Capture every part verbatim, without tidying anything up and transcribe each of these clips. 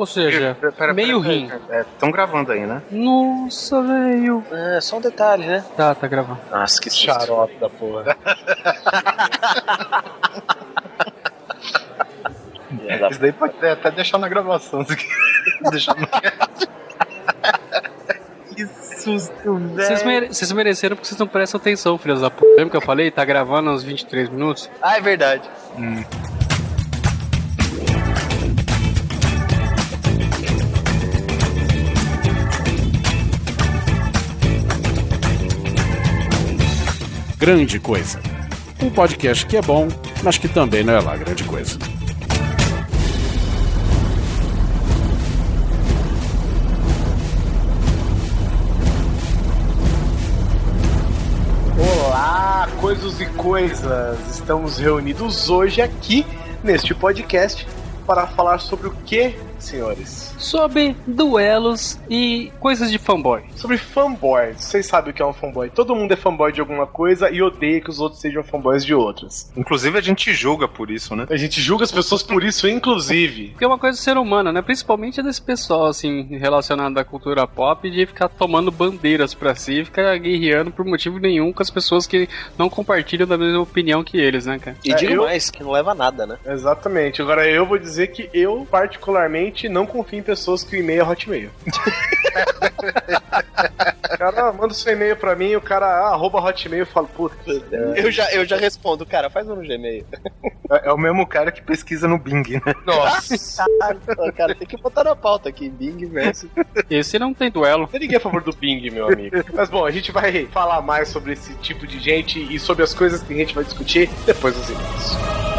Ou seja, Pera, pera, meio pera, rim. Estão é, gravando aí, né? Nossa, velho. É, só um detalhe, né? Tá, tá gravando. Nossa, que xarope da porra. Isso daí pode até deixar na gravação. Deixar no... Que susto, velho. Vocês, mere... vocês mereceram porque vocês não prestam atenção, filhos da p. Lembra que eu falei? Tá gravando uns vinte e três minutos? Ah, é verdade. Hum. Grande Coisa. Um podcast que é bom, mas que também não é lá grande coisa. Olá, coisas e coisas! Estamos reunidos hoje aqui neste podcast para falar sobre o que, senhores? Sobre duelos e coisas de fanboy. Sobre fanboy. Vocês sabem o que é um fanboy. Todo mundo é fanboy de alguma coisa e odeia que os outros sejam fanboys de outras. Inclusive a gente julga por isso, né? A gente julga as pessoas por isso, inclusive. Porque é uma coisa do ser humano, né? Principalmente desse pessoal, assim, relacionado à cultura pop, de ficar tomando bandeiras pra si e ficar guerreando por motivo nenhum com as pessoas que não compartilham da mesma opinião que eles, né, cara? E É, digo eu- mais, que não leva a nada, né? Exatamente. Agora eu vou dizer que eu, particularmente, não confio em pessoas que o e-mail é hotmail. O cara manda o seu e-mail pra mim, o cara ah, arroba hotmail, eu falo, puta. É, Eu já, eu já respondo, cara, faz um no Gmail. É, é o mesmo cara que pesquisa no Bing, né? nossa. Cara, tem que botar na pauta aqui, Bing versus... Esse não tem duelo. Eu ninguém é a favor do Bing, meu amigo. Mas bom, a gente vai falar mais sobre esse tipo de gente e sobre as coisas que a gente vai discutir depois dos e-mails.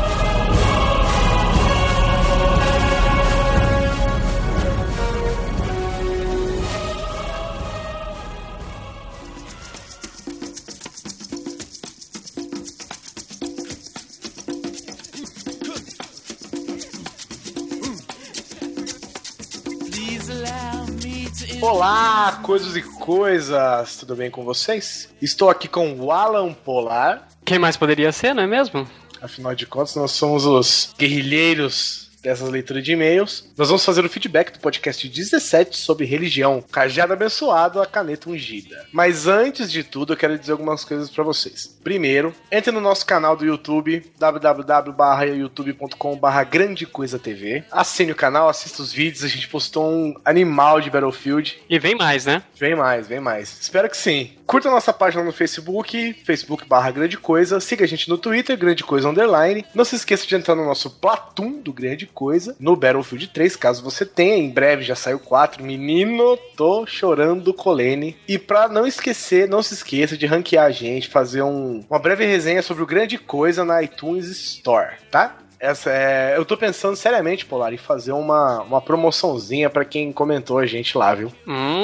Olá, coisas e coisas, tudo bem com vocês? Estou aqui com o Alan Polar. Quem mais poderia ser, não é mesmo? Afinal de contas, nós somos os guerrilheiros dessas leituras de e-mails. Nós vamos fazer o feedback do podcast dezessete sobre religião. Cajado abençoado, a caneta ungida. Mas antes de tudo, eu quero dizer algumas coisas pra vocês. Primeiro, entre no nosso canal do YouTube, w w w ponto youtube ponto com barra grande coisa t v. Assine o canal, assista os vídeos. A gente postou um animal de Battlefield. E vem mais, né? Vem mais, vem mais. Espero que sim. Curta a nossa página no Facebook, facebook barra Grande Coisa. Siga a gente no Twitter, Grande Coisa Underline. Não se esqueça de entrar no nosso Platoon do Grande Coisa, no Battlefield três, caso você tenha. Em breve já saiu quatro. Menino, tô chorando colene. E pra não esquecer, não se esqueça de ranquear a gente, fazer um, uma breve resenha sobre o Grande Coisa na iTunes Store, tá? Essa é, eu tô pensando seriamente, Polar, em fazer uma, uma promoçãozinha pra quem comentou a gente lá, viu?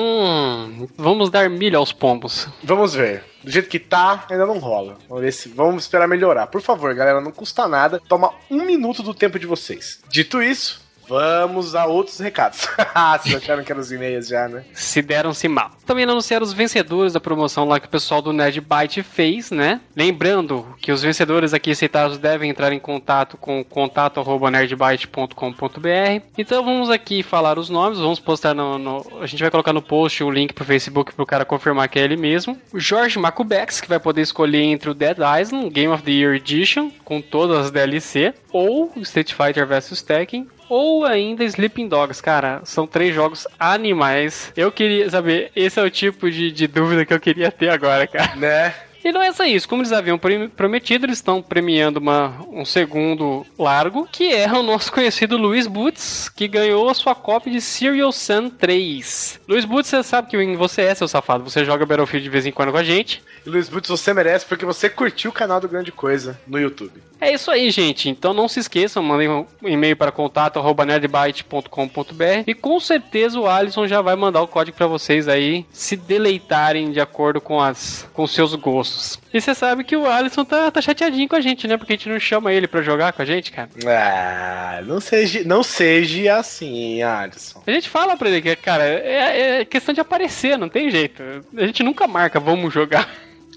Hum, vamos dar milho aos pombos. Vamos ver. Do jeito que tá, ainda não rola. Vamos ver se, vamos esperar melhorar. Por favor, galera, não custa nada. Toma um minuto do tempo de vocês. Dito isso, vamos a outros recados. Vocês acharam que eram os e-mails já, né? Se deram-se mal. Também anunciaram os vencedores da promoção lá que o pessoal do Nerd Byte fez, né? Lembrando que os vencedores aqui citados devem entrar em contato com contato arroba nerdbyte ponto com ponto b r. Então vamos aqui falar os nomes, vamos postar no, no... A gente vai colocar no post o link pro Facebook pro cara confirmar que é ele mesmo. O Jorge Macubex, que vai poder escolher entre o Dead Island, Game of the Year Edition, com todas as D L C, ou Street Fighter versus. Tekken, ou ainda Sleeping Dogs. Cara, são três jogos animais. Eu queria saber, esse é o tipo de, de dúvida que eu queria ter agora, cara. Né? E não é só isso, como eles haviam pre- prometido, eles estão premiando uma, um segundo largo, que é o nosso conhecido Luiz Butz, que ganhou a sua cópia de Serial Sam três. Luiz Butz, você sabe que você é, seu safado, você joga Battlefield de vez em quando com a gente. E Luiz Butz, você merece porque você curtiu o canal do Grande Coisa no YouTube. É isso aí, gente. Então não se esqueçam, mandem um e-mail para contato arroba nerdbyte ponto com ponto b r e com certeza o Alisson já vai mandar o código para vocês aí se deleitarem de acordo com as com seus gostos. E você sabe que o Alisson tá, tá chateadinho com a gente, né? Porque a gente não chama ele pra jogar com a gente, cara. Ah, não seja, não seja assim, Alisson. A gente fala pra ele que, cara, é, é questão de aparecer, não tem jeito. A gente nunca marca, vamos jogar.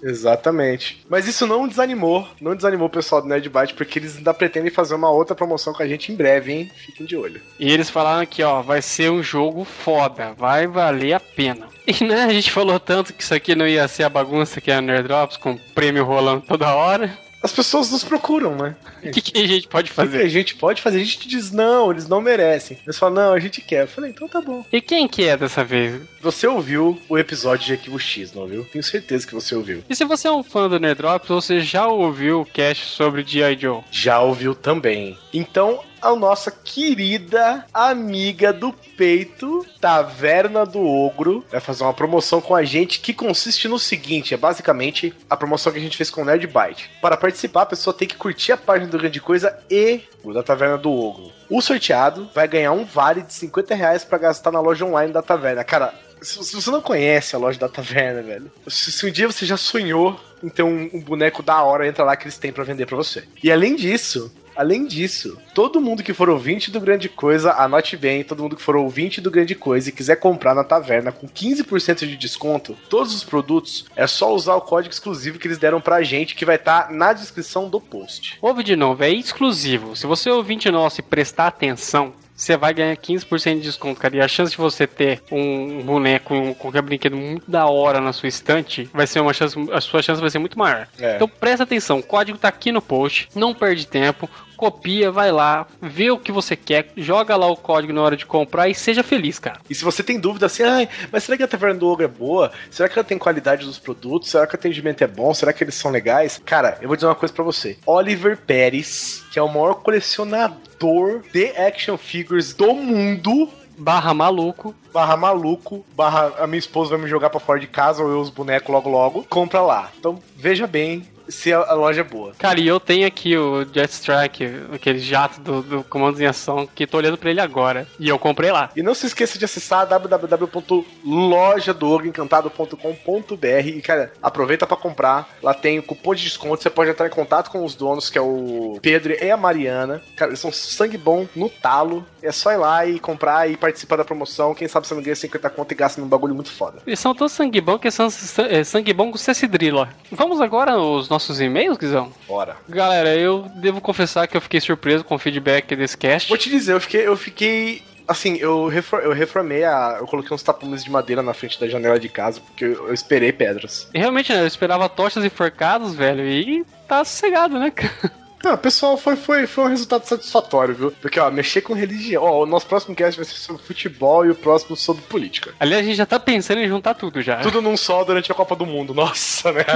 Exatamente. Mas isso não desanimou, não desanimou o pessoal do Nerd Byte, porque eles ainda pretendem fazer uma outra promoção com a gente em breve, hein? Fiquem de olho. E eles falaram que, ó, vai ser um jogo foda, vai valer a pena. E, né, a gente falou tanto que isso aqui não ia ser a bagunça que é a Nerd Drops, com prêmio rolando toda hora. As pessoas nos procuram, né? O que, que a gente pode O que fazer? a gente pode fazer? A gente diz, não, eles não merecem. Eles falam, não, a gente quer. Eu falei, então tá bom. E quem que é dessa vez? Você ouviu o episódio de Arquivo X, não ouviu? Tenho certeza que você ouviu. E se você é um fã do Nerd Drops, você já ouviu o cast sobre G I. Joe? Já ouviu também. Então, a nossa querida amiga do peito, Taverna do Ogro, vai fazer uma promoção com a gente que consiste no seguinte, é basicamente a promoção que a gente fez com o Nerd Byte. Para participar, a pessoa tem que curtir a página do Grande Coisa e o da Taverna do Ogro. O sorteado vai ganhar um vale de cinquenta reais para gastar na loja online da Taverna. Cara, se, se você não conhece a loja da Taverna, velho, se, se um dia você já sonhou em ter um, um boneco da hora, entra lá que eles têm para vender para você. E além disso... Além disso, todo mundo que for ouvinte do Grande Coisa, anote bem, todo mundo que for ouvinte do Grande Coisa e quiser comprar na taverna com quinze por cento de desconto, todos os produtos, é só usar o código exclusivo que eles deram pra gente, que vai estar tá na descrição do post. Ouve de novo, é exclusivo. Se você é ouvinte nosso e prestar atenção, você vai ganhar quinze por cento de desconto, cara. E a chance de você ter um boneco, um qualquer brinquedo muito da hora na sua estante, vai ser uma chance, a sua chance vai ser muito maior. É. Então presta atenção, o código tá aqui no post, não perde tempo, copia, vai lá, vê o que você quer, joga lá o código na hora de comprar e seja feliz, cara. E se você tem dúvida assim, ai, mas será que a Taverna do Ogro é boa? Será que ela tem qualidade dos produtos? Será que o atendimento é bom? Será que eles são legais? Cara, eu vou dizer uma coisa pra você. Oliver Pérez, que é o maior colecionador de action figures do mundo, Barra maluco. barra maluco, barra a minha esposa vai me jogar pra fora de casa ou eu os bonecos logo logo, compra lá. Então veja bem se a, a loja é boa. Cara, e eu tenho aqui o Jetstrike, aquele jato do, do Comandos em Ação, que tô olhando pra ele agora. E eu comprei lá. E não se esqueça de acessar w w w ponto loja do ogro encantado ponto com ponto b r e, cara, aproveita pra comprar. Lá tem o cupom de desconto, você pode entrar em contato com os donos, que é o Pedro e a Mariana. Cara, eles são sangue bom no talo. É só ir lá e comprar e participar da promoção. Quem sabe você não ganha cinquenta conto e gasta num bagulho muito foda. Eles são todos sangue bom, que são é, sangue bom com cessidrila. Vamos agora aos nossos e-mails, Guizão? Bora. Galera, eu devo confessar que eu fiquei surpreso com o feedback desse cast. Vou te dizer, eu fiquei... Eu fiquei... Assim, eu, refor eu reformei a... Eu coloquei uns tapumes de madeira na frente da janela de casa, porque eu, eu esperei pedras. E realmente, né? Eu esperava tochas e forcados, velho, e tá sossegado, né, cara? Não, pessoal, foi, foi, foi um resultado satisfatório, viu? Porque, ó, mexer com religião... Ó, o nosso próximo cast vai ser sobre futebol e o próximo sobre política. Aliás, a gente já tá pensando em juntar tudo já. Tudo num só durante a Copa do Mundo. Nossa, né?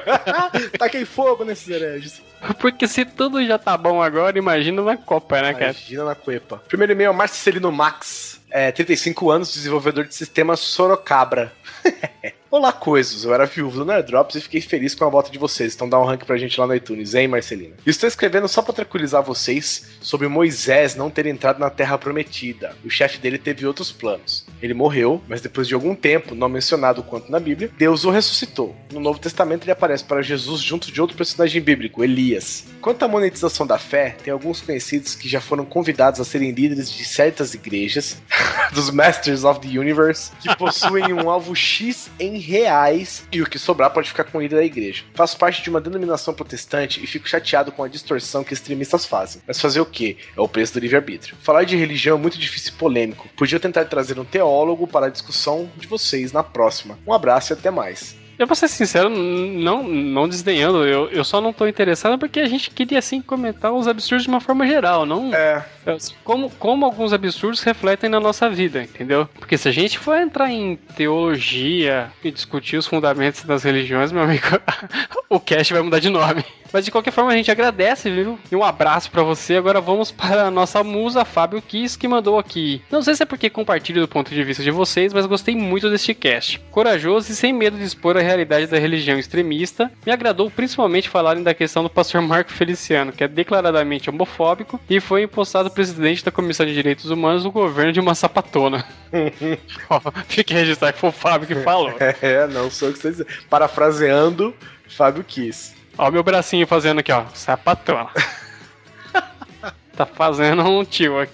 Taquei fogo nesses hereges. Porque se tudo já tá bom agora, imagina na Copa, né, cara? Imagina na cuepa. Primeiro e-mail é o Marcelino Max, é, trinta e cinco anos, desenvolvedor de sistema Sorocabra. Olá, coisas. Eu era viúvo do Nerd Drops e fiquei feliz com a volta de vocês. Então dá um rank pra gente lá no iTunes, hein, Marcelino? Estou escrevendo só pra tranquilizar vocês sobre Moisés não ter entrado na Terra Prometida. O chefe dele teve outros planos. Ele morreu, mas depois de algum tempo, não mencionado quanto na Bíblia, Deus o ressuscitou. No Novo Testamento ele aparece para Jesus junto de outro personagem bíblico, Elias. Quanto à monetização da fé, tem alguns conhecidos que já foram convidados a serem líderes de certas igrejas, dos Masters of the Universe, que possuem um alvo X em reais e o que sobrar pode ficar com o líder da igreja. Faço parte de uma denominação protestante e fico chateado com a distorção que extremistas fazem. Mas fazer o quê? É o preço do livre-arbítrio. Falar de religião é muito difícil e polêmico. Podia tentar trazer um teólogo para a discussão de vocês na próxima. Um abraço e até mais. Eu vou ser sincero, não, não desdenhando, eu, eu só não tô interessado porque a gente queria, assim, comentar os absurdos de uma forma geral, não... É... Como, como alguns absurdos refletem na nossa vida, entendeu? Porque se a gente for entrar em teologia e discutir os fundamentos das religiões, meu amigo, o cast vai mudar de nome. Mas de qualquer forma a gente agradece, viu? E um abraço pra você. Agora vamos para a nossa musa, Fábio Kiss, que mandou aqui. Não sei se é porque compartilho do ponto de vista de vocês, mas gostei muito deste cast. Corajoso e sem medo de expor a realidade da religião extremista. Me agradou principalmente falarem da questão do pastor Marco Feliciano, que é declaradamente homofóbico e foi impostado presidente da Comissão de Direitos Humanos do governo de uma sapatona. Ó, fiquei registrado que foi o Fábio que falou. É, não sou o que vocês dizem. Parafraseando, Fábio Kiss. Ó, meu bracinho fazendo aqui, ó, sapatona. Tá fazendo um tio aqui.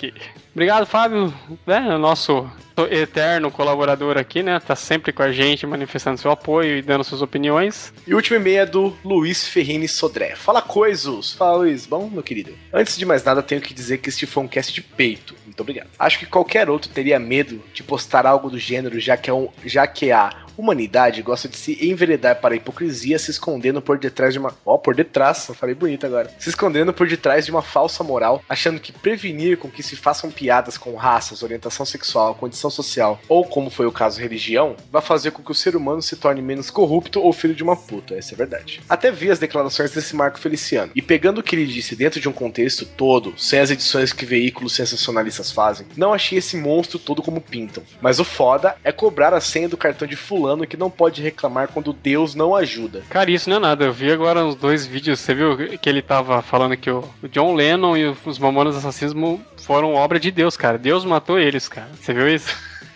Obrigado, Fábio, né, o nosso eterno colaborador aqui, né? Tá sempre com a gente, manifestando seu apoio e dando suas opiniões. E o último e-mail é do Luiz Ferrini Sodré. Fala coisas! Fala, Luiz. Bom, meu querido? Antes de mais nada, tenho que dizer que este foi um cast de peito. Muito obrigado. Acho que qualquer outro teria medo de postar algo do gênero, já que, é um, já que a humanidade gosta de se enveredar para a hipocrisia, se escondendo por detrás de uma... Ó, oh, por detrás, eu falei bonito agora. Se escondendo por detrás de uma falsa moral, achando que prevenir com que se façam piadas com raças, orientação sexual, condição social, ou como foi o caso religião, vai fazer com que o ser humano se torne menos corrupto ou filho de uma puta. Essa é verdade. Até vi as declarações desse Marco Feliciano, e pegando o que ele disse dentro de um contexto todo, sem as edições que veículos sensacionalistas fazem, não achei esse monstro todo como pintam. Mas o foda é cobrar a senha do cartão de fulano que não pode reclamar quando Deus não ajuda. Cara, isso não é nada. Eu vi agora uns dois vídeos. Você viu que ele tava falando que o John Lennon e os Mamonas Assassinos foram obra de Deus, cara. Deus matou eles, cara. Você viu isso?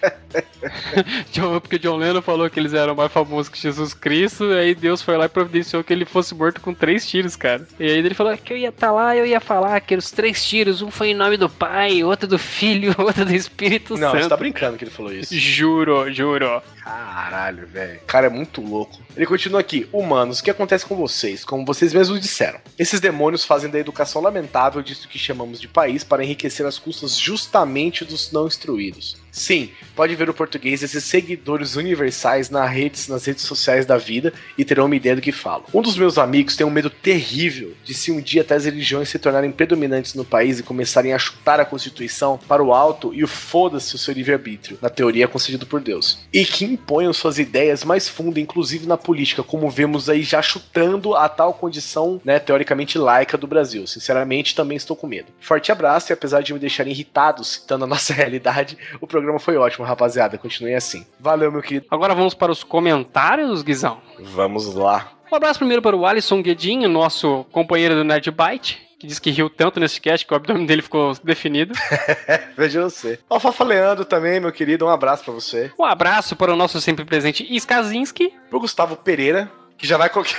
Porque John Lennon falou que eles eram mais famosos que Jesus Cristo, e aí Deus foi lá e providenciou que ele fosse morto com três tiros, cara. E aí ele falou que eu ia estar tá lá, eu ia falar que os três tiros, um foi em nome do Pai, outro do Filho, outro do Espírito Não, Santo. Não, você tá brincando que ele falou isso. Juro, juro. Caralho, velho. O cara é muito louco. Ele continua aqui. Humanos, o que acontece com vocês? Como vocês mesmos disseram. Esses demônios fazem da educação lamentável disso que chamamos de país para enriquecer as custas justamente dos não instruídos. Sim, pode ver o português esses seguidores universais nas redes, nas redes sociais da vida e terão uma ideia do que falo. Um dos meus amigos tem um medo terrível de se um dia até as religiões se tornarem predominantes no país e começarem a chutar a Constituição para o alto e o foda-se o seu livre-arbítrio, na teoria concedido por Deus. E que imponham suas ideias mais fundas, inclusive na política, como vemos aí já chutando a tal condição, né, teoricamente laica do Brasil. Sinceramente, também estou com medo. Forte abraço e apesar de me deixarem irritado citando a nossa realidade, o programa foi ótimo, rapaziada. Continue assim. Valeu, meu querido. Agora vamos para os comentários, Guizão. Vamos lá. Um abraço primeiro para o Alisson Guedin, nosso companheiro do Nerd Byte, que diz que riu tanto nesse cast que o abdômen dele ficou definido. Veja você. Ó, Fafa Leandro também, meu querido, um abraço pra você. Um abraço para o nosso sempre presente Skazinski. Pro Gustavo Pereira, que já vai colocar...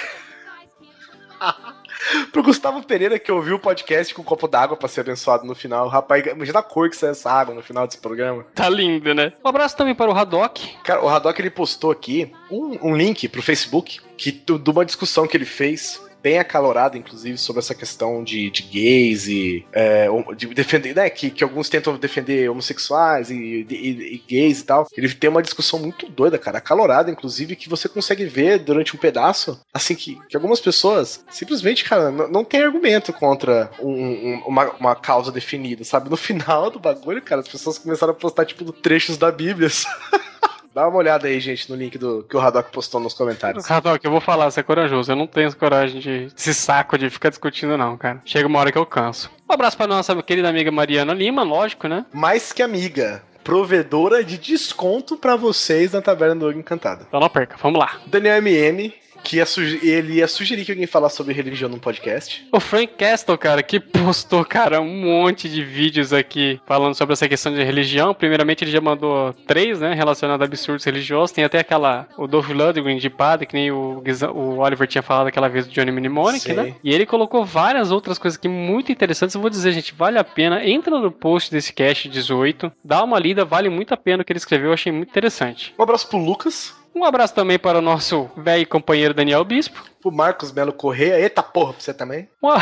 Pro Gustavo Pereira, que ouviu o podcast com um copo d'água pra ser abençoado no final. Rapaz, imagina a cor que sai essa água no final desse programa. Tá lindo, né? Um abraço também para o Haddock. Cara, o Haddock, ele postou aqui um, um link pro Facebook que, de uma discussão que ele fez, bem acalorada, inclusive, sobre essa questão de, de gays e é, de defender, né, que, que alguns tentam defender homossexuais e, e, e gays e tal. Ele tem uma discussão muito doida, cara, acalorada, inclusive, que você consegue ver durante um pedaço, assim, que, que algumas pessoas simplesmente, cara, não, não tem argumento contra um, um, uma, uma causa definida, sabe? No final do bagulho, cara, as pessoas começaram a postar, tipo, trechos da Bíblia, sabe? Dá uma olhada aí, gente, no link do, que o Haddock postou nos comentários. Haddock, eu vou falar, você é corajoso. Eu não tenho essa coragem de... esse saco de ficar discutindo, não, cara. Chega uma hora que eu canso. Um abraço pra nossa querida amiga Mariana Lima, lógico, né? Mais que amiga. Provedora de desconto pra vocês na Taverna do Ogro Encantado. Então não perca, vamos lá. Daniel M M... que ia ele ia sugerir que alguém falasse sobre religião num podcast. O Frank Castle, cara, que postou, cara, um monte de vídeos aqui falando sobre essa questão de religião. Primeiramente, ele já mandou três, né, relacionados a absurdos religiosos. Tem até aquela, o Dolph Lundgren de padre, que nem o, o Oliver tinha falado aquela vez do Johnny Mnemonic, né? E ele colocou várias outras coisas aqui muito interessantes. Eu vou dizer, gente, vale a pena. Entra no post desse cast dezoito, dá uma lida, vale muito a pena o que ele escreveu, eu achei muito interessante. Um abraço pro Lucas. Um abraço também para o nosso velho companheiro Daniel Bispo. O Marcos Melo Correia. Eita porra, pra você também. Uma...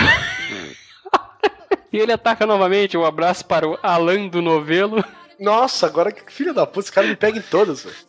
E ele ataca novamente. Um abraço para o Alan do Novelo. Nossa, agora que filho da puta, esse cara me pega em todas, velho.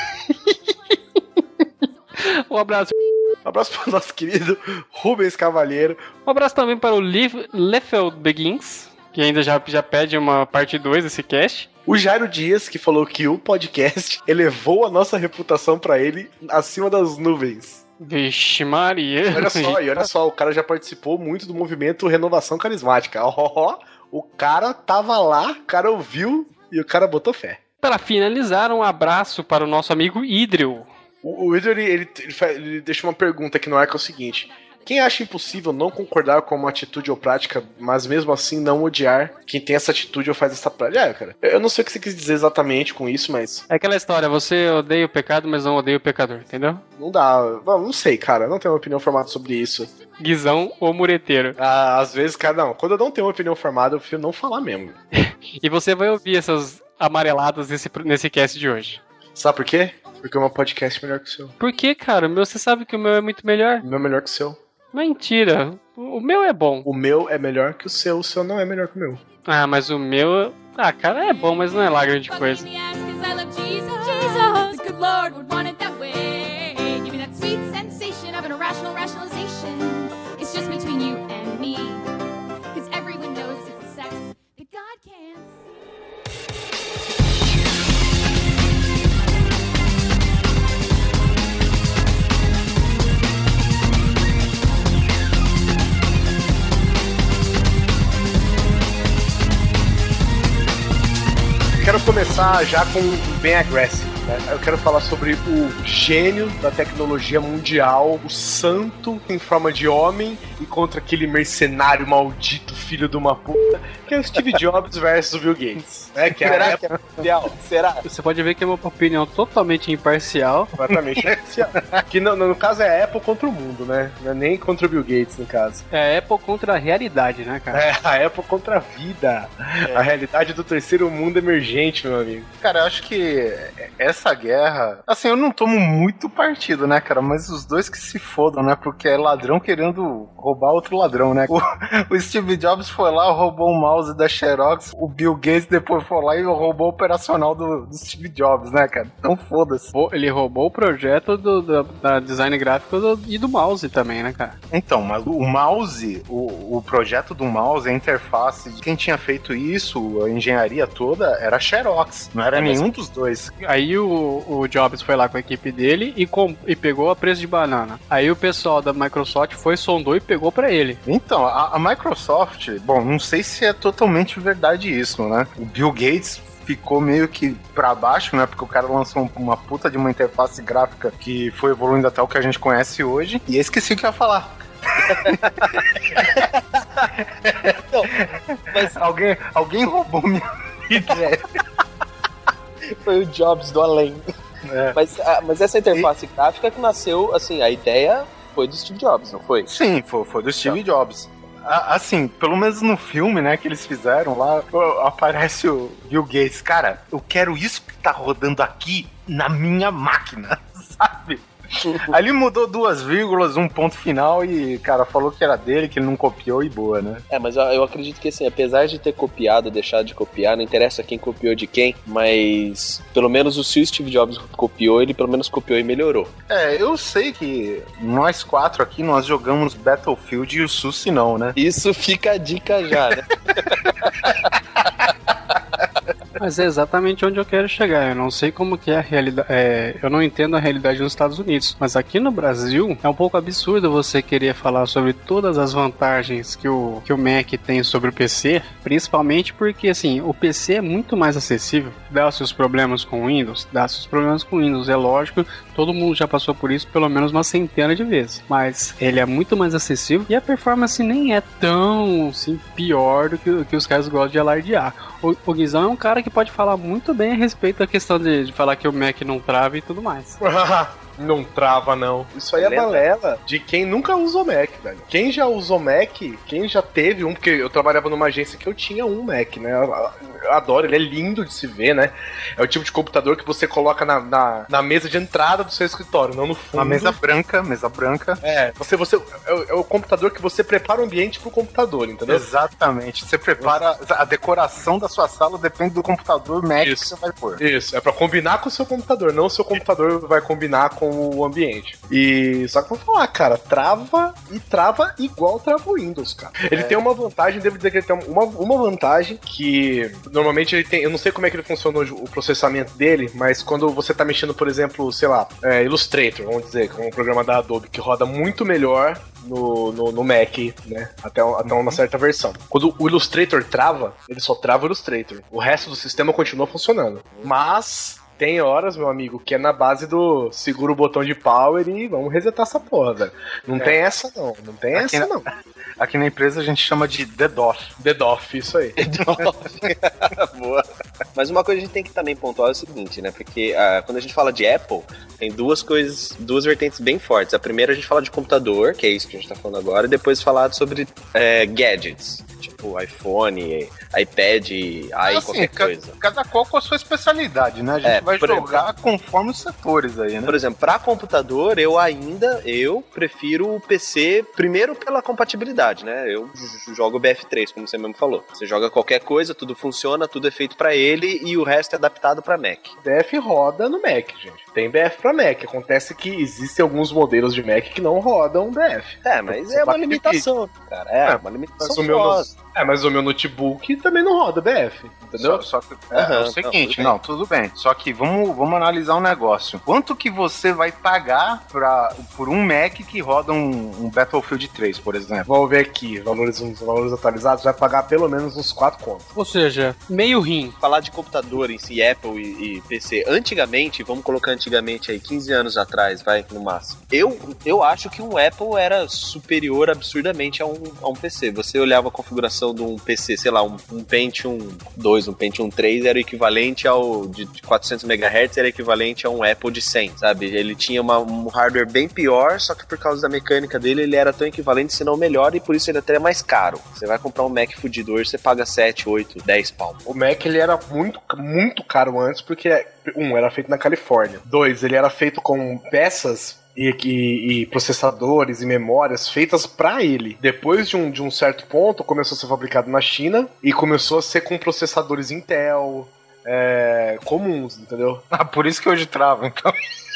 Um abraço. Um abraço para o nosso querido Rubens Cavalheiro. Um abraço também para o Liv Leffeld Begins, que ainda já, já pede uma parte dois desse cast. O Jairo Dias, que falou que o podcast elevou a nossa reputação pra ele acima das nuvens. Vixe Maria. Olha só, e olha só, o cara já participou muito do movimento Renovação Carismática. Ó, ó, ó, o cara tava lá, o cara ouviu e o cara botou fé. Para finalizar, um abraço para o nosso amigo Idril. O, o Idril, ele, ele, ele, ele deixa uma pergunta aqui no ar que é o seguinte... Quem acha impossível não concordar com uma atitude ou prática, mas mesmo assim não odiar quem tem essa atitude ou faz essa prática? É, cara, eu não sei o que você quis dizer exatamente com isso, mas... É aquela história, você odeia o pecado, mas não odeia o pecador, entendeu? Não dá, não, não sei, cara, não tenho uma opinião formada sobre isso. Guizão ou mureteiro. Ah, às vezes, cara, não, quando eu não tenho uma opinião formada, eu prefiro não falar mesmo. E você vai ouvir essas amareladas nesse, nesse cast de hoje. Sabe por quê? Porque o meu podcast é melhor que o seu. Por que, cara? O meu, você sabe que o meu é muito melhor. O meu é melhor que o seu. Mentira. O meu é bom. O meu é melhor que o seu, o seu não é melhor que o meu. Ah, mas o meu... Ah, cara, é bom, mas não é lá grande coisa. Quero começar já com um bem agressivo, né? Eu quero falar sobre o gênio da tecnologia mundial, o santo em forma de homem e contra aquele mercenário maldito, filho de uma puta, que é o Steve Jobs versus o Bill Gates. Né? Que Será é que é mundial? Será? Você pode ver que é uma opinião totalmente imparcial. completamente imparcial. Que no, no caso é a Apple contra o mundo, né? Não é nem contra o Bill Gates, no caso. É a Apple contra a realidade, né, cara? É a Apple contra a vida. É. A realidade do terceiro mundo emergente, meu amigo. Cara, eu acho que essa guerra... Assim, eu não tomo muito partido, né, cara? Mas os dois que se fodam, né? Porque é ladrão querendo roubar outro ladrão, né? O, o Steve Jobs foi lá, roubou o mouse da Xerox. O Bill Gates depois foi lá e roubou o operacional do, do Steve Jobs, né, cara? Então foda-se. Ele roubou o projeto do, do, da design gráfico do, e do mouse também, né, cara? Então, mas o mouse, o, o projeto do mouse, a interface, quem tinha feito isso, a engenharia toda, era a Xerox. Não era é, nenhum dos dois. Aí o, o Jobs foi lá com a equipe dele e, com, e pegou a preço de banana. Aí o pessoal da Microsoft foi, sondou e pegou pra ele. Então, a, a Microsoft, bom, não sei se é totalmente verdade isso, né? O Bill Gates ficou meio que pra baixo, né? Porque o cara lançou uma puta de uma interface gráfica que foi evoluindo até o que a gente conhece hoje. E eu esqueci o que eu ia falar. Não, mas alguém, alguém roubou minha ideia. Foi o Jobs do além. É. Mas, a, mas essa interface e... gráfica que nasceu, assim, a ideia foi do Steve Jobs, não foi? Sim, foi, foi do Steve Jobs. Assim, pelo menos no filme, né, que eles fizeram lá, aparece o Bill Gates. Cara, eu quero isso que tá rodando aqui na minha máquina, sabe? Ali mudou duas vírgulas, um ponto final e, cara, falou que era dele, que ele não copiou e boa, né? É, mas eu, eu acredito que, assim, apesar de ter copiado, deixado de copiar, não interessa quem copiou de quem, mas pelo menos o se o Steve Jobs copiou, ele pelo menos copiou e melhorou. É, eu sei que nós quatro aqui, nós jogamos Battlefield e o Susi não, né? Isso fica a dica já, né? Mas é exatamente onde eu quero chegar. Eu não sei como que é a realidade. É, eu não entendo a realidade nos Estados Unidos. Mas aqui no Brasil é um pouco absurdo você querer falar sobre todas as vantagens que o, que o Mac tem sobre o P C. Principalmente porque, assim, o P C é muito mais acessível. Dá seus problemas com o Windows? Dá seus problemas com o Windows. É lógico, todo mundo já passou por isso pelo menos uma centena de vezes. Mas ele é muito mais acessível e a performance nem é tão, assim, pior do que, que os caras gostam de alardear. O, o Guizão é um cara que pode falar muito bem a respeito da questão de, de falar que o Mac não trava e tudo mais. Não trava, não. Isso aí é balela de quem nunca usou Mac, velho. Quem já usou Mac, quem já teve um, porque eu trabalhava numa agência que eu tinha um Mac, né? Eu, eu adoro, ele é lindo de se ver, né? É o tipo de computador que você coloca na, na, na mesa de entrada do seu escritório, não no fundo. Uma mesa branca, mesa branca. É, você, você, é, o, é o computador que você prepara o ambiente pro computador, entendeu? Exatamente. Você prepara a decoração da sua sala, depende do computador Mac Isso. que você vai pôr. Isso, é pra combinar com o seu computador, não o seu computador vai combinar com o ambiente. E só que eu vou falar, cara, trava e trava igual trava o Windows, cara. Ele é. tem uma vantagem, devo dizer que ele tem uma, uma vantagem que normalmente ele tem, eu não sei como é que ele funciona hoje, o processamento dele, mas quando você tá mexendo, por exemplo, sei lá, é, Illustrator, vamos dizer, que é um programa da Adobe que roda muito melhor no, no, no Mac, né, até, até uma certa versão. Quando o Illustrator trava, ele só trava o Illustrator. O resto do sistema continua funcionando. Mas tem horas, meu amigo, que é na base do segura o botão de power e vamos resetar essa porra, velho. Não é. tem essa não, não tem aqui essa na, não. Aqui na empresa a gente chama de DDoS. DDoS, isso aí. Boa. Mas uma coisa que a gente tem que também pontuar é o seguinte, né? Porque uh, quando a gente fala de Apple, tem duas coisas, duas vertentes bem fortes. A primeira a gente fala de computador, que é isso que a gente tá falando agora, e depois falar sobre é, gadgets, tipo iPhone, iPad, aí assim, qualquer ca- coisa. Cada qual com a sua especialidade, né? A gente É, vai por jogar exemplo, conforme os setores aí, né? Por exemplo, para computador, eu ainda, eu prefiro o P C, primeiro pela compatibilidade, né? Eu jogo o B F três, como você mesmo falou. Você joga qualquer coisa, tudo funciona, tudo é feito para ele e o resto é adaptado para Mac. B F roda no Mac, gente. Tem B F pra Mac. Acontece que existem alguns modelos de Mac que não rodam B F. É, mas Você é uma pode limitação, cara. É, É, uma limitação Mas o, meu, foda. é, mas o meu notebook também não roda B F, entendeu? Só, só que é, Aham, é o não, seguinte, tudo não, tudo bem. Só que vamos, vamos analisar um negócio. Quanto que você vai pagar pra, por um Mac que roda um, um Battlefield três, por exemplo? Vamos ver aqui, valores, uns valores atualizados, vai pagar pelo menos uns quatro contos. Ou seja, meio rim. Falar de computador em si, Apple e, e P C, antigamente, vamos colocar antigamente aí, quinze anos atrás, vai, no máximo. Eu, eu acho que um Apple era superior absurdamente a um, a um P C. Você olhava a configuração de um P C, sei lá, um, um Pentium dois, um Pentium três, era o equivalente ao de, de quatrocentos megahertz, era equivalente a um Apple de cem, sabe? Ele tinha uma, um hardware bem pior, só que por causa da mecânica dele, ele era tão equivalente, se não melhor, e por isso ele até é mais caro. Você vai comprar um Mac fudido hoje, você paga sete, oito, dez pau. O Mac, ele era muito, muito caro antes, porque, um, era feito na Califórnia. Dois, ele era feito com peças E, e, e processadores e memórias feitas pra ele. Depois de um, de um certo ponto, começou a ser fabricado na China e começou a ser com processadores Intel é, comuns, entendeu? Ah, por isso que hoje trava, então.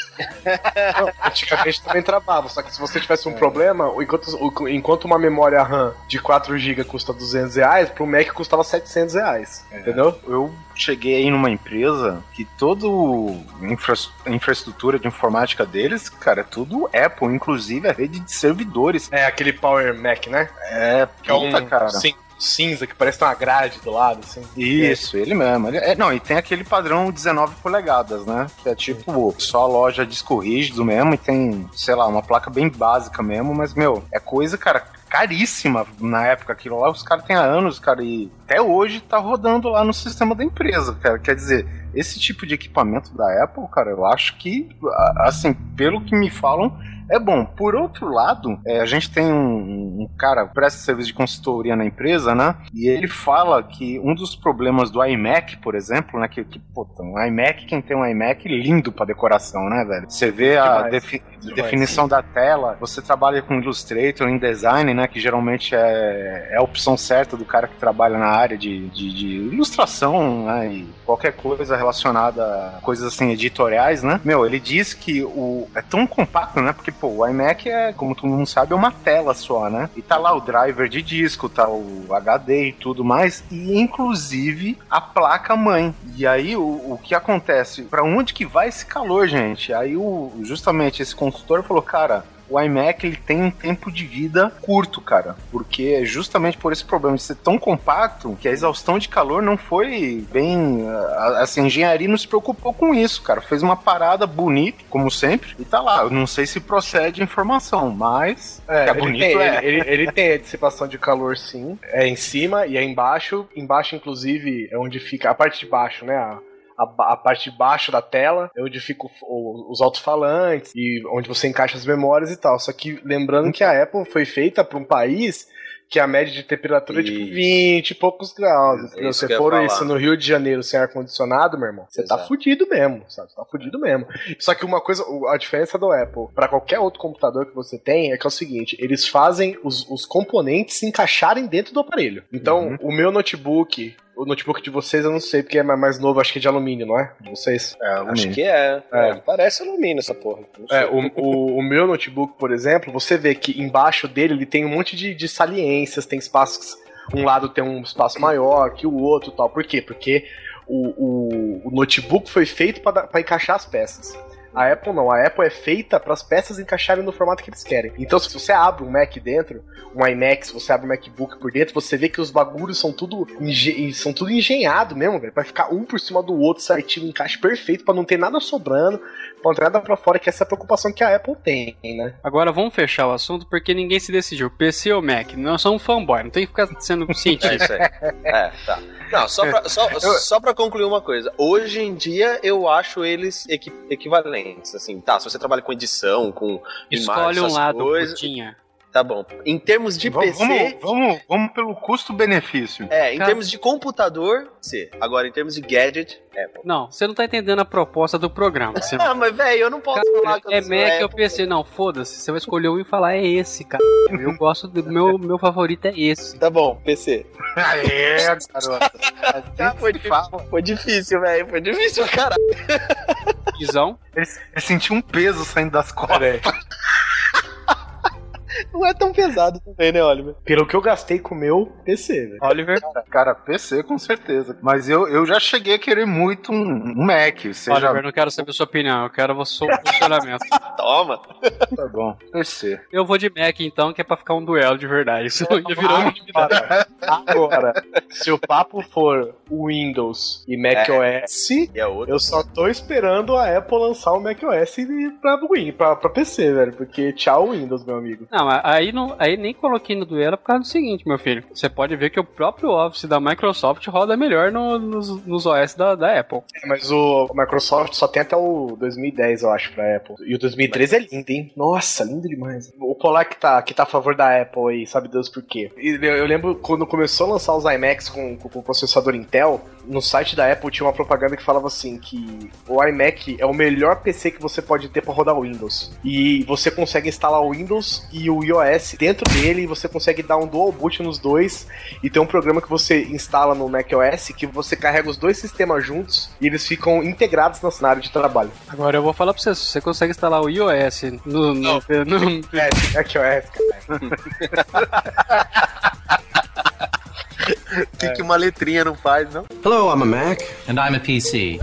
Não, antigamente também travava, só que se você tivesse um é. problema, enquanto, enquanto uma memória RAM de quatro gigas custa duzentos reais, pro Mac custava setecentos reais, é. entendeu? Eu cheguei aí numa empresa que toda infra, infraestrutura de informática deles, cara, é tudo Apple, inclusive a rede de servidores. É, aquele Power Mac, né? É, que puta, é um, cara. Sim. Cinza, que parece uma grade do lado, assim. Isso, é. ele mesmo. Ele, é, não, e tem aquele padrão dezenove polegadas, né? Que é tipo, só loja disco rígido mesmo e tem, sei lá, uma placa bem básica mesmo, mas, meu, é coisa, cara, caríssima na época. Aquilo lá, os caras têm há anos, cara, e até hoje tá rodando lá no sistema da empresa, cara. Quer dizer, esse tipo de equipamento da Apple, cara, eu acho que, assim, pelo que me falam, é bom. Por outro lado, é, a gente tem um, um cara que presta serviço de consultoria na empresa, né? E ele fala que um dos problemas do iMac, por exemplo, né? Que, que pô, um iMac, quem tem um iMac, lindo pra decoração, né, velho? Você vê a defi- definição da tela, você trabalha com Illustrator, InDesign, né? Que geralmente é, é a opção certa do cara que trabalha na área de, de, de ilustração, né? E qualquer coisa relacionada a coisas assim, editoriais, né? Meu, ele diz que o, é tão compacto, né? Porque pô, o iMac é, como todo mundo sabe, é uma tela só, né? E tá lá o driver de disco, tá o H D e tudo mais, e inclusive a placa-mãe. E aí, o, o que acontece? Pra onde que vai esse calor, gente? Aí, o, justamente, esse consultor falou, cara, o iMac, ele tem um tempo de vida curto, cara, porque é justamente por esse problema de ser tão compacto que a exaustão de calor não foi bem, assim, a engenharia não se preocupou com isso, cara, fez uma parada bonita, como sempre, e tá lá. Eu não sei se procede a informação, mas é, é ele bonito, tem, é. Ele, ele, ele tem a dissipação de calor, sim, é em cima e é embaixo, embaixo inclusive é onde fica a parte de baixo, né, a A, a parte de baixo da tela é onde ficam os alto-falantes e onde você encaixa as memórias e tal. Só que lembrando que a Apple foi feita para um país que a média de temperatura isso. é tipo vinte e poucos graus. Se você for isso no Rio de Janeiro sem ar-condicionado, meu irmão, você Exato. tá fudido mesmo, sabe? Você tá fudido mesmo. Só que uma coisa, a diferença do Apple para qualquer outro computador que você tem é que é o seguinte, eles fazem os, os componentes se encaixarem dentro do aparelho. Então, uhum. o meu notebook... O notebook de vocês eu não sei, porque é mais novo, acho que é de alumínio, não é? De vocês? É, alumínio. Acho que é. é. Parece alumínio essa porra. É, o, o, o meu notebook, por exemplo, você vê que embaixo dele ele tem um monte de, de saliências, tem espaços, um lado tem um espaço maior que o outro e tal. Por quê? Porque o, o, o notebook foi feito para encaixar as peças. A Apple não, a Apple é feita para as peças encaixarem no formato que eles querem. Então se você abre um Mac dentro, um iMac, se você abre um MacBook por dentro, você vê que os bagulhos são tudo, engen- são tudo engenhado mesmo, velho, pra ficar um por cima do outro, certinho, encaixe perfeito, pra não ter nada sobrando, pra não ter nada pra fora, que essa é a preocupação que a Apple tem, né? Agora vamos fechar o assunto, porque ninguém se decidiu, P C ou Mac. Nós somos fanboy, não tem que ficar sendo É cientista. isso aí. É, tá. Não, só pra, só, só pra concluir uma coisa. Hoje em dia, eu acho eles equi- equivalentes. Assim, tá, se você trabalha com edição, com Escolhe um essas lado, coisas, putinha. tá bom. Em termos de Vamos, P C... vamos, vamos, vamos pelo custo-benefício. É, em Cara. termos de computador, C. Agora, em termos de gadget, Apple. Não, você não tá entendendo a proposta do programa. Você Ah, mas velho, eu não posso falar que eu é sou Mac ou Apple. P C? Não, foda-se. Você vai escolher um e falar, é esse, cara. Eu gosto do meu, meu favorito é esse. Tá bom, P C. Aê, garota. Ah, foi, difícil, foi difícil, velho. Foi difícil, caralho. Visão. Ele, ele sentiu um peso saindo das costas. Não é tão pesado também, né, Oliver? Pelo que eu gastei com o meu P C, velho. Oliver. Cara, cara, P C com certeza. Mas eu, eu já cheguei a querer muito um, um Mac. Seja... Oliver, não quero saber sua opinião. Eu quero o seu posicionamento. Toma. Tá bom, P C. Eu vou de Mac, então, que é pra ficar um duelo de verdade. Isso já virou um Agora, agora, se o papo for Windows e macOS, E a outra? eu só tô esperando a Apple lançar o macOS pra, Win, pra, pra P C, velho. Porque tchau Windows, meu amigo. Não, mas aí, não, aí nem coloquei no duelo por causa do seguinte, meu filho. Você pode ver que o próprio Office da Microsoft roda melhor no- nos, nos O S da, da Apple. Mas o Microsoft só tem até o dois mil e dez, eu acho, pra Apple. E o dois mil e treze é lindo, hein? Nossa, lindo demais. O Polar que tá, que tá a favor da Apple aí, sabe Deus por quê. E eu, eu lembro quando começou a lançar os iMacs com, com, com o processador Intel, no site da Apple tinha uma propaganda que falava assim, que o iMac é o melhor P C que você pode ter pra rodar o Windows. E você consegue instalar o Windows e o iOS dentro dele, e você consegue dar um dual boot nos dois, e tem um programa que você instala no macOS, que você carrega os dois sistemas juntos, e eles ficam integrados na área de trabalho. Agora eu vou falar pra você, se você consegue instalar o iOS no... no, no, É, macOS, cara. O que, que uma letrinha não faz, não? Hello, I'm a Mac. And I'm a P C.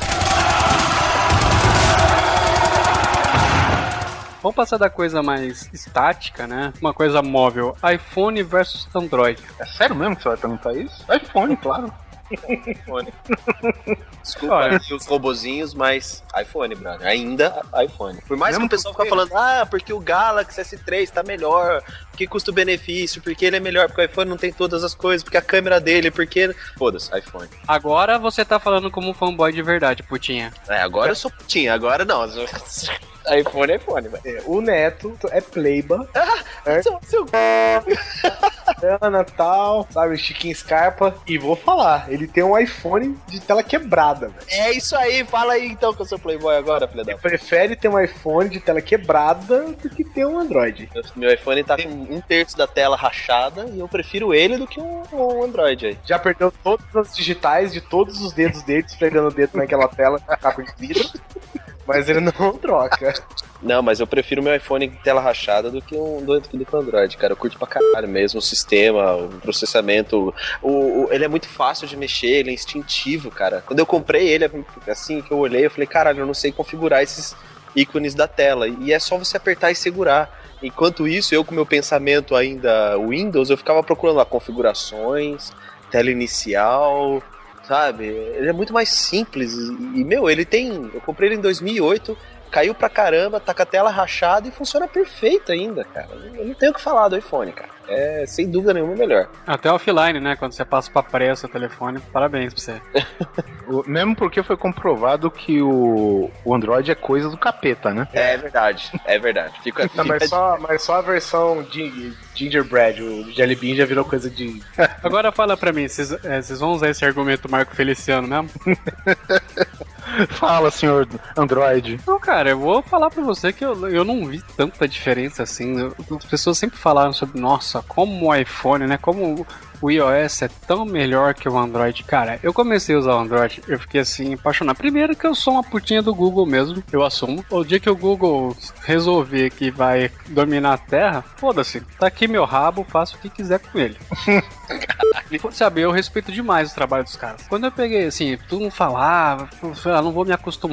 Vamos passar da coisa mais estática, né? Uma coisa móvel. iPhone versus Android. É sério mesmo que você vai perguntar isso? iPhone, claro. iPhone. Desculpa Olha. aí os robozinhos, mas iPhone, brother. Ainda iPhone. Por mais Mesmo que o pessoal porque- fica falando, ah, porque o Galaxy S três tá melhor, porque custo-benefício, porque ele é melhor, porque o iPhone não tem todas as coisas, porque a câmera dele, porque... Foda-se, iPhone. Agora você tá falando como um fanboy de verdade, putinha. É, agora eu sou putinha, agora não. iPhone é iPhone, velho. É, o Neto é pleiba, Seu, seu... Ana, tal, sabe, Chiquinho Scarpa, e vou falar, ele tem um iPhone de tela quebrada, velho. É isso aí, fala aí então que eu sou playboy agora, filha da... Ele prefere ter um iPhone de tela quebrada do que ter um Android. Meu iPhone tá com um terço da tela rachada e eu prefiro ele do que um, um Android aí. Já perdeu todas as digitais de todos os dedos dele, esfregando o dedo naquela tela com capa de vidro, mas ele não troca. Não, mas eu prefiro meu iPhone de tela rachada do que um do, do que um Android, cara. Eu curto pra caralho mesmo o sistema, o processamento. O, o- ele é muito fácil de mexer, ele é instintivo, cara. Quando eu comprei ele, assim, que eu olhei, eu falei, caralho, eu não sei configurar esses ícones da tela. E é só você apertar e segurar. Enquanto isso, eu com meu pensamento ainda Windows, eu ficava procurando lá configurações, tela inicial, sabe? Ele é muito mais simples. E, meu, ele tem... Eu comprei ele em dois mil e oito... Caiu pra caramba, tá com a tela rachada e funciona perfeito ainda, cara. Eu não tenho o que falar do iPhone, cara. É, sem dúvida nenhuma, melhor. Até offline, né? Quando você passa pra pressa o telefone, parabéns pra você. O- mesmo porque foi comprovado que o, o Android é coisa do capeta, né? É verdade, é verdade. Fica, Não, mas, fica- só, mas só a versão de Gingerbread, o Jelly Bean já virou coisa de... Agora fala pra mim, vocês é, vocês vão usar esse argumento Marco Feliciano mesmo? Fala, senhor Android. Não, cara, eu vou falar pra você que eu, eu não vi tanta diferença assim. Eu- As pessoas sempre falaram sobre, nossa, como o iPhone, né? Como o iOS é tão melhor que o Android. Cara, eu comecei a usar o Android, eu fiquei assim, apaixonado. Primeiro que eu sou uma putinha do Google mesmo, eu assumo. O dia que o Google resolver que vai dominar a Terra, foda-se, tá aqui meu rabo, faço o que quiser com ele. Sabe, eu respeito demais o trabalho dos caras. Quando eu peguei, assim, todo mundo falava, eu falei, ah, não vou me acostumar.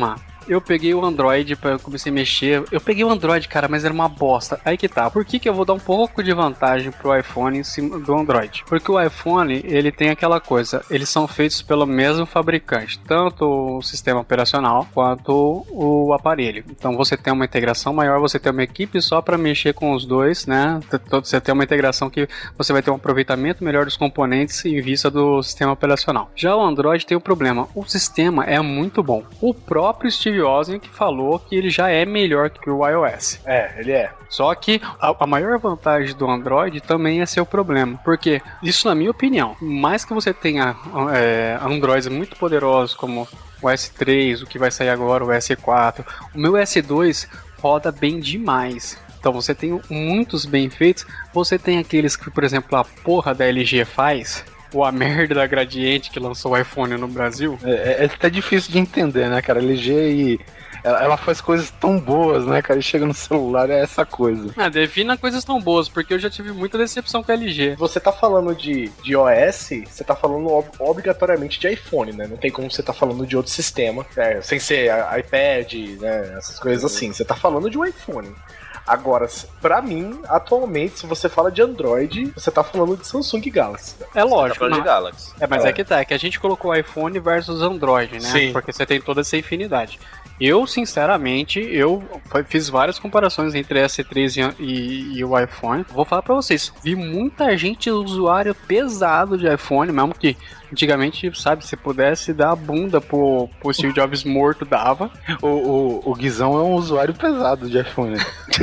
eu peguei o Android, pra eu comecei a mexer. Eu peguei o Android, cara, mas era uma bosta. Aí que tá. Por que que eu vou dar um pouco de vantagem pro iPhone em cima do Android? Porque o iPhone, ele tem aquela coisa, eles são feitos pelo mesmo fabricante, tanto o sistema operacional quanto o aparelho. Então você tem uma integração maior, você tem uma equipe só para mexer com os dois, né? Você tem uma integração que você vai ter um aproveitamento melhor dos componentes em vista do sistema operacional. Já o Android tem o problema, o sistema é muito bom. O próprio Steve Wozniak falou que ele já é melhor que o iOS. É, ele é. Só que a, a maior vantagem do Android também é seu problema, porque isso, na minha opinião, mais que você tenha é, Androids muito poderosos como o S três, o que vai sair agora, o S quatro, o meu S dois roda bem demais. Então você tem muitos bem feitos, você tem aqueles que, por exemplo, a porra da L G faz, ou a merda da Gradiente que lançou o iPhone no Brasil. É, é até difícil de entender, né, cara? A L G e... Ela, ela faz coisas tão boas, né, cara? E chega no celular, é essa coisa. Ah, defina coisas tão boas, porque eu já tive muita decepção com a L G. Você tá falando de, de O S, você tá falando ob- obrigatoriamente de iPhone, né? Não tem como você tá falando de outro sistema, é, sem ser a- iPad, né? Essas coisas assim. Você tá falando de um iPhone. Agora, pra mim, atualmente, se você fala de Android, você tá falando de Samsung Galaxy. É lógico. Tá falando não. de Galaxy. É, mas É. é que tá, é que a gente colocou iPhone versus Android, né? Sim. Porque você tem toda essa infinidade. Eu, sinceramente, eu fiz várias comparações entre S três e, e, e o iPhone. Vou falar pra vocês, vi muita gente usuário pesado de iPhone, mesmo que antigamente, sabe, se pudesse dar a bunda pro, pro Steve Jobs morto, dava. O, o, o Guizão é um usuário pesado de iPhone.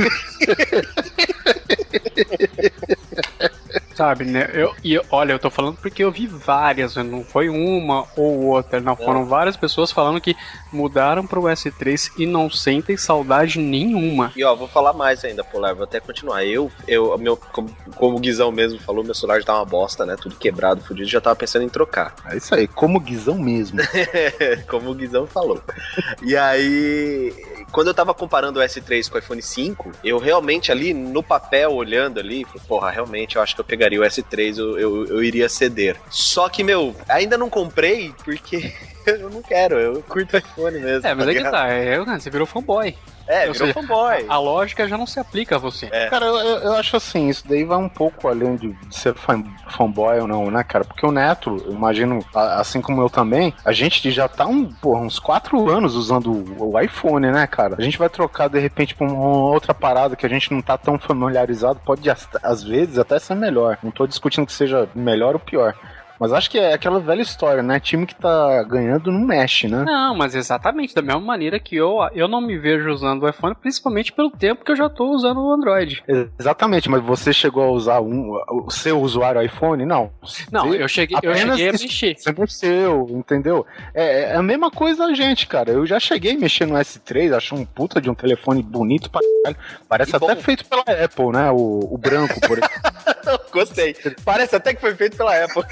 Sabe, né? Eu, e eu- olha, eu tô falando porque eu vi várias, né? Não foi uma ou outra, não. Foram várias pessoas falando que mudaram pro S três e não sentem saudade nenhuma. E ó, vou falar mais ainda, Polar, vou até continuar. Eu, eu meu, como, como o Guizão mesmo falou, meu celular já tá uma bosta, né? Tudo quebrado, fudido, já tava pensando em trocar. É isso aí, como o Guizão mesmo. Como o Guizão falou. E aí, quando eu tava comparando o S três com o iPhone cinco, eu realmente ali, no papel, olhando ali, falei, porra, realmente eu acho que eu pegaria o S três, eu, eu, eu iria ceder. Só que, meu, ainda não comprei porque eu não quero, eu curto iPhone mesmo. É, mas é que ligado? tá, é, você virou fanboy. É, Ou virou seja, fanboy. A, a lógica já não se aplica a você. É. Cara, eu, eu eu acho assim, isso daí vai um pouco além de, de ser fan, fanboy ou não, né, cara? Porque o Neto, eu imagino, a- assim como eu também, a gente já tá um, porra, uns quatro anos usando o, o iPhone, né, cara? A gente vai trocar, de repente, pra uma outra parada que a gente não tá tão familiarizado, pode, às- às vezes, até ser melhor. Não tô discutindo que seja melhor ou pior. Mas acho que é aquela velha história, né? Time que tá ganhando não mexe, né? Não, mas exatamente da mesma maneira que eu, eu não me vejo usando o iPhone, principalmente pelo tempo que eu já tô usando o Android. Exatamente, mas você chegou a usar um, o seu usuário iPhone? Não. Não, Você- eu cheguei, eu apenas cheguei a isso- mexer. Sempre o seu, entendeu? É, é a mesma coisa a gente, cara. Eu já cheguei a mexer no S três, acho um puta de um telefone bonito pra caralho. Parece E até bom. feito pela Apple, né? O, o branco, por exemplo. Gostei. Parece até que foi feito pela Apple.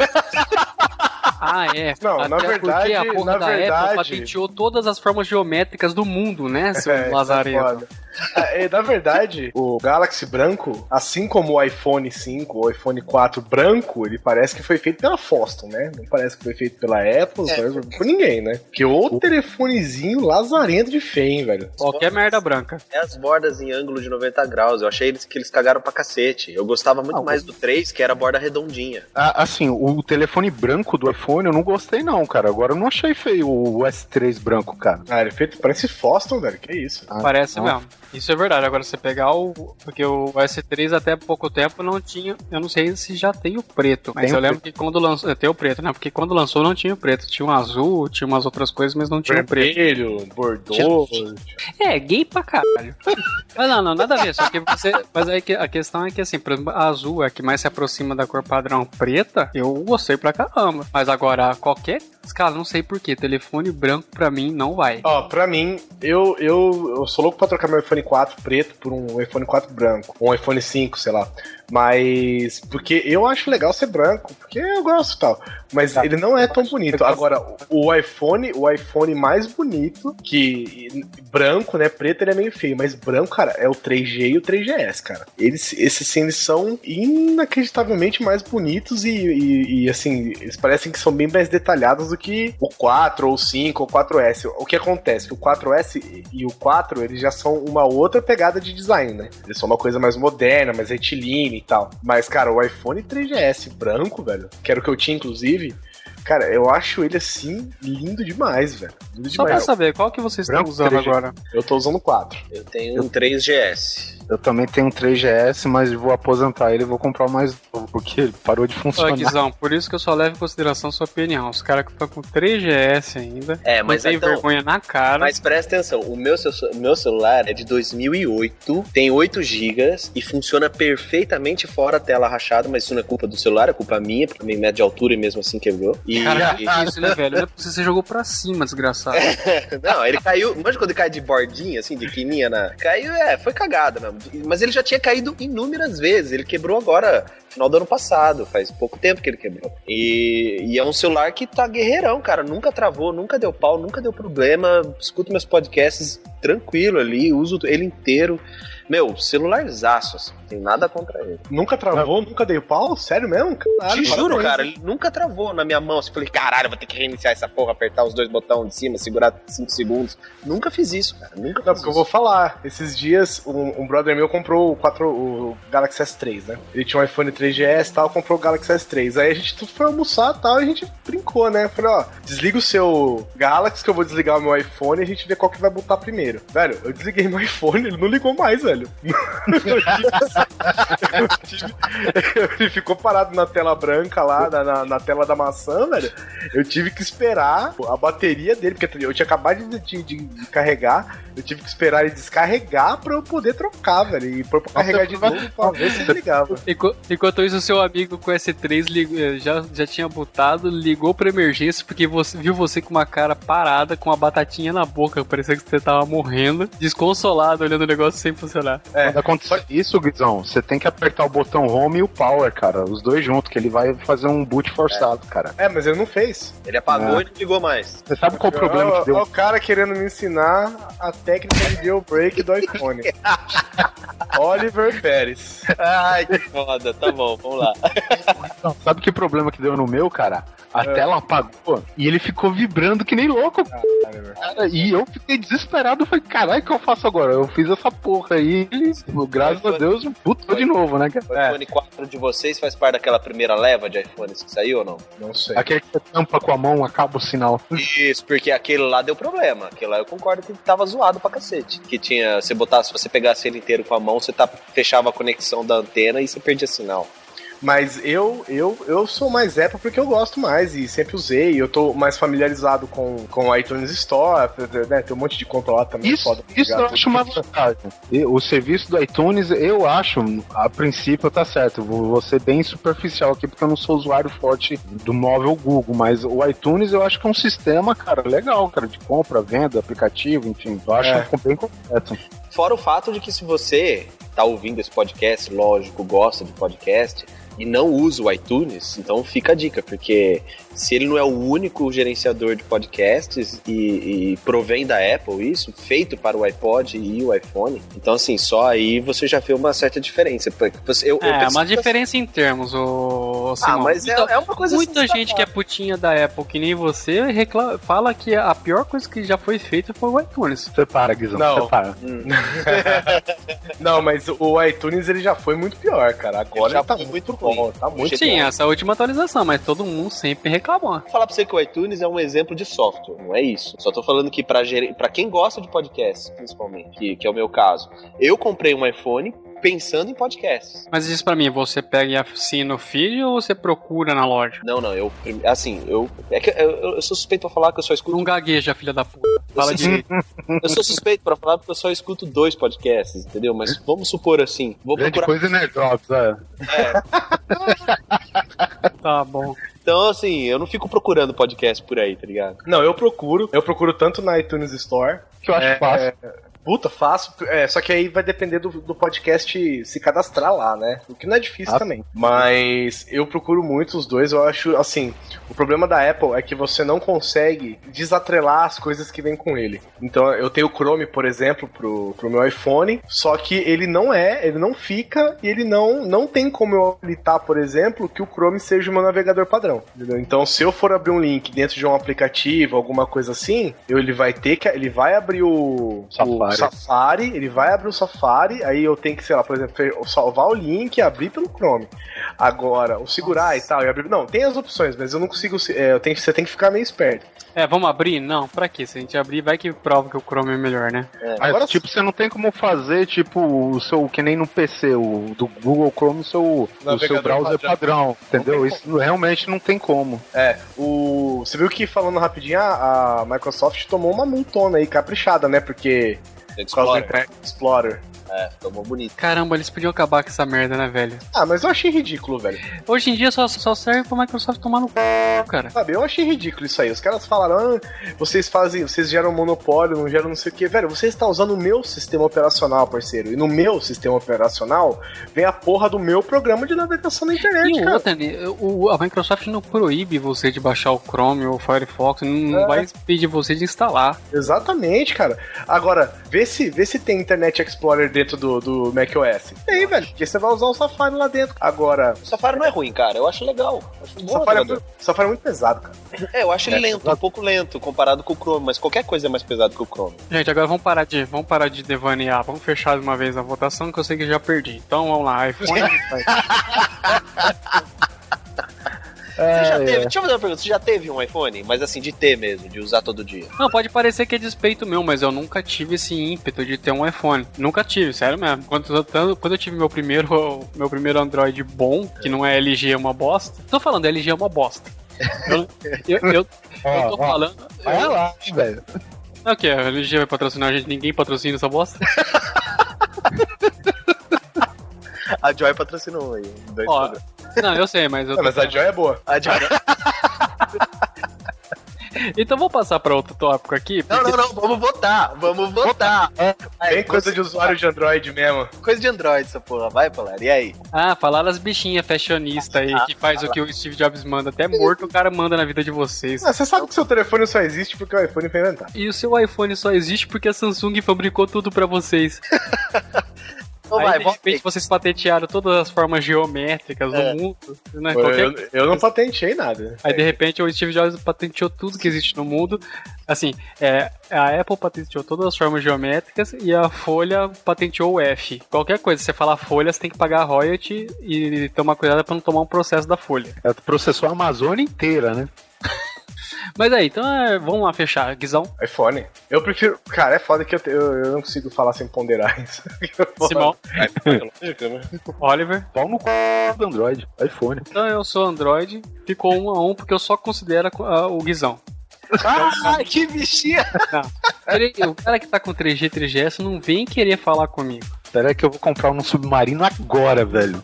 Ah, é. Não, Até na verdade- porque a porra na da verdade- Apple patenteou todas as formas geométricas do mundo, né, seu É, lazarento? tá foda. É, na verdade, o Galaxy branco, assim como o iPhone cinco, o iPhone quatro branco, ele parece que foi feito pela Foston, né? Não parece que foi feito pela Apple, não É. parece por ninguém, né? Porque o telefonezinho lazarento de feio, hein, velho. Qualquer merda branca. É as bordas em ângulo de noventa graus. Eu achei eles, que eles cagaram pra cacete. Eu gostava muito Ah, mais do três, que era a borda redondinha. Ah, assim, o telefone branco do iPhone eu não gostei, não, cara. Agora eu não achei feio o S três branco, cara. Ah, ele é feito, parece Foston, velho. Que isso? Ah, Parece não. mesmo. Isso é verdade. Agora você pegar o. Porque o S três até pouco tempo não tinha. Eu não sei se já tem o preto. Mas Tem eu o lembro que quando lançou. Tem o preto, né? Porque quando lançou não tinha o preto. Tinha um azul, tinha umas outras coisas, mas não tinha o preto. Vermelho, Bordeaux. É, gay pra caralho. Mas não, não, nada a ver. Só que você. Mas aí que a questão é que assim, por exemplo, a azul é a que mais se aproxima da cor padrão preta. Eu gostei pra caramba. Mas agora, qualquer. Cara, não sei porquê. Telefone branco pra mim não vai. Ó, pra mim, eu, eu, eu sou louco pra trocar meu iPhone quatro preto por um iPhone quatro branco. Ou um iPhone cinco, sei lá. Mas, porque eu acho legal ser branco, porque eu gosto e tal. Mas ele não é tão bonito. Agora, o iPhone, o iPhone mais bonito, que branco, né, preto ele é meio feio, mas branco, cara, é o três G e o três G S, cara. Eles, esses sim, eles são inacreditavelmente mais bonitos e, e, e, assim, eles parecem que são bem mais detalhados do que o quatro, ou o cinco, ou o quatro S. O que acontece? Que o quatro S e o quatro, eles já são uma outra pegada de design, né? Eles são uma coisa mais moderna, mais retilínea e tal. Mas, cara, o iPhone três G S branco, velho, que era o que eu tinha, inclusive, cara, eu acho ele assim lindo demais, velho. Lindo Só demais. pra saber, qual que vocês estão Branco usando três G. agora? Eu tô usando quatro. Eu tenho um três G S. Eu também tenho um três G S, mas vou aposentar ele e vou comprar o mais novo, porque ele parou de Olha, funcionar. Guizão, por isso que eu só levo em consideração a sua opinião. Os caras que estão com três G S ainda, É, mas não tem então- vergonha na cara. Mas presta atenção, o meu, ce- meu celular é de dois mil e oito, tem oito gigas e funciona perfeitamente fora a tela rachada, mas isso não é culpa do celular, é culpa minha, porque me mede de altura e mesmo assim quebrou. E, Cara, e- que isso, né, velho? Não é possível, você jogou pra cima, desgraçado. Não, ele caiu. Imagina quando ele cai de bordinha, assim, de quininha na. Caiu, é, foi cagada mesmo. Mas ele já tinha caído inúmeras vezes. Ele quebrou agora, no final do ano passado. Faz pouco tempo que ele quebrou. E, e é um celular que tá guerreirão, cara. Nunca travou, nunca deu pau, nunca deu problema. Escuto meus podcasts tranquilo ali, uso ele inteiro. Meu, celularzaço, assim. Não tem nada contra ele. Nunca travou, nunca dei pau? Sério mesmo? Caralho, Te juro, parabéns. cara, ele nunca travou na minha mão. Assim, falei, caralho, vou ter que reiniciar essa porra, apertar os dois botões de cima, segurar cinco segundos. Nunca fiz isso, cara. Nunca Não, fiz porque eu isso. vou falar. Esses dias, um, um brother meu comprou o, quatro, o Galaxy S três, né? Ele tinha um iPhone três G S e tal, comprou o Galaxy S três. Aí a gente foi almoçar e tal, e a gente brincou, né? Falei, ó, desliga o seu Galaxy que eu vou desligar o meu iPhone e a gente vê qual que vai botar primeiro. Velho, eu desliguei meu iPhone, ele não ligou mais, velho. Ele ficou parado na tela branca lá, na, na, na tela da maçã, velho. Eu tive que esperar a bateria dele, porque eu tinha acabado de, de, de carregar. Eu tive que esperar ele descarregar pra eu poder trocar, velho. E pra eu carregar de novo pra ver se ele ligava. Enqu- Enquanto isso, o seu amigo com o S três lig- eh, já, já tinha botado, ligou pra emergência porque você, viu você com uma cara parada, com uma batatinha na boca, parecia que você tava morrendo, desconsolado, olhando o negócio sem funcionar. É, Quando acontecer isso, Guizão, você tem que apertar o botão home e o power, cara. Os dois juntos, que ele vai fazer um boot forçado, cara. é, mas ele não fez. Ele apagou É. e não ligou mais. Você sabe qual o problema Olha que deu? o cara querendo me ensinar a técnica de jailbreak do iPhone. Oliver Pérez. Ai, que foda. Tá bom, vamos lá. Não, sabe que problema que deu no meu, cara? A É. tela apagou e ele ficou vibrando que nem louco, cara. E eu fiquei desesperado. Falei, caralho, o que eu faço agora? Eu fiz essa porra aí e, graças a Deus, botou de novo, né, cara? O É. iPhone quatro de vocês faz parte daquela primeira leva de iPhones que saiu ou não? Não sei. Aquele que você tampa com a mão, acaba o sinal. Isso, porque aquele lá deu problema. Aquele lá eu concordo que tava zoado pra cacete. Que tinha, você botasse, se você pegasse ele inteiro com a mão, você tá, fechava a conexão da antena e você perdia sinal. Mas eu, eu, eu sou mais Apple porque eu gosto mais e sempre usei. Eu tô mais familiarizado com, com o iTunes Store, né? Tem um monte de conta lá também. Isso, foda, isso eu ligado? acho uma vantagem. E o serviço do iTunes, eu acho, a princípio tá certo. Vou ser bem superficial aqui porque eu não sou usuário forte do móvel Google, mas o iTunes eu acho que é um sistema, cara, legal, cara, de compra, venda, aplicativo, enfim. Eu acho É. bem completo. Fora o fato de que se você tá ouvindo esse podcast, lógico, gosta de podcast e não usa o iTunes, então fica a dica, porque se ele não é o único gerenciador de podcasts e, e provém da Apple isso, feito para o iPod e o iPhone, então assim, só aí você já vê uma certa diferença. Você, eu, eu É, penso uma que- diferença em termos, o Ah, mas é, muita, é uma coisa muita assim, gente que é putinha da Apple, que nem você, recla- fala que a pior coisa que já foi feita foi o iTunes. Separa, Guizão, Não. separa. Hum. Não, mas o iTunes ele já foi muito pior, cara. Agora Ele já ele tá foi muito muito bom. Tá muito Sim, Sim, essa última atualização, mas todo mundo sempre reclamou. Vou falar pra você que o iTunes é um exemplo de software, não é isso. Só tô falando que pra, ger... pra quem gosta de podcast, principalmente, que, que é o meu caso, eu comprei um iPhone pensando em podcasts. Mas diz pra mim, você pega e assina o feed ou você procura na loja? Não, não, eu, assim, eu, é que eu, eu sou suspeito pra falar que eu só escuto, Não gagueja, filha da puta. Fala Eu sei- direito. eu sou suspeito pra falar porque eu só escuto dois podcasts, entendeu? Mas vamos supor assim, vou Grande procurar, coisa é Nerdops, é. Tá bom. então assim, eu não fico procurando podcast por aí, tá ligado? Não, eu procuro. Eu procuro tanto na iTunes Store. Que eu acho É, fácil. Puta, faço. É, só que aí vai depender do, do podcast se cadastrar lá, né? O que não é difícil ah, também. Mas eu procuro muito os dois. Eu acho, assim, o problema da Apple é que você não consegue desatrelar as coisas que vem com ele. Então, eu tenho o Chrome, por exemplo, pro, pro meu iPhone, só que ele não é, ele não fica e ele não, não tem como eu habilitar, por exemplo, que o Chrome seja o meu navegador padrão. Entendeu? Então, se eu for abrir um link dentro de um aplicativo, alguma coisa assim, eu, ele vai ter que, ele vai abrir o Safari. o Safari, ele vai abrir o Safari, aí eu tenho que, sei lá, por exemplo, salvar o link e abrir pelo Chrome. Agora, o segurar Nossa. e tal, e abrir, não, tem as opções, mas eu não consigo, é, eu tenho, você tem que ficar meio esperto. É, vamos abrir? Não, pra quê? Se a gente abrir, vai que prova que o Chrome é melhor, né? É. Agora, tipo, você não tem como fazer, tipo, o seu, que nem no P C, o do Google Chrome, o seu, o seu browser padrão, padrão entendeu? Isso como. realmente não tem como. É, o... Você viu que, falando rapidinho, a, a Microsoft tomou uma multona aí, caprichada, né? Porque... Explorer. Por causa do Explorer. É, tomou bonito. Caramba, eles podiam acabar com essa merda, né, velho? Ah, mas eu achei ridículo, velho. Hoje em dia só, só serve pra Microsoft tomar no c, cara. Sabe, eu achei ridículo isso aí. Os caras falaram, ah, vocês fazem, vocês geram monopólio, não geram não sei o que. Velho, você está usando o meu sistema operacional, parceiro. E no meu sistema operacional vem a porra do meu programa de navegação na internet, e cara. outra, o, a Microsoft não proíbe você de baixar o Chrome ou o Firefox, não é. vai pedir você de instalar. Exatamente, cara. Agora, vê se, vê se tem Internet Explorer dentro do, do macOS. Tem, velho, porque você vai usar o Safari lá dentro. Agora... O Safari não é ruim, cara. Eu acho legal. Acho o Safari é, muito, Safari é muito pesado, cara. É, eu acho ele é, lento, um pouco lento comparado com o Chrome, mas qualquer coisa é mais pesado que o Chrome. Gente, agora vamos parar de, vamos parar de devanear. Vamos fechar de uma vez a votação que eu sei que já perdi. Então vamos lá, iPhone... Você já teve, deixa eu fazer uma pergunta, você já teve um iPhone? Mas assim, de ter mesmo, de usar todo dia? Não, pode parecer que é despeito meu, mas eu nunca tive esse ímpeto de ter um iPhone. Nunca tive, sério mesmo. Quando, quando eu tive meu primeiro, meu primeiro Android bom, que não é L G, é uma bosta. Tô falando, L G é uma bosta. Eu, eu, eu, eu tô falando... Vai lá, velho. É o que? A L G vai patrocinar a gente? Ninguém patrocina essa bosta? A Joy patrocinou aí. Ó, não, eu sei, mas... Eu não, mas a Joy é boa. A Joy... Então vou passar pra outro tópico aqui. Porque... Não, não, não, vamos votar. Vamos votar. É, Tem coisa de usuário de Android mesmo. Coisa de Android essa porra. Vai, Polar. E aí? Ah, falaram as bichinhas fashionistas aí, ah, que faz fala. o que o Steve Jobs manda. Até morto o cara manda na vida de vocês. Ah, você sabe que seu telefone só existe porque o iPhone foi inventado. E o seu iPhone só existe porque a Samsung fabricou tudo pra vocês. Então aí, vai, de repente, volta. Vocês patentearam todas as formas geométricas é. do mundo. Né? Eu, Qualquer... eu, eu não patenteei nada. Aí, de repente, o Steve Jobs patenteou tudo que existe no mundo. Assim, é, a Apple patenteou todas as formas geométricas e a Folha patenteou o F. Qualquer coisa, se você falar Folha, você tem que pagar royalty e tomar cuidado pra não tomar um processo da Folha. É, processou a Amazônia inteira, né? Mas aí, então é, vamos lá fechar, Guizão. iPhone. Eu prefiro... Cara, é foda que eu, eu, eu não consigo falar sem ponderar isso. Simão. Oliver. Pau no c... do Android. iPhone. Então eu sou Android. Ficou um a um porque eu só considero uh, o Guizão. Ah, que bichinha! Não. O cara que tá com três G, três G S não vem querer falar comigo. Espera que eu vou comprar um submarino agora, velho.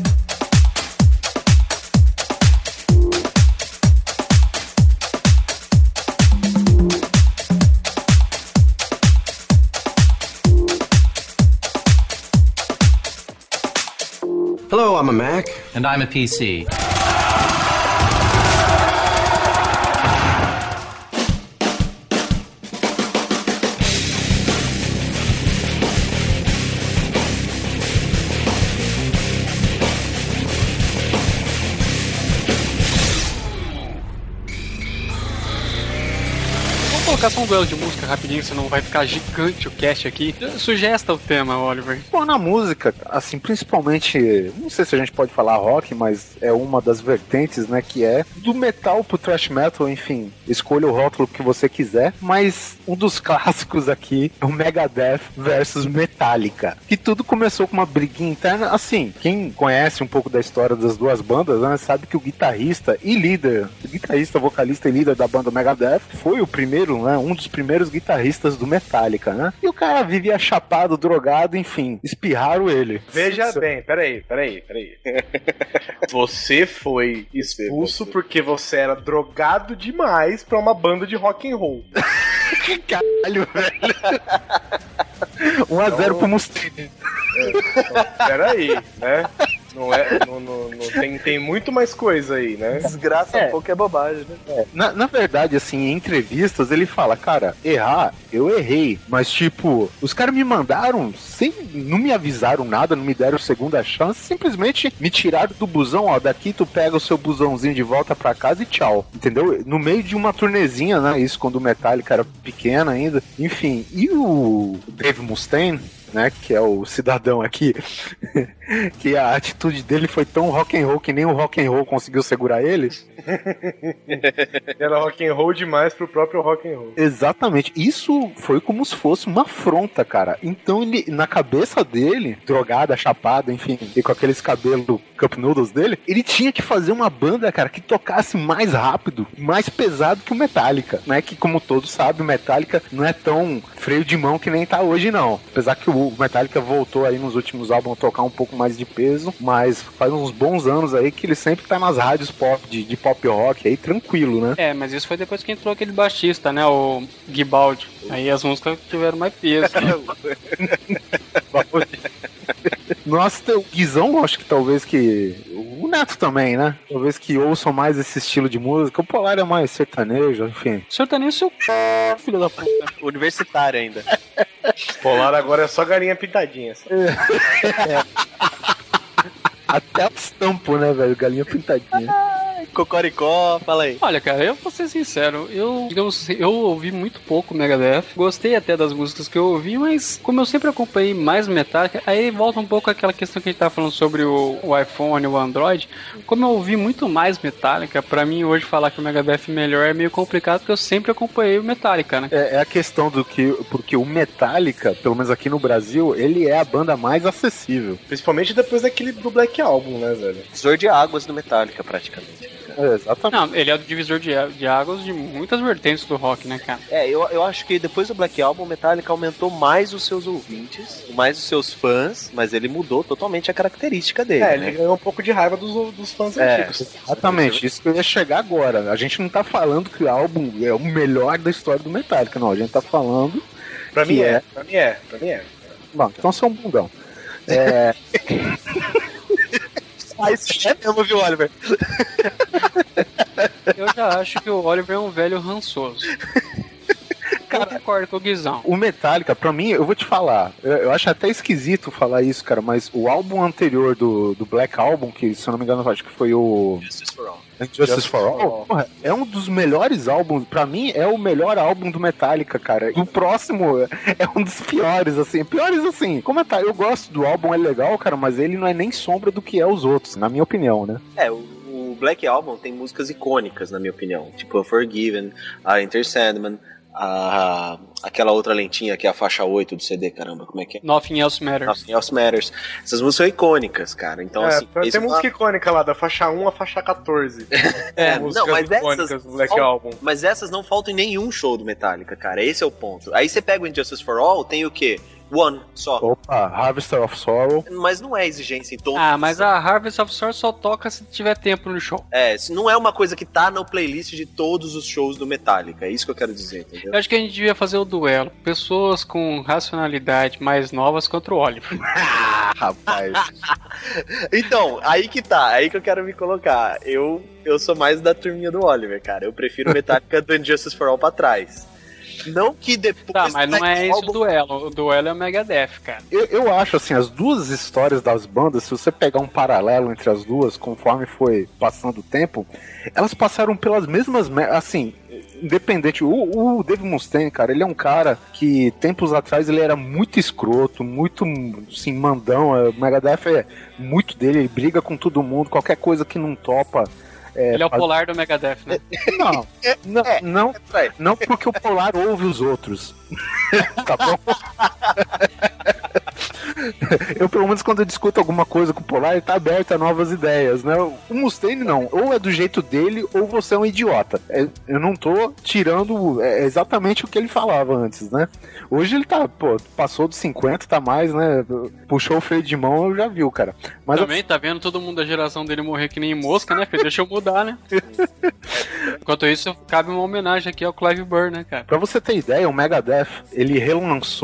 Hello, I'm a Mac. And I'm a P C. Vamos colocar só um duelo de música rapidinho, senão vai ficar gigante o cast aqui. Sugesta o tema, Oliver. Pô, na música, assim, principalmente, não sei se a gente pode falar rock, mas é uma das vertentes, né, que é do metal pro thrash metal, enfim, escolha o rótulo que você quiser, mas um dos clássicos aqui é o Megadeth versus Metallica, que tudo começou com uma briguinha interna, assim, quem conhece um pouco da história das duas bandas, né, sabe que o guitarrista e líder, o guitarrista, vocalista e líder da banda Megadeth foi o primeiro, né, um dos primeiros guitarristas do Metallica, né? E o cara vivia chapado, drogado, enfim, espirraram ele. Veja Isso. bem, peraí, peraí, peraí. Você foi expulso porque você era drogado demais pra uma banda de rock and roll. Caralho, velho. um a zero então, pro Mustaine. É, então, peraí, né? Não é, não, não, não tem, tem muito mais coisa aí, né? Desgraça é. um pouco é bobagem, né? É. Na, na verdade, assim, em entrevistas ele fala, cara, errar, eu errei, mas tipo, os caras me mandaram sem, não me avisaram nada, não me deram segunda chance, simplesmente me tiraram do busão, ó, daqui tu pega o seu busãozinho de volta pra casa e tchau, entendeu? No meio de uma turnezinha, né, isso quando o Metallica era pequeno ainda, enfim, e o Dave Mustaine, né, que é o cidadão aqui, que a atitude dele foi tão rock and roll que nem o rock and roll conseguiu segurar ele. Era rock and roll demais pro próprio rock and roll. Exatamente. Isso foi como se fosse uma afronta, cara. Então ele, na cabeça dele, drogada, chapada, enfim, e com aqueles cabelos cup noodles dele, ele tinha que fazer uma banda, cara, que tocasse mais rápido, mais pesado que o Metallica, né? Que como todos sabem, o Metallica não é tão freio de mão que nem tá hoje, não. Apesar que o Metallica voltou aí nos últimos álbuns a tocar um pouco mais de peso, mas faz uns bons anos aí que ele sempre tá nas rádios pop, de, de pop rock aí, tranquilo, né? É, mas isso foi depois que entrou aquele baixista, né, o Guibaldi. Aí as músicas tiveram mais peso. Nossa, o Guizão, acho que talvez que... O Neto também, né? Talvez que ouçam mais esse estilo de música. O Polar é mais sertanejo, enfim. Sertanejo, seu c... filho da puta. Universitário ainda. Polar agora é só galinha pintadinha. É. Até o estampo, né, velho? Galinha pintadinha. Cocoricó, fala aí. Olha, cara, eu vou ser sincero, eu, digamos, eu ouvi muito pouco Megadeth, gostei até das músicas que eu ouvi, mas como eu sempre acompanhei mais Metallica, aí volta um pouco aquela questão que a gente tava falando sobre o, o iPhone, o Android, como eu ouvi muito mais Metallica, pra mim hoje falar que o Megadeth é melhor é meio complicado, porque eu sempre acompanhei o Metallica, né? É, é a questão do que, porque o Metallica, pelo menos aqui no Brasil, ele é a banda mais acessível. Principalmente depois daquele do Black Album, né, velho? Divisor de águas do Metallica, praticamente. É, exatamente. Não, ele é o divisor de, de águas de muitas vertentes do rock, né, cara? É, eu, eu acho que depois do Black Album, o Metallica aumentou mais os seus ouvintes, mais os seus fãs, mas ele mudou totalmente a característica dele, É, né? ele ganhou um pouco de raiva dos, dos fãs É, antigos. Exatamente, isso que eu ia chegar agora. A gente não tá falando que o álbum é o melhor da história do Metallica, não. A gente tá falando Pra que mim é, é... pra mim é, pra mim é. Bom, então você é um bundão. É... Ah, isso é mesmo, viu, Oliver? Eu já acho que o Oliver é um velho rançoso. Cara, eu concordo com o Guizão. O Metallica, pra mim, eu vou te falar, eu, eu acho até esquisito falar isso, cara, mas o álbum anterior do, do Black Album, que se eu não me engano, eu acho que foi o... Justice for All. Justice, Justice for All, for All. Porra, é um dos melhores álbuns, pra mim é o melhor álbum do Metallica, cara. O próximo é um dos piores, assim, piores assim. Como é, tá? Eu gosto do álbum, é legal, cara, mas ele não é nem sombra do que é os outros, na minha opinião, né? É, o, o Black Album tem músicas icônicas, na minha opinião. Tipo a Forgiven, a Enter Sandman, a, aquela outra lentinha que é a faixa oito do C D, caramba, como é que é? Nothing Else Matters. Nothing Else Matters. Essas músicas são icônicas, cara. Então, É, assim... tem esse música uma... icônica lá, da faixa um à faixa quatorze. É, músicas não, mas icônicas essas, do Black fal- Album. mas essas não faltam em nenhum show do Metallica, cara. Esse é o ponto. Aí você pega o Injustice for All, tem o quê? One, só. Opa, Harvester of Sorrow. Mas não é exigência em todos. Ah, mas a Harvest of Sorrow só toca se tiver tempo no show. É, isso não é uma coisa que tá na playlist de todos os shows do Metallica. É isso que eu quero dizer, entendeu? Eu acho que a gente devia fazer o duelo. Pessoas com racionalidade mais novas contra o Oliver. Ah, rapaz. Então, aí que tá, aí que eu quero me colocar. Eu, eu sou mais da turminha do Oliver, cara. Eu prefiro o Metallica do Injustice for All pra trás. Não que depois... Tá, mas não é esse álbum... o duelo. O duelo é o Megadeth, cara. Eu, eu acho, assim, as duas histórias das bandas, se você pegar um paralelo entre as duas, conforme foi passando o tempo, elas passaram pelas mesmas... me- Assim, independente... O, o Dave Mustaine, cara, ele é um cara que, tempos atrás, ele era muito escroto, muito, assim, mandão. O Megadeth é muito dele, ele briga com todo mundo, qualquer coisa que não topa... É, Ele é o faz- polar do Megadeth, né? Não, não, É. não, não porque o Polar ouve os outros. Tá bom? Eu, pelo menos, quando eu discuto alguma coisa com o Polar, ele tá aberto a novas ideias, né? O Mustaine, não. Ou é do jeito dele, ou você é um idiota. É, eu não tô tirando é, exatamente o que ele falava antes, né? Hoje ele tá, pô, passou dos cinquenta, tá mais, né? Puxou o freio de mão, eu já viu, cara. Mas Também tá vendo todo mundo da geração dele morrer que nem mosca, né, filho? Deixa eu mudar, né? Enquanto isso, cabe uma homenagem aqui ao Clive Burr, né, cara? pra você ter ideia, o Megadeth, ele relançou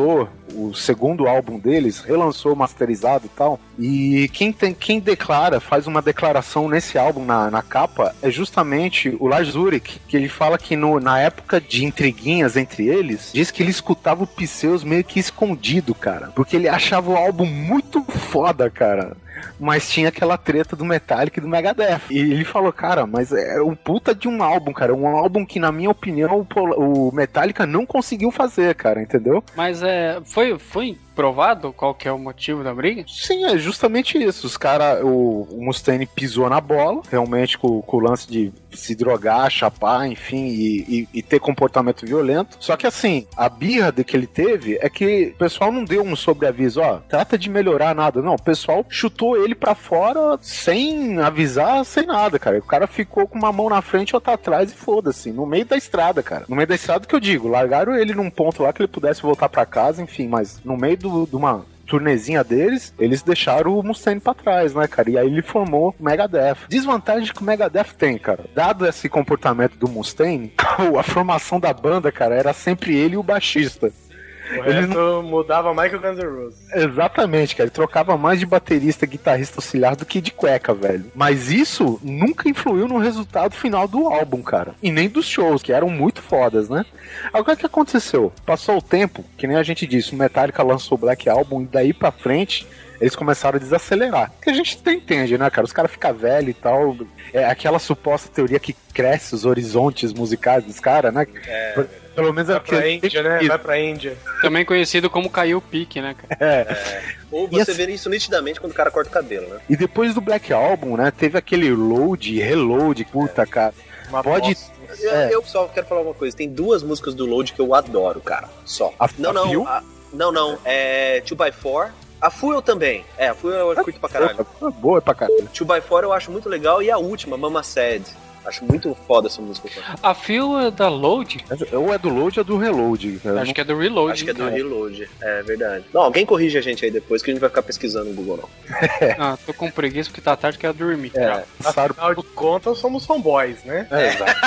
o segundo álbum deles, relançou masterizado e tal. E quem, tem, quem declara, faz uma declaração nesse álbum, na, na capa, é justamente o Lars Ulrich, que ele fala que no, na época de intriguinhas entre eles, diz que ele escutava o Pseudos meio que escondido, cara. Porque ele achava o álbum muito foda, cara. Mas tinha aquela treta do Metallica e do Megadeth. E ele falou, cara, mas é um puta de um álbum, cara. Um álbum que, na minha opinião, o Metallica não conseguiu fazer, cara, entendeu? Mas é, foi, foi provado qual que é o motivo da briga? Sim, é justamente isso. Os caras, o, o Mustaine pisou na bola, realmente com, com o lance de se drogar, chapar, enfim, e, e, e ter comportamento violento. Só que assim, a birra de que ele teve é que o pessoal não deu um sobreaviso, ó, trata de melhorar nada. Não, o pessoal chutou ele pra fora sem avisar, sem nada, cara. O cara ficou com uma mão na frente e outra atrás e foda-se, no meio da estrada, cara. No meio da estrada que eu digo, largaram ele num ponto lá que ele pudesse voltar pra casa, enfim, mas no meio do, de uma turnezinha deles, eles deixaram o Mustaine pra trás, né, cara? E aí ele formou o Megadeth. Desvantagem que o Megadeth tem, cara. Dado esse comportamento do Mustaine, a formação da banda, cara, era sempre ele e o baixista. O resto não... mudava mais que o Guns N' Roses. Exatamente, cara. Ele trocava mais de baterista, guitarrista auxiliar do que de cueca, velho. Mas isso nunca influiu no resultado final do álbum, cara. E nem dos shows, que eram muito fodas, né? Agora, o que aconteceu? Passou o tempo, que nem a gente disse, o Metallica lançou o Black Album e daí pra frente eles começaram a desacelerar. Que a gente até entende, né, cara? Os caras ficam velhos e tal. É aquela suposta teoria que cresce os horizontes musicais dos caras, né? É... Pelo menos é vai pra Índia, né? Vai pra Índia. Também conhecido como caiu o pique, né, cara? É. é. Ou você assim, vê isso nitidamente quando o cara corta o cabelo, né? E depois do Black Album, né? Teve aquele load, reload, puta, é. cara. Uma Pode... Eu, é. eu só quero falar uma coisa. Tem duas músicas do Load que eu adoro, cara. Só. A, não, a não. A, não, não. É two by four. A Fuel também. É, a Fuel eu curto pra caralho. Boa, boa pra caralho. two by four eu acho muito legal. E a última, Mama Said. Acho muito foda essa música. A Fuel é da Load? Ou é do Load ou é do Reload. Acho não... que é do Reload. Acho que é do Reload. É verdade. Não, alguém corrige a gente aí depois que a gente vai ficar pesquisando no Google, não. É. Ah, tô com preguiça porque tá tarde que é dormir. É. Afinal de contas, somos fanboys, né? É, exato.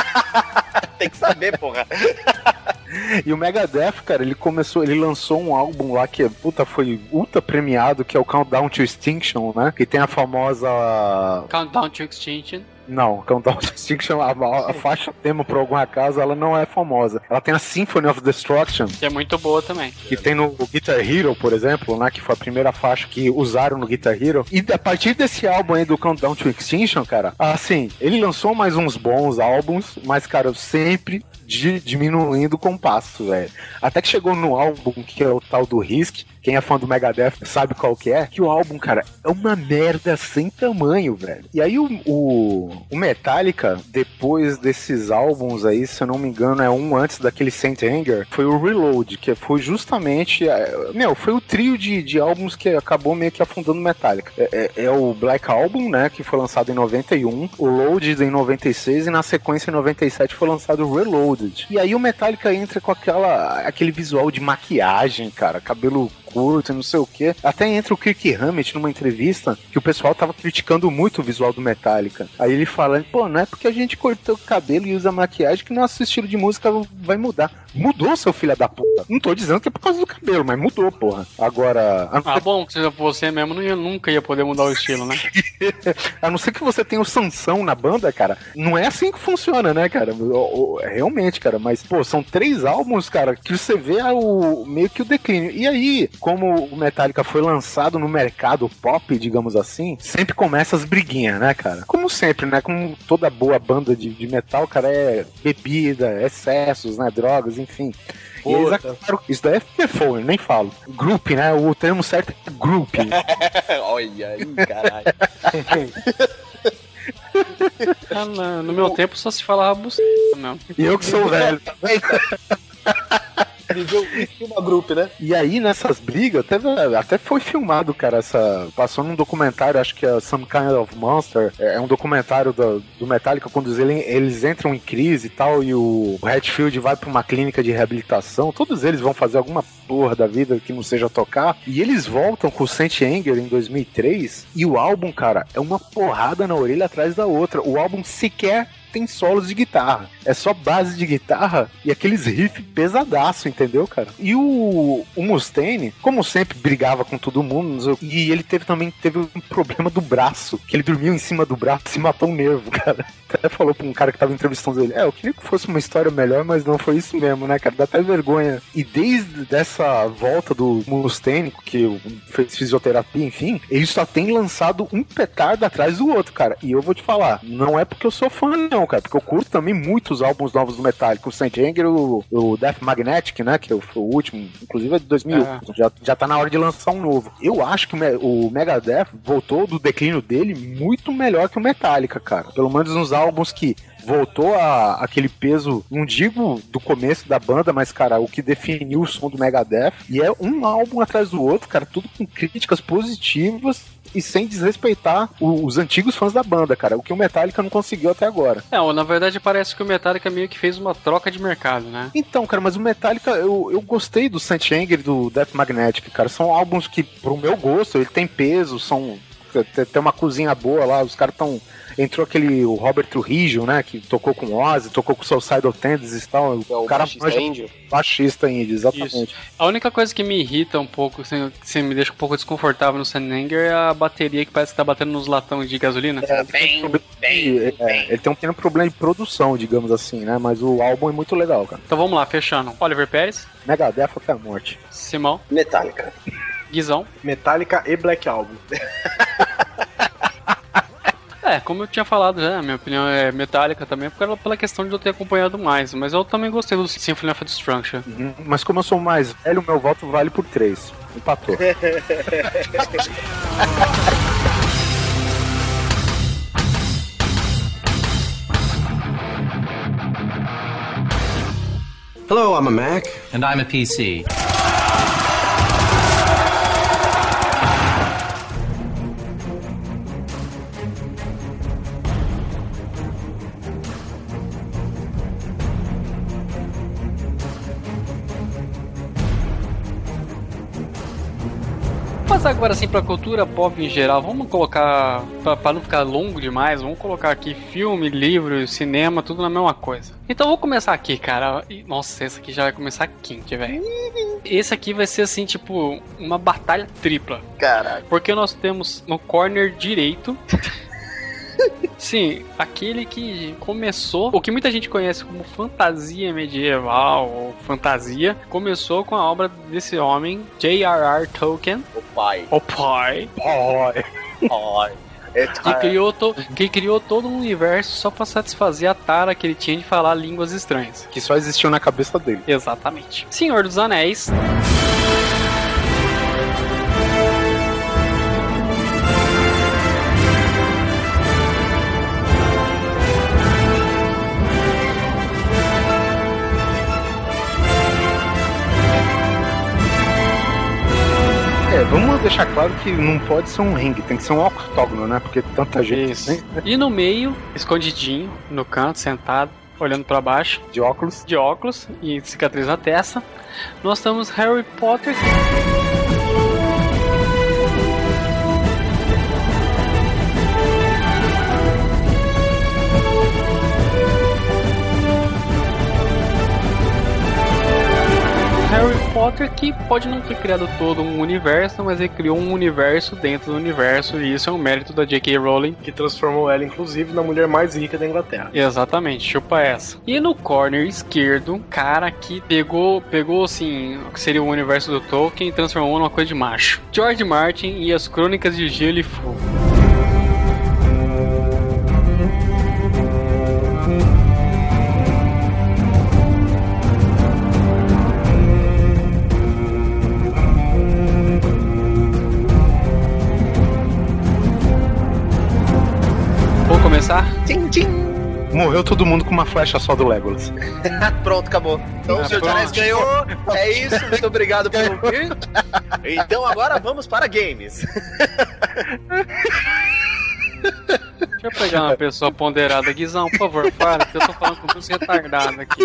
Tem que saber, porra. E o Megadeth, cara, ele começou, ele lançou um álbum lá que, puta, foi ultra premiado, que é o Countdown to Extinction, né? Que tem a famosa... Countdown to Extinction. Não, Countdown to Extinction, a, a faixa tema, por algum acaso, ela não é famosa. Ela tem a Symphony of Destruction. Que é muito boa também. Que tem no Guitar Hero, por exemplo, né? Que foi a primeira faixa que usaram no Guitar Hero. E a partir desse álbum aí do Countdown to Extinction, cara, assim, ele lançou mais uns bons álbuns, mas, cara, sempre... diminuindo o compasso, velho. Até que chegou no álbum que é o tal do Risk, quem é fã do Megadeth sabe qual que é, que o álbum, cara, é uma merda sem tamanho, velho. E aí o, o, o Metallica, depois desses álbuns aí, se eu não me engano, é um antes daquele Saint Anger, foi o Reload, que foi justamente, meu, foi o trio de, de álbuns que acabou meio que afundando o Metallica. É, é, é o Black Album, né, que foi lançado em noventa e um, o Loaded em noventa e seis e na sequência em noventa e sete foi lançado o Reload. E aí o Metallica entra com aquela, aquele visual de maquiagem, cara, cabelo curto, não sei o que. Até entra o Kirk Hammett numa entrevista que o pessoal tava criticando muito o visual do Metallica. Aí ele fala, pô, não é porque a gente cortou o cabelo e usa maquiagem que nosso estilo de música vai mudar. Mudou, seu filho da puta. Não tô dizendo que é por causa do cabelo, mas mudou, porra. Agora... Ah, bom, se você mesmo não ia, nunca ia poder mudar o estilo, né? A não ser que você tenha o Sansão na banda, cara, não é assim que funciona, né, cara? Realmente, cara, mas, pô, são três álbuns, cara, que você vê o, meio que o declínio. E aí, como o Metallica foi lançado no mercado pop, digamos assim, sempre começa as briguinhas, né, cara? Como sempre, né? Como toda boa banda de, de metal, cara, é bebida, excessos, né? Drogas, enfim. E eles acabaram, isso daí é F nem falo. Group, né? O termo certo é group. Olha aí, caralho. Ah, no, no meu tempo só se falava buceta, não. E eu que sou velho, tá vendo? Uma grupo, né? E aí, nessas brigas, até, até foi filmado, cara, essa... Passou num documentário, acho que é Some Kind of Monster, é um documentário do, do Metallica, quando eles, eles entram em crise e tal, e o Hetfield vai pra uma clínica de reabilitação, todos eles vão fazer alguma porra da vida que não seja tocar, e eles voltam com o Saint Anger em dois mil e três, e o álbum, cara, é uma porrada na orelha atrás da outra. O álbum sequer tem solos de guitarra. É só base de guitarra e aqueles riffs pesadaço, entendeu, cara? E o, o Mustaine, como sempre, brigava com todo mundo, e ele teve também teve um problema do braço, que ele dormiu em cima do braço e matou um nervo, cara. Até falou pra um cara que tava entrevistando ele, é, eu queria que fosse uma história melhor, mas não foi isso mesmo, né, cara? Dá até vergonha. E desde dessa volta do Mustaine, que fez fisioterapia, enfim, ele só tem lançado um petardo atrás do outro, cara. E eu vou te falar, não é porque eu sou fã, não, cara, porque eu curto também muitos álbuns novos do Metallica, o Saint Anger, o, o Death Magnetic, né, que foi o último, inclusive é de dois mil, é. já, já tá na hora de lançar um novo. Eu acho que o, o Megadeth voltou do declínio dele muito melhor que o Metallica, cara. Pelo menos nos álbuns que voltou a aquele peso, não digo do começo da banda, mas, cara, o que definiu o som do Megadeth. E é um álbum atrás do outro, cara, tudo com críticas positivas e sem desrespeitar os antigos fãs da banda, cara, o que o Metallica não conseguiu até agora. É, na verdade parece que o Metallica meio que fez uma troca de mercado, né? Então, cara, mas o Metallica, eu, eu gostei do Saint Anger e do Death Magnetic, cara, são álbuns que, pro meu gosto, ele tem peso, são... tem uma cozinha boa lá, os caras tão... Entrou aquele o Robert Trujillo, né? Que tocou com Ozzy, tocou com Suicidal Tendencies e tal. É o cara baixista índio. Baixista índio, exatamente. Isso. A única coisa que me irrita um pouco, assim, que me deixa um pouco desconfortável no Saint Anger é a bateria que parece que tá batendo nos latões de gasolina. É, bem, bem, é, bem. Ele tem um pequeno problema de produção, digamos assim, né? Mas o álbum é muito legal, cara. Então vamos lá, fechando. Oliver Pérez. Megadeth até a morte. Simão. Metallica. Guizão. Metallica e Black Album. É, como eu tinha falado já, a minha opinião é Metallica também, porque pela questão de eu ter acompanhado mais, mas eu também gostei do Symphony of Destruction. Uhum, mas como eu sou mais velho, meu voto vale por três. Empatou. Hello, I'm a Mac. And I'm a P C. Mas agora sim, pra cultura pop em geral, vamos colocar, pra, pra não ficar longo demais, vamos colocar aqui filme, livro, cinema, tudo na mesma coisa. Então vou começar aqui, cara. Nossa, esse aqui já vai começar quente, velho. Esse aqui vai ser assim, tipo, uma batalha tripla. Caralho. Porque nós temos no corner direito... Sim, aquele que começou, o que muita gente conhece como fantasia medieval ou fantasia, começou com a obra desse homem, J R R Tolkien. O pai. O pai. Pai. Pai. Que criou, to, que criou todo um universo só pra satisfazer a tara que ele tinha de falar línguas estranhas. Que só existiam na cabeça dele. Exatamente. Senhor dos Anéis. É, vamos deixar claro que não pode ser um ringue, tem que ser um octógono, né? Porque tanta gente... Isso. Né? E no meio, escondidinho, no canto, sentado, olhando pra baixo. De óculos. De óculos e cicatriz na testa. Nós temos Harry Potter... Harry Potter, que pode não ter criado todo um universo, mas ele criou um universo dentro do universo, e isso é um mérito da J K Rowling. Que transformou ela, inclusive, na mulher mais rica da Inglaterra. Exatamente, chupa essa. E no corner esquerdo, um cara que pegou, pegou assim, o que seria o universo do Tolkien e transformou numa coisa de macho. George Martin e as Crônicas de Gelo e Fogo. Começar? Tchim, tchim. Morreu todo mundo com uma flecha só do Legolas. Pronto, acabou. Então ah, o senhor Anéis ganhou. É isso, muito obrigado por ouvir. Então agora vamos para games. Deixa eu pegar uma pessoa ponderada. Guizão, por favor, fala, que eu tô falando com você retardado aqui.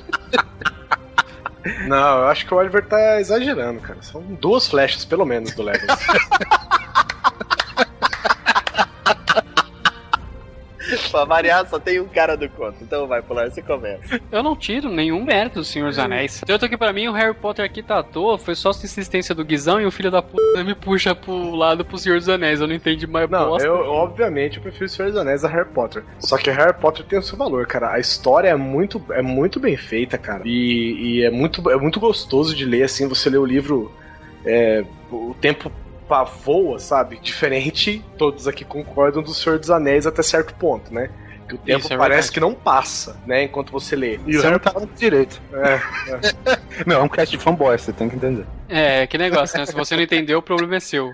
Não, eu acho que o Oliver tá exagerando, cara. São duas flechas, pelo menos, do Legolas. Pra variar, só tem um cara do conto. Então vai, Polar, você começa. Eu não tiro nenhum mérito do Senhor dos Anéis. Tanto que pra mim o Harry Potter aqui tá à toa, foi só a insistência do Guizão e o filho da puta me puxa pro lado pro Senhor dos Anéis. Eu não entendi mais Não, bosta. eu, obviamente, eu prefiro o Senhor dos Anéis a Harry Potter. Só que Harry Potter tem o seu valor, cara. A história é muito, é muito bem feita, cara. E, e é, muito, é muito gostoso de ler, assim, você lê o livro, é, o tempo voa, sabe? Diferente, todos aqui concordam, do Senhor dos Anéis até certo ponto, né? Que o tempo Isso é parece verdade. que não passa, né? Enquanto você lê. E o Você Harry não tá falando direito. É, é. Não, é um cast de fanboy, você tem que entender. É, que negócio, né? Se você não entendeu, o problema é seu.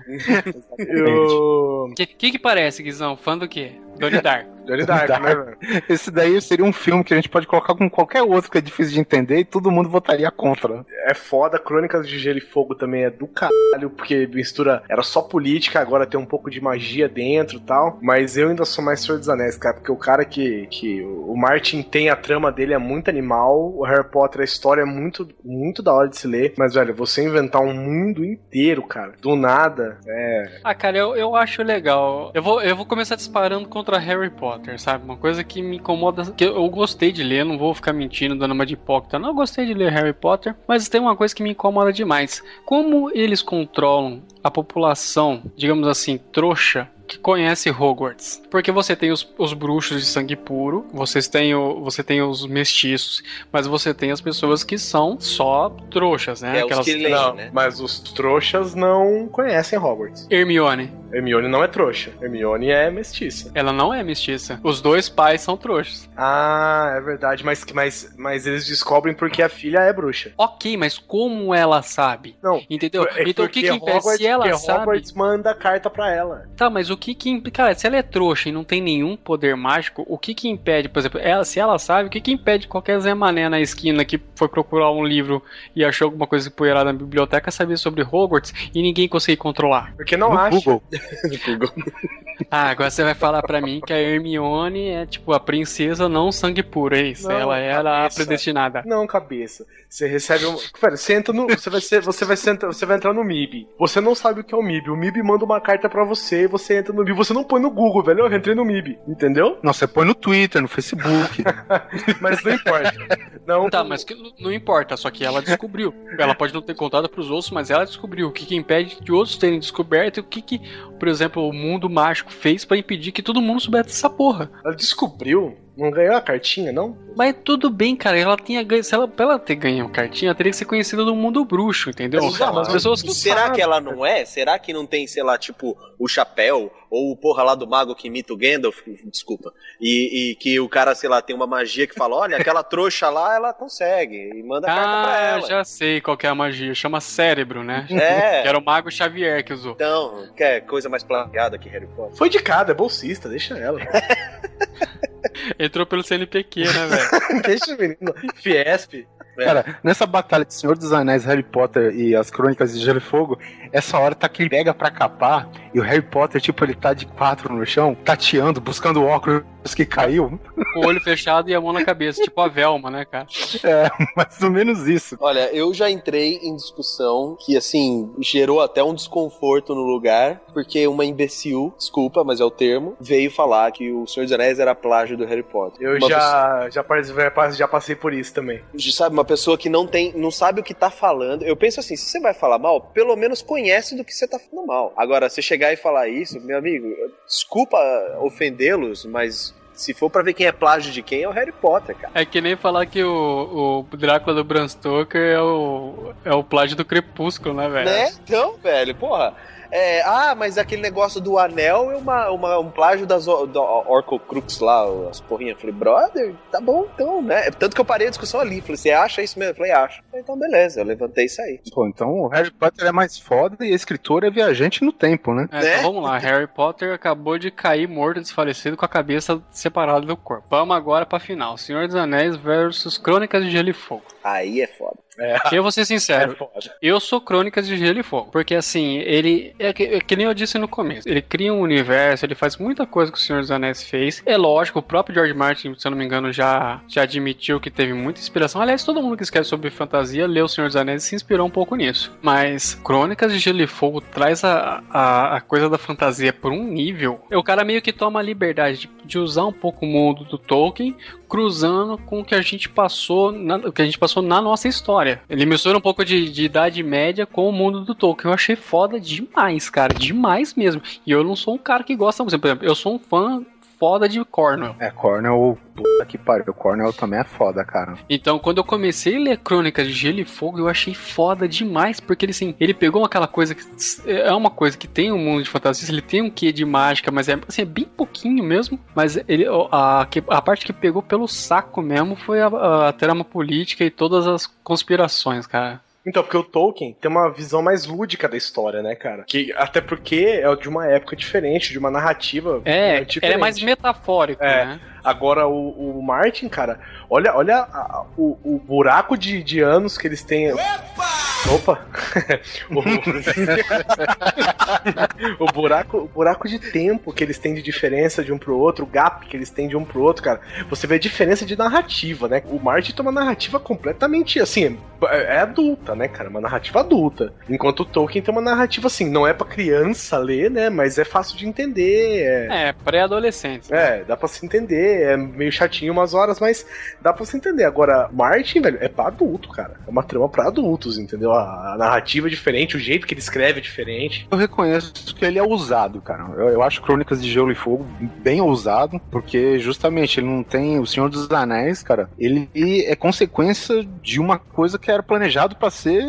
Eu... O que, que que parece, Guizão? Fã do quê? Donnie Darko. Johnny Dark, né, velho? Esse daí seria um filme que a gente pode colocar com qualquer outro que é difícil de entender e todo mundo votaria contra. É foda, Crônicas de Gelo e Fogo também é do caralho, porque mistura, era só política, agora tem um pouco de magia dentro e tal, mas eu ainda sou mais Senhor dos Anéis, cara, porque o cara que, que o Martin tem, a trama dele é muito animal, o Harry Potter, a história é muito, muito da hora de se ler, mas, velho, você inventar um mundo inteiro, cara, do nada, é... Ah, cara, eu, eu acho legal. Eu vou, eu vou começar disparando contra Harry Potter, sabe? Uma coisa que me incomoda, que eu, eu gostei de ler, não vou ficar mentindo, dando uma de hipócrita. Não, eu gostei de ler Harry Potter, mas tem uma coisa que me incomoda demais. Como eles controlam a população, digamos assim, trouxa, que conhece Hogwarts. Porque você tem os, os bruxos de sangue puro, vocês têm o, você tem os mestiços, mas você tem as pessoas que são só trouxas, né? É, os que leem, Não, né? mas os trouxas não conhecem Hogwarts. Hermione, Hermione não é trouxa, Hermione é mestiça. ela não é mestiça. Os dois pais são trouxas. Ah, é verdade, mas, mas, mas eles descobrem porque a filha é bruxa. Ok, mas como ela sabe? Não, Entendeu? é Então o que que porque impede? Hogwarts- Se ela porque sabe... Hogwarts manda carta pra ela. Tá, mas o que que imp... Cara, se ela é trouxa e não tem nenhum poder mágico, o que que impede, por exemplo, ela, se ela sabe, o que que impede qualquer Zé Mané na esquina que foi procurar um livro e achou alguma coisa empoeirada na biblioteca saber sobre Hogwarts e ninguém conseguir controlar? Porque não No acha. Google. Ah, agora você vai falar pra mim que a Hermione é tipo a princesa não sangue puro, é isso? Não, Ela era a cabeça. predestinada. Não, cabeça. Você recebe um. Pera, você entra no. Você vai, ser, você, vai ser, você vai entrar no M I B. Você não sabe o que é o M I B. O M I B manda uma carta pra você e você entra no M I B. Você não põe no Google, velho. Eu entrei no M I B. Entendeu? Não, você põe no Twitter, no Facebook. Mas não importa. Não, Tá, mas que, não importa, só que ela descobriu. Ela pode não ter contado pros outros, mas ela descobriu. O que que impede de outros terem descoberto e o que que, por exemplo, o mundo mágico fez pra impedir que todo mundo soubesse dessa porra. ela descobriu. Não ganhou a cartinha, não? Mas tudo bem, cara, ela tinha ganho. Se ela, pra ela ter ganho a cartinha, ela teria que ser conhecida do mundo bruxo, entendeu? Mas, ah, mas As pessoas E que será sabem. que ela não é? Será que não tem, sei lá, tipo, o chapéu? Ou o porra lá do mago que imita o Gandalf? Desculpa. E, e que o cara, sei lá, tem uma magia que fala, olha, aquela trouxa lá, ela consegue. E manda a carta pra Ah, ela. já sei qual que é a magia. Chama cérebro, né? É. Que era o Mago Xavier que usou. Então, quer coisa mais planeada que Harry Potter? Foi de cada, é bolsista, deixa ela. Entrou pelo C N P Q, né, velho? Deixa o menino. Fiesp. Cara, nessa batalha de Senhor dos Anéis, Harry Potter e as Crônicas de Gelo e Fogo, essa hora tá que ele pega pra capar e o Harry Potter, tipo, ele tá de quatro no chão, tateando, buscando o óculos que caiu. Com o olho fechado e a mão na cabeça, tipo a Velma, né, cara? É, mais ou menos isso. Olha, eu já entrei em discussão que, assim, gerou até um desconforto no lugar, porque uma imbecil, desculpa, mas é o termo, veio falar que o Senhor dos Anéis era plágio do Harry Potter. Eu Uma já, já, participei- já passei por isso também. pessoa- sabe, uma pessoa que não tem, não sabe o que tá falando. Eu penso assim, se você vai falar mal, pelo menos conhece do que você tá falando mal. Agora, você chegar e falar isso, meu amigo, desculpa ofendê-los, mas se for pra ver quem é plágio de quem, é o Harry Potter, cara. É que nem falar que o, o Drácula do Bram Stoker é o, é o plágio do Crepúsculo, né, velho? Né? Então, velho, porra. É, ah, mas aquele negócio do anel é uma, uma- um plágio das o- do Horcrux lá, as porrinhas. Eu falei, brother, tá bom então, né? Tanto que eu parei a discussão ali. Falei, você acha isso mesmo? Eu falei, acho. Falei, então, beleza, eu levantei isso aí. Pô, então o Harry Potter é mais foda e a escritora é viajante no tempo, né? É, Né? então vamos lá, Harry Potter acabou de cair morto, desfalecido, com a cabeça separada do corpo. Vamos agora pra final. Senhor dos Anéis versus Crônicas de Gelo e Fogo. Aí é foda. Eu vou ser sincero, foda. eu sou Crônicas de Gelo e Fogo, porque assim, ele, é que, é que nem eu disse no começo, ele cria um universo, ele faz muita coisa que o Senhor dos Anéis fez. É lógico, o próprio George Martin, se eu não me engano, já, já admitiu que teve muita inspiração. Aliás, todo mundo que escreve sobre fantasia leu o Senhor dos Anéis e se inspirou um pouco nisso. Mas Crônicas de Gelo e Fogo traz a, a, a coisa da fantasia por um nível. O cara meio que toma a liberdade de, de usar um pouco o mundo do Tolkien, cruzando com o que a gente passou na, o que a gente passou na nossa história. Ele mistura um pouco de, de Idade Média com o mundo do Tolkien. Eu achei foda demais, cara, demais mesmo. E eu não sou um cara que gosta, por exemplo, eu sou um fã foda de Cornwell. É, Cornwell, puta que pariu. Cornwell também é foda, cara. Então, quando eu comecei a ler Crônicas de Gelo e Fogo, eu achei foda demais, porque ele, assim, ele pegou aquela coisa que é uma coisa que tem um mundo de fantasia, ele tem um quê de mágica, mas é, assim, é bem pouquinho mesmo, mas ele, a, a parte que pegou pelo saco mesmo foi a, a trama política e todas as conspirações, cara. Então, porque o Tolkien tem uma visão mais lúdica da história, né, cara? Que, até porque é de uma época diferente, de uma narrativa É, diferente. ele é mais metafórico, é. né? Agora, o, o Martin, cara, olha, olha a, o, o buraco de, de anos que eles têm. Opa! Opa! o, o, buraco, o buraco de tempo que eles têm de diferença de um pro outro, o gap que eles têm de um pro outro, cara. Você vê a diferença de narrativa, né? O Martin tem uma narrativa completamente, assim, é, é adulta, né, cara? Uma narrativa adulta. Enquanto o Tolkien tem uma narrativa, assim, não é pra criança ler, né? Mas é fácil de entender. É, é pré-adolescente. Né? É, dá pra se entender. É meio chatinho umas horas, mas dá pra se entender. Agora, Martin, velho, é pra adulto, cara. É uma trama pra adultos, entendeu? A, a narrativa é diferente, o jeito que ele escreve é diferente. Eu reconheço que ele é ousado, cara. Eu, eu acho Crônicas de Gelo e Fogo bem ousado, porque justamente ele não tem o Senhor dos Anéis, cara. Ele é consequência de uma coisa que era planejado pra ser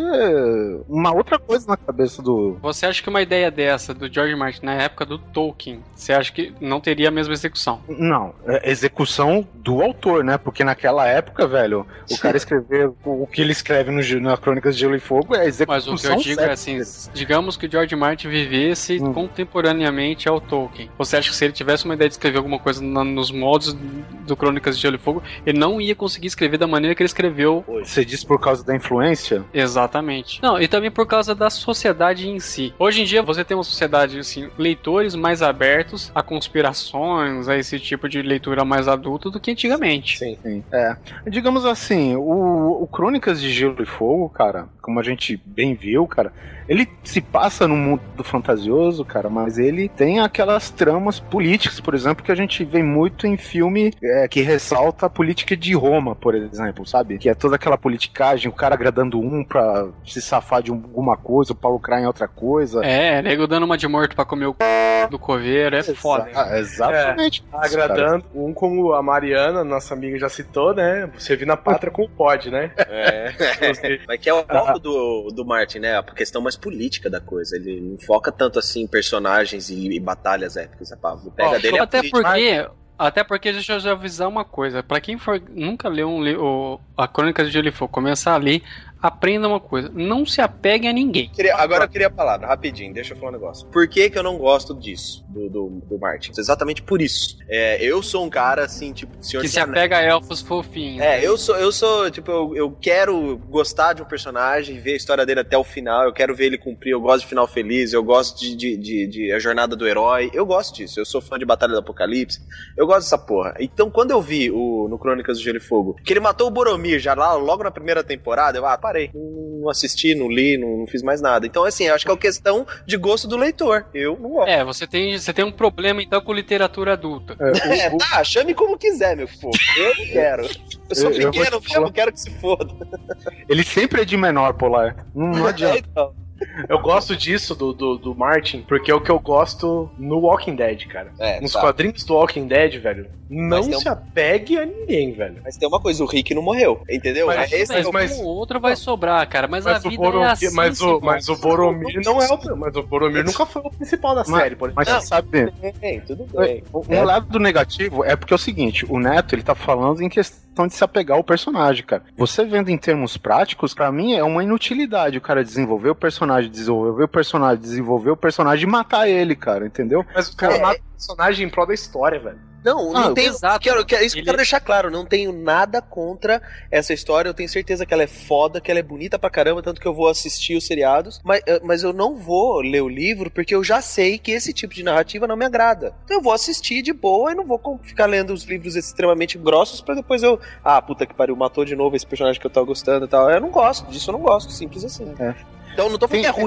uma outra coisa na cabeça do... Você acha que uma ideia dessa do George Martin na época do Tolkien, você acha que não teria a mesma execução? Não, é execução do autor, né? Porque naquela época, velho, o cara escrever o que ele escreve no, na Crônicas de Gelo e Fogo é execução. Mas o que eu digo é assim, digamos que o George Martin vivesse hum. contemporaneamente ao Tolkien. Você acha que se ele tivesse uma ideia de escrever alguma coisa na, nos modos do Crônicas de Gelo e Fogo, ele não ia conseguir escrever da maneira que ele escreveu? Você diz por causa da influência? Exatamente. Não, e também por causa da sociedade em si. Hoje em dia você tem uma sociedade, assim, leitores mais abertos a conspirações, a esse tipo de leitura mais adulta do que antigamente. Sim, sim. É. Digamos assim, o, o Crônicas de Gelo e Fogo, cara, como a gente bem viu, cara, ele se passa no mundo do fantasioso, cara, mas ele tem aquelas tramas políticas, por exemplo, que a gente vê muito em filme é, que ressalta a política de Roma, por exemplo, sabe? Que é toda aquela politicagem, o cara agradando um pra se safar de alguma coisa, pra lucrar em outra coisa. É, nego dando uma de morto pra comer o c... do coveiro, é Exa- foda. Exatamente. É, agradando um, como a Mariana, nossa amiga, já citou, né? Servir na pátria como pode, né? É. Mas que é o foco do, do Martin, né? A questão mais política da coisa. Ele não foca tanto assim em personagens e, e batalhas épicas. O pega Ó, dele é a até política. porque, até porque, deixa eu já avisar uma coisa. Pra quem for, nunca leu um, li- o, a Crônicas de Gelo e Fogo, começar a ler, aprenda uma coisa. Não se apegue a ninguém. Queria- agora eu queria a palavra, rapidinho, deixa eu falar um negócio. Por que que eu não gosto disso, do, do, do Martin? Exatamente por isso. É, eu sou um cara, assim, tipo, senhor Que dos se Anéis. apega a elfos fofinhos. É, eu sou, eu sou, tipo, eu, eu quero gostar de um personagem, ver a história dele até o final, eu quero ver ele cumprir, eu gosto de final feliz, eu gosto de, de, de, de a jornada do herói, eu gosto disso, eu sou fã de Batalha do Apocalipse, eu gosto dessa porra. Então, quando eu vi o, no Crônicas do Gelo e Fogo, que ele matou o Boromir já lá, logo na primeira temporada, eu, ah, parei, não assisti, não li, não, não fiz mais nada. Então, assim, eu acho que é uma questão de gosto do leitor, eu não gosto. É, você tem, você tem um problema, então, com literatura adulta. É, É, tá, chame como quiser, meu povo. Eu não quero. Eu sou Eu- eu vou pequeno, te eu não falar. quero que se foda. Ele sempre é de menor, Polar. Não, não adianta. É, então. eu gosto disso do, do, do Martin, porque é o que eu gosto no Walking Dead, cara. É, Nos tá. quadrinhos do Walking Dead, velho, não Mas tem um- se apegue a ninguém, velho. Mas tem uma coisa, o Rick não morreu, entendeu? Mas- É esse mas- é o- mas- O outro vai sobrar, cara, mas, Mas a o, vida Boromir, é assim. mas, o, Simão. mas o Boromir não é o. Mas o Boromir nunca foi o principal da série, por Mas exemplo. você sabe, Bem, tudo bem. um lado negativo é porque é o seguinte, o Neto, ele tá falando em questão de se apegar ao personagem, cara. Você vendo em termos práticos, pra mim é uma inutilidade o cara desenvolver o personagem, desenvolver o personagem, desenvolver o personagem e matar ele, cara, entendeu? Mas o cara É. mata o personagem em prol da história, velho. Não, não Ah, tenho. exato. Quero, quero, isso que eu Ele- quero deixar claro. Não tenho nada contra essa história. Eu tenho certeza que ela é foda, que ela é bonita pra caramba, tanto que eu vou assistir os seriados. Mas, eh, mas eu não vou ler o livro porque eu já sei que esse tipo de narrativa não me agrada. Então eu vou assistir de boa e não vou com- ficar lendo os livros extremamente grossos pra depois eu. Ah, puta que pariu, matou de novo esse personagem que eu tava gostando e tal. Eu não gosto disso, eu não gosto. Simples assim. É. Então eu não tô falando Tem- que é ruim.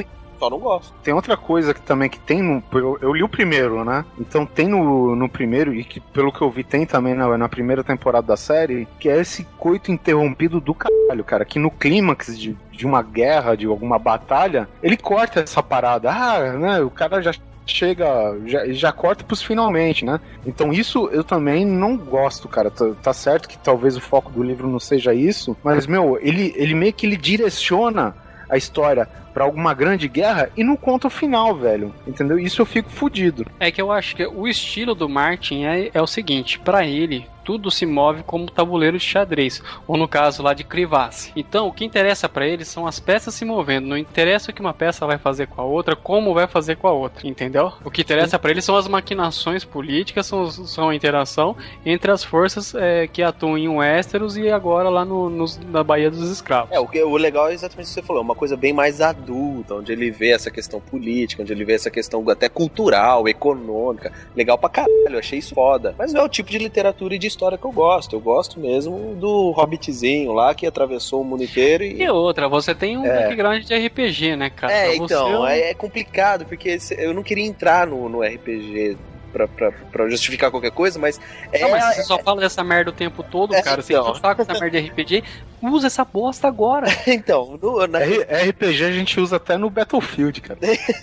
Só não gosto. Tem outra coisa que também que tem no... Eu, eu li o primeiro, né? Então tem no, no primeiro, e que pelo que eu vi tem também na, na primeira temporada da série, que é esse coito interrompido do caralho, cara. Que no clímax de, de uma guerra, de alguma batalha, ele corta essa parada. Ah, né? O cara já chega, já, já corta pros finalmente, né? Então isso eu também não gosto, cara. Tá, tá certo que talvez o foco do livro não seja isso, mas, meu, ele, ele meio que ele direciona a história pra alguma grande guerra e não conta o final, velho. Entendeu? Isso eu fico fudido. É que eu acho que o estilo do Martin é, é o seguinte, pra ele, tudo se move como tabuleiro de xadrez, ou no caso lá de Crivasse. Então, o que interessa pra ele são as peças se movendo, não interessa o que uma peça vai fazer com a outra, como vai fazer com a outra, entendeu? O que interessa pra ele são as maquinações políticas, são, são a interação entre as forças é, que atuam em Westeros e agora lá no, no, na Baía dos Escravos. É, o, que, o legal é exatamente o que você falou, uma coisa bem mais adulta, onde ele vê essa questão política, onde ele vê essa questão até cultural, econômica, legal pra caralho, eu achei isso foda. Mas não é o tipo de literatura e de história que eu gosto, eu gosto mesmo do Hobbitzinho lá, que atravessou o mundo inteiro e... E outra, você tem um É. background de R P G, né, cara? É, Pra você, então, é, é complicado, porque eu não queria entrar no, no R P G pra, pra, pra justificar qualquer coisa, mas... Não, é, mas você só fala dessa merda o tempo todo, É, cara. Você então. não sabe com essa merda de R P G, usa essa bosta agora. então, no, na, R- RPG a gente usa até no Battlefield, cara.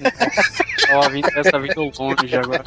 Ó, vim essa vindo longe agora.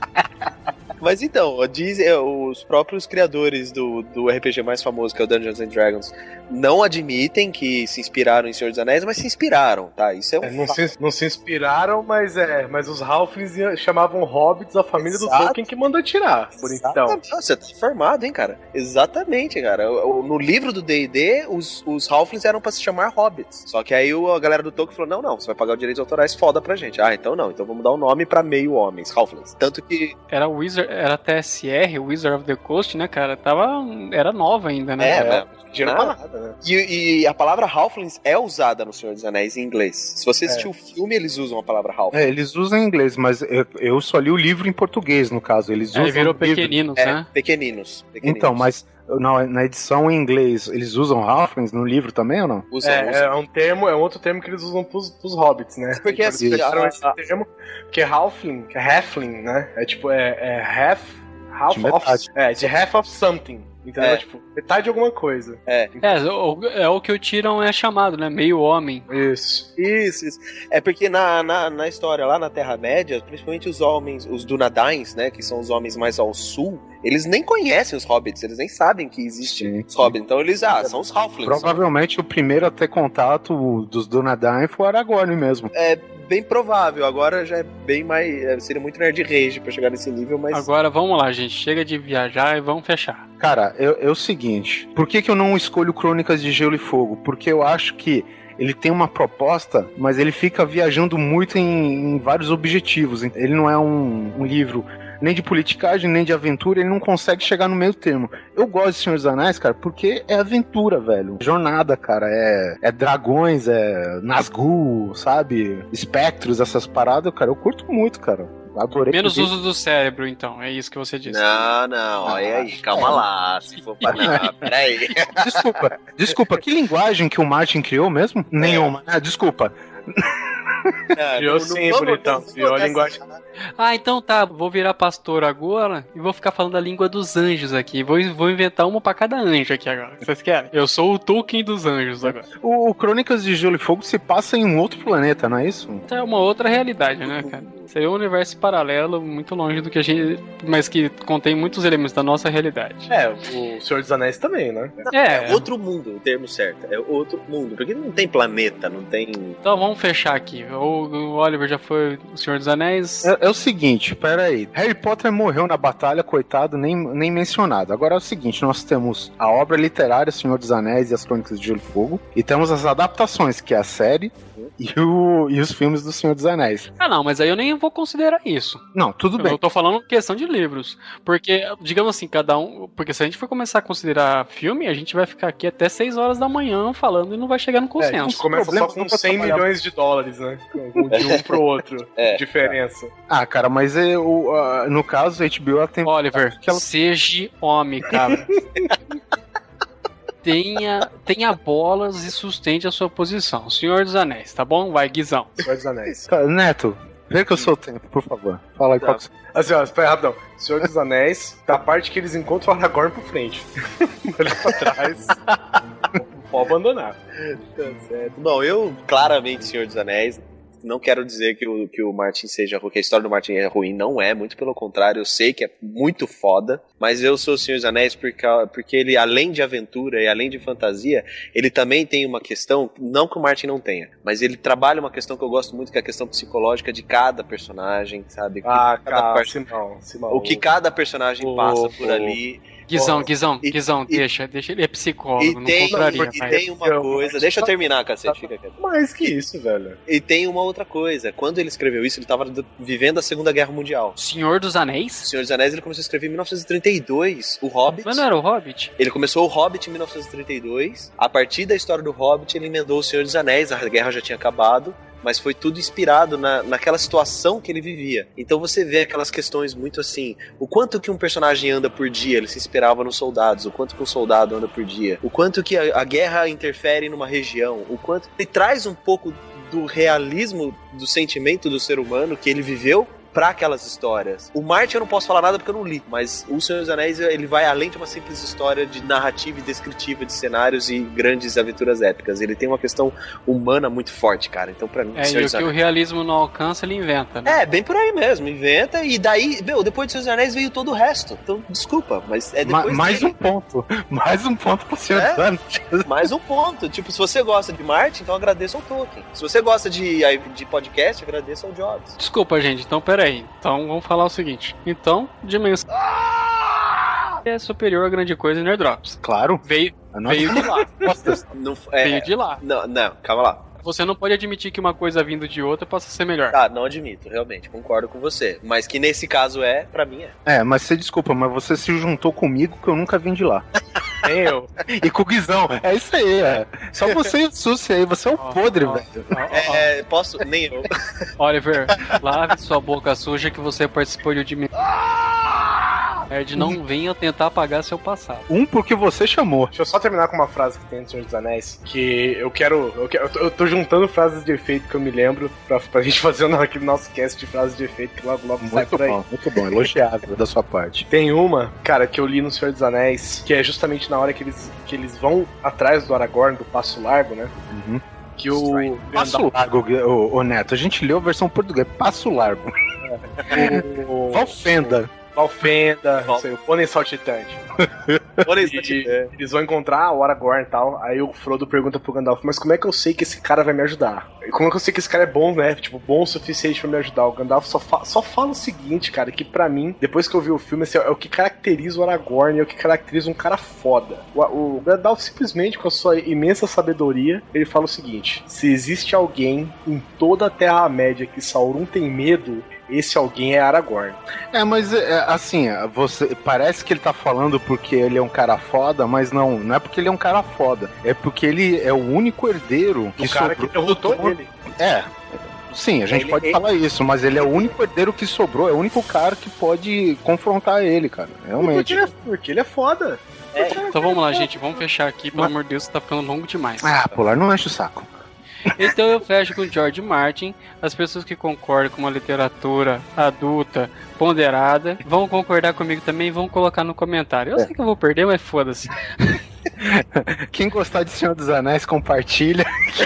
Mas então, dizem, os próprios criadores do, do R P G mais famoso, que é o Dungeons and Dragons, não admitem que se inspiraram em Senhor dos Anéis, mas se inspiraram, tá? Isso é um É, não, fato. se, não se inspiraram, mas é. Mas os Halflings iam- chamavam hobbits a família Exato. do Tolkien que mandou tirar. Por então. Exatamente. Você tá formado, hein, cara? Exatamente, cara. O- o- No livro do D e D, os, os Halflings eram pra se chamar Hobbits. Só que aí o- a galera do Tolkien falou, não, não, você vai pagar os direitos autorais foda pra gente. Ah, então não. Então vamos dar o nome pra meio homens, Halflings. Tanto que... Era Wizard, era T S R, Wizard of the Coast, né, cara? Tava, era nova ainda, né? É, É, né? dinheiro pra nada, né? E, e a palavra Halflings é usada no Senhor dos Anéis em inglês. Se você assistir o filme, eles usam a palavra Halflings. É, eles usam em inglês, mas eu, eu só li o livro em português, no caso. Eles usam Aí virou o livro. pequeninos, É, né? pequeninos, pequeninos. Então, mas na, na edição em inglês, eles usam Halflings no livro também ou não? Usam, É, usam. é um termo, é um outro termo que eles usam pros, pros hobbits, né? Porque Eles assim, pegaram a- esse a- termo, que é halfling, que é halfling, né? É tipo, é, é half, half De of, metade. é, de half of something, entendeu? É. Tipo, metade de alguma coisa. É, o, é o que o Tyrion é chamado, né? Meio homem. Isso. Isso, isso. É porque na, na, na história lá na Terra-média, principalmente os homens, os Dúnedains, né, que são os homens mais ao sul, eles nem conhecem os hobbits, eles nem sabem que existem Sim, os hobbits. Então eles, ah, são os halflings. Provavelmente o primeiro a ter contato dos Dunedain foi o Aragorn mesmo. É bem provável, agora já é bem mais... é, seria muito nerd rage pra chegar nesse nível, mas... Agora vamos lá, gente. Chega de viajar e vamos fechar. Cara, é, é o seguinte, por que que eu não escolho Crônicas de Gelo e Fogo? Porque eu acho que ele tem uma proposta, mas ele fica viajando muito em, em vários objetivos. Ele não é um, um livro nem de politicagem, nem de aventura, ele não consegue chegar no meio termo. Eu gosto de Senhor dos Anéis, cara, porque é aventura, velho. Jornada, cara, é, é dragões, é Nazgûl, sabe? Espectros, essas paradas, cara, eu curto muito, cara. Adorei. Menos uso do cérebro, então. É isso que você disse. Não, não, olha aí, calma lá, se for pra... Não, peraí. Desculpa, desculpa, que linguagem que o Martin criou mesmo? Nenhuma, né? Desculpa. Criou sim, bonitão. Criou a linguagem. Ah, então tá. Vou virar pastor agora e vou ficar falando a língua dos anjos aqui. Vou, vou inventar uma pra cada anjo aqui agora. Vocês querem? Eu sou o Tolkien dos anjos agora. O, o Crônicas de Gelo e Fogo se passa em um outro planeta, não é isso? Então é uma outra realidade, né, cara? Seria um universo paralelo, muito longe do que a gente... Mas que contém muitos elementos da nossa realidade. É, o Senhor dos Anéis também, né? É, É outro mundo, o termo certo. É outro mundo. Porque não tem planeta, não tem. então vamos fechar aqui. O, o Oliver já foi o Senhor dos Anéis. É, é o seguinte, pera aí. Harry Potter morreu na batalha, coitado, nem, nem mencionado. Agora é o seguinte, nós temos a obra literária Senhor dos Anéis e as Crônicas de Gelo e Fogo, e temos as adaptações, que é a série e, o, e os filmes do Senhor dos Anéis. Ah, não, mas aí eu nem vou considerar isso. Não, tudo bem. Eu tô falando questão de livros. Porque, digamos assim, cada um. Porque se a gente for começar a considerar filme, a gente vai ficar aqui até seis horas da manhã falando e não vai chegar no É, consenso. começa problema só não com pra cem trabalhar. milhões de dólares, né? De um pro outro. É. Diferença. Ah, cara, mas é, o, a- no caso, a H B O ela tem... Oliver, que ela- seja homem, cara. tenha, tenha bolas e sustente a sua posição. Senhor dos Anéis, tá bom? Vai, Guizão. Senhor dos Anéis. Tá, Neto, vê que eu sou o tempo, por favor. Fala aí Tá. qual que... Assim, ó, espera rapidão. Senhor dos Anéis, da parte que eles encontram o Aragorn por frente. Olha pra trás. Pode abandonar. Tá certo. Bom, eu claramente Senhor dos Anéis. Não quero dizer que o, que o Martin seja ruim, que a história do Martin é ruim, não é, muito pelo contrário, eu sei que é muito foda, mas eu sou o Senhor dos Anéis porque, porque ele, além de aventura e além de fantasia, ele também tem uma questão, não que o Martin não tenha, mas ele trabalha uma questão que eu gosto muito, que é a questão psicológica de cada personagem, sabe? Ah, cada cara, par- Simão, Simão. o que cada personagem Oh, passa por oh. ali. Guizão, Oh, Guizão, e- Guizão, e- deixa, deixa ele é psicólogo, E não tem, contraria, e pai. tem uma Eu- coisa, deixa eu terminar, cacete, fica quieto. Mais que isso, velho. E tem uma outra coisa, quando ele escreveu isso, ele estava vivendo a Segunda Guerra Mundial. Senhor dos O Anéis? Senhor dos Anéis ele começou a escrever em mil novecentos e trinta e dois, o Hobbit. Mas não era o Hobbit? Ele começou o Hobbit em mil novecentos e trinta e dois. A partir da história do Hobbit, ele emendou o Senhor dos Anéis, a guerra já tinha acabado, mas foi tudo inspirado na, naquela situação que ele vivia. Então você vê aquelas questões muito assim, o quanto que um personagem anda por dia, ele se inspirava nos soldados, o quanto que um soldado anda por dia, o quanto que a, a guerra interfere numa região, o quanto ele traz um pouco do realismo do sentimento do ser humano que ele viveu pra aquelas histórias. O Martin eu não posso falar nada porque eu não li, mas o Senhor dos Anéis ele vai além de uma simples história de narrativa e descritiva de cenários e grandes aventuras épicas. Ele tem uma questão humana muito forte, cara. Então pra mim, É, Senhor e o dos que o Anéis... realismo não alcança, ele inventa, né? É, bem por aí mesmo, inventa, e daí, meu, depois de Senhor dos Anéis veio todo o resto. Então, desculpa, mas é Ma- depois mais dele. um ponto. Mais um ponto pro Senhor É? dos Anéis. Mais um ponto. Tipo, se você gosta de Martin, então agradeça ao Tolkien. Se você gosta de, de podcast, agradeça ao Jobs. Desculpa, gente, então peraí. Então vamos falar o seguinte. Então, dimensão é superior a grande coisa em Nerdrops. Claro. Veio, A nossa- veio de lá. Nossa, Não, é, Veio de lá. não, não, calma lá. Você não pode admitir que uma coisa vindo de outra possa ser melhor. Tá, não admito, realmente, concordo com você. Mas que nesse caso é, pra mim é. É, mas você desculpa, mas você se juntou comigo que eu nunca vim de lá. Nem eu. E com o Guizão. É isso aí, é. Só você e o Susi aí, você é o Ó, podre, ó, velho. ó, ó, ó. É, posso? Nem eu. Oliver, lave sua boca suja que você participou de um dimensão. Nerd, não venha tentar apagar seu passado. Um porque você chamou. Deixa eu só terminar com uma frase que tem no Senhor dos Anéis, que eu quero. Eu, quero, eu, tô, eu tô juntando frases de efeito que eu me lembro pra, pra gente fazer aquele nosso cast de frases de efeito que logo logo sai Muito por aí. bom, muito bom. Elogiável da sua parte. Tem uma, cara, que eu li no Senhor dos Anéis, que é justamente na hora que eles, que eles vão atrás do Aragorn, do Passo Largo, né? Uhum. Que o. Passo Largo, ô, ô Neto, a gente leu a versão portuguesa. Passo Largo. o, Valfenda. Valfenda, Val- não sei, o Pônei Saltitante. Olha isso, E é. eles vão encontrar o Aragorn e tal. Aí o Frodo pergunta pro Gandalf: mas como é que eu sei que esse cara vai me ajudar? E como é que eu sei que esse cara é bom, né? Tipo, bom o suficiente pra me ajudar? O Gandalf só, fa só fala o seguinte, cara: que pra mim, depois que eu vi o filme, esse é o que caracteriza o Aragorn, é o que caracteriza um cara foda. O, o Gandalf simplesmente, com a sua imensa sabedoria, ele fala o seguinte: se existe alguém em toda a Terra-média que Sauron tem medo, esse alguém é Aragorn. É, mas é, assim, você parece que ele tá falando porque ele é um cara foda, mas não, não é porque ele é um cara foda, é porque ele é o único herdeiro que O cara que sobrou derrotou do trono. ele. É. Sim, a gente Ele- pode ele- falar isso, mas ele é o único herdeiro que sobrou, é o único cara que pode confrontar ele, cara. Porque Realmente. ele, é, porque ele é foda. Então vamos lá, gente, vamos fechar aqui, pelo amor de Deus, tá ficando longo demais. Ah, Polar, não enche o saco. Então eu fecho com George Martin. As pessoas que concordam com uma literatura adulta, ponderada, vão concordar comigo também e vão colocar no comentário. Eu sei que eu vou perder, mas foda-se. Quem gostar de Senhor dos Anéis, compartilha.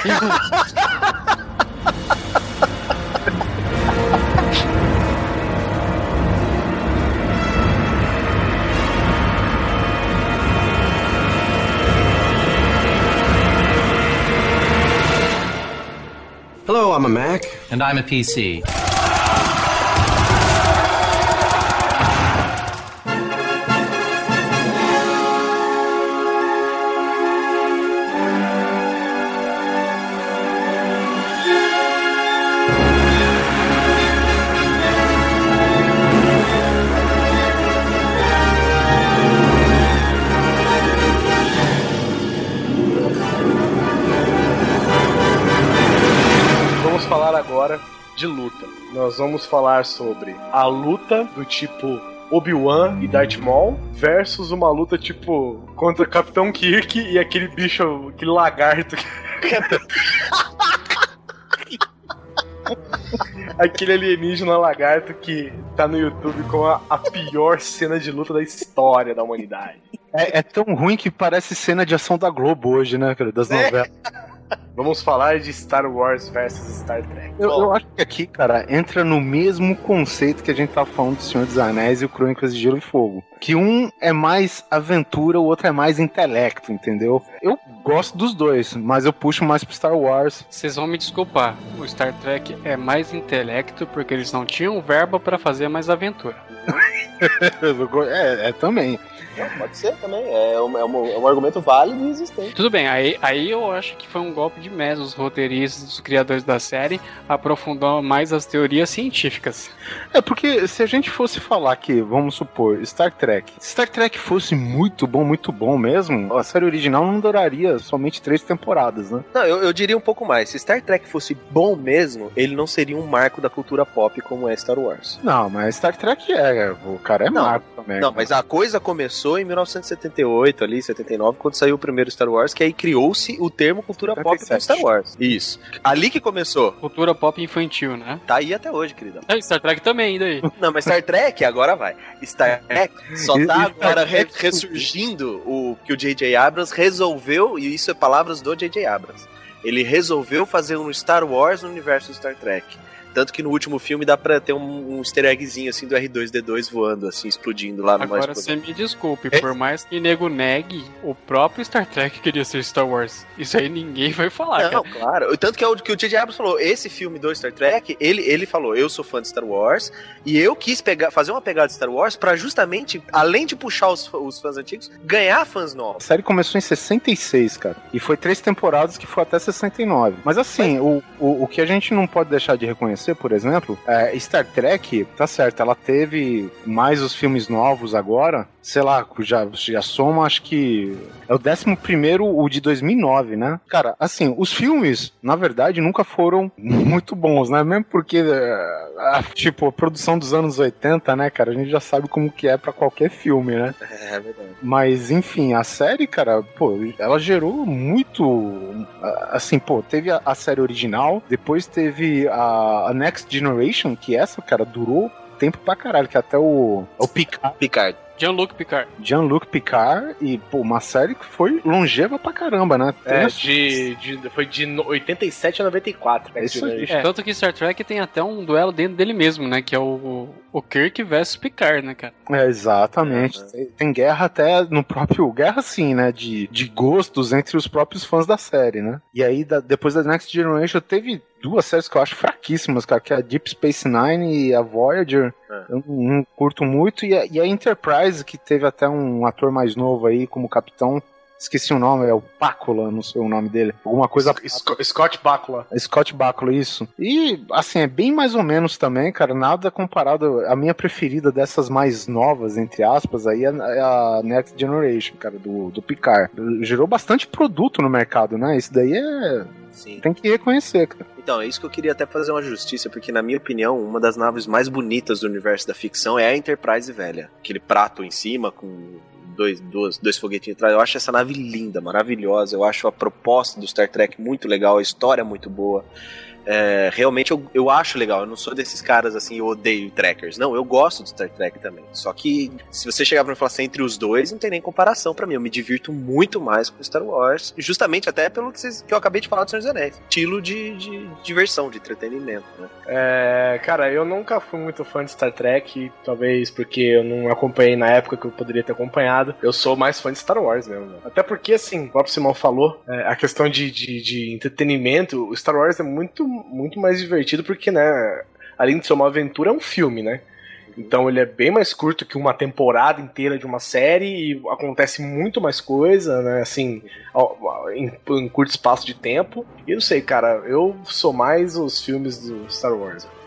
Hello, I'm a Mac. And I'm a P C. Vamos falar agora de luta. Nós vamos falar sobre a luta do tipo Obi-Wan e Darth Maul versus uma luta tipo contra Capitão Kirk e aquele bicho, aquele lagarto. Aquele alienígena lagarto que tá no YouTube com a, a pior cena de luta da história da humanidade. É, é tão ruim que parece cena de ação da Globo hoje, né, cara? Das novelas. Vamos falar de Star Wars versus Star Trek. Eu, eu acho que aqui, cara, entra no mesmo conceito que a gente tava falando do Senhor dos Anéis e o Crônicas de Gelo e Fogo. Que um é mais aventura, o outro é mais intelecto, entendeu? Eu gosto dos dois, mas eu puxo mais pro Star Wars. Vocês vão me desculpar, o Star Trek é mais intelecto porque eles não tinham verba pra fazer mais aventura. é, é também. Não, pode ser também, é um, é, um, é um argumento válido e existente. Tudo bem, aí, aí eu acho que foi um golpe de mestre dos roteiristas, dos criadores da série, aprofundando mais as teorias científicas. É porque se a gente fosse falar que, vamos supor, Star Trek, se Star Trek fosse muito bom, muito bom mesmo, a série original não duraria somente três temporadas, né? Não, eu, eu diria um pouco mais, se Star Trek fosse bom mesmo, ele não seria um marco da cultura pop como é Star Wars. Não, mas Star Trek é, o cara é não, marco também. Não, cara. Mas a coisa começou em mil novecentos e setenta e oito, ali, setenta e nove, quando saiu o primeiro Star Wars, que aí criou-se o termo cultura pop com Star Wars. Isso. Ali que começou. Cultura pop infantil, né? Tá aí até hoje, queridão. É, Star Trek também, e daí? Não, mas Star Trek agora vai. Star Trek só tá agora re ressurgindo o que o J J Abrams resolveu, e isso é palavras do J J Abrams. Ele resolveu fazer um Star Wars no universo do Star Trek. Tanto que no último filme dá pra ter um, um easter eggzinho assim do R dois D dois voando, assim, explodindo lá no mais. Agora você me desculpe, é. por mais que nego negue, o próprio Star Trek queria ser Star Wars. Isso aí ninguém vai falar, Não, cara. Claro. Tanto que é o que o J J Abrams falou, esse filme do Star Trek, ele, ele falou, eu sou fã de Star Wars, e eu quis pegar, fazer uma pegada de Star Wars pra justamente, além de puxar os, os fãs antigos, ganhar fãs novos. A série começou em sessenta e seis, cara, e foi três temporadas que foi até sessenta e nove. Mas assim, Mas... O, o, o que a gente não pode deixar de reconhecer, por exemplo, é, Star Trek, tá certo, ela teve mais os filmes novos agora, sei lá, já, já soma, acho que é o décimo primeiro, o de dois mil e nove, né? Cara, assim, os filmes, na verdade, nunca foram muito bons, né? Mesmo porque, a, tipo, a produção dos anos oitenta, né, cara, a gente já sabe como que é pra qualquer filme, né? É, é verdade. Mas, enfim, a série, cara, pô, ela gerou muito, assim, pô, teve a, a série original, depois teve a, a Next Generation, que essa, cara, durou tempo pra caralho, que até o, o Picard. Picard. Jean-Luc Picard. Jean-Luc Picard, e, pô, uma série que foi longeva pra caramba, né? É, de, de, foi de oitenta e sete a noventa e quatro. Né? Isso aí. É, tanto que Star Trek tem até um duelo dentro dele mesmo, né? Que é o, o Kirk versus Picard, né, cara? É, exatamente. É, né? tem, tem guerra até no próprio... Guerra, sim, né? De, de gostos entre os próprios fãs da série, né? E aí, da, depois da Next Generation, teve duas séries que eu acho fraquíssimas, cara, que é a Deep Space Nine e a Voyager. É. Eu não curto muito. E a, e a Enterprise, que teve até um ator mais novo aí como capitão. Esqueci o nome, é o Bakula, não sei o nome dele. Alguma coisa... Sc Scott Bakula. Scott Bakula, isso. E, assim, é bem mais ou menos também, cara, nada comparado... A minha preferida dessas mais novas, entre aspas, aí é a Next Generation, cara, do, do Picard. Gerou bastante produto no mercado, né? Isso daí é... Sim. Tem que reconhecer, cara. Então, é isso que eu queria até fazer uma justiça, porque na minha opinião, uma das naves mais bonitas do universo da ficção é a Enterprise velha. Aquele prato em cima com... Dois, dois, dois foguetinhos atrás. Eu acho essa nave linda, maravilhosa. Eu acho a proposta do Star Trek muito legal, a história muito boa. É, realmente eu, eu acho legal. Eu não sou desses caras assim, eu odeio trackers. Não, eu gosto de Star Trek também. Só que se você chegar pra me falar assim, entre os dois, não tem nem comparação pra mim. Eu me divirto muito mais com Star Wars, justamente até pelo que, vocês, que eu acabei de falar do Senhor dos Anéis. Estilo de, de diversão, de entretenimento, né? É, cara, eu nunca fui muito fã de Star Trek, talvez porque eu não acompanhei na época que eu poderia ter acompanhado. Eu sou mais fã de Star Wars mesmo. Até porque, assim, o próprio Simão falou, é, a questão de, de, de entretenimento, o Star Wars é muito muito mais divertido porque, né, além de ser uma aventura, é um filme, né? Então ele é bem mais curto que uma temporada inteira de uma série e acontece muito mais coisa, né, assim, em, em curto espaço de tempo. E eu não sei, cara, eu sou mais os filmes do Star Wars.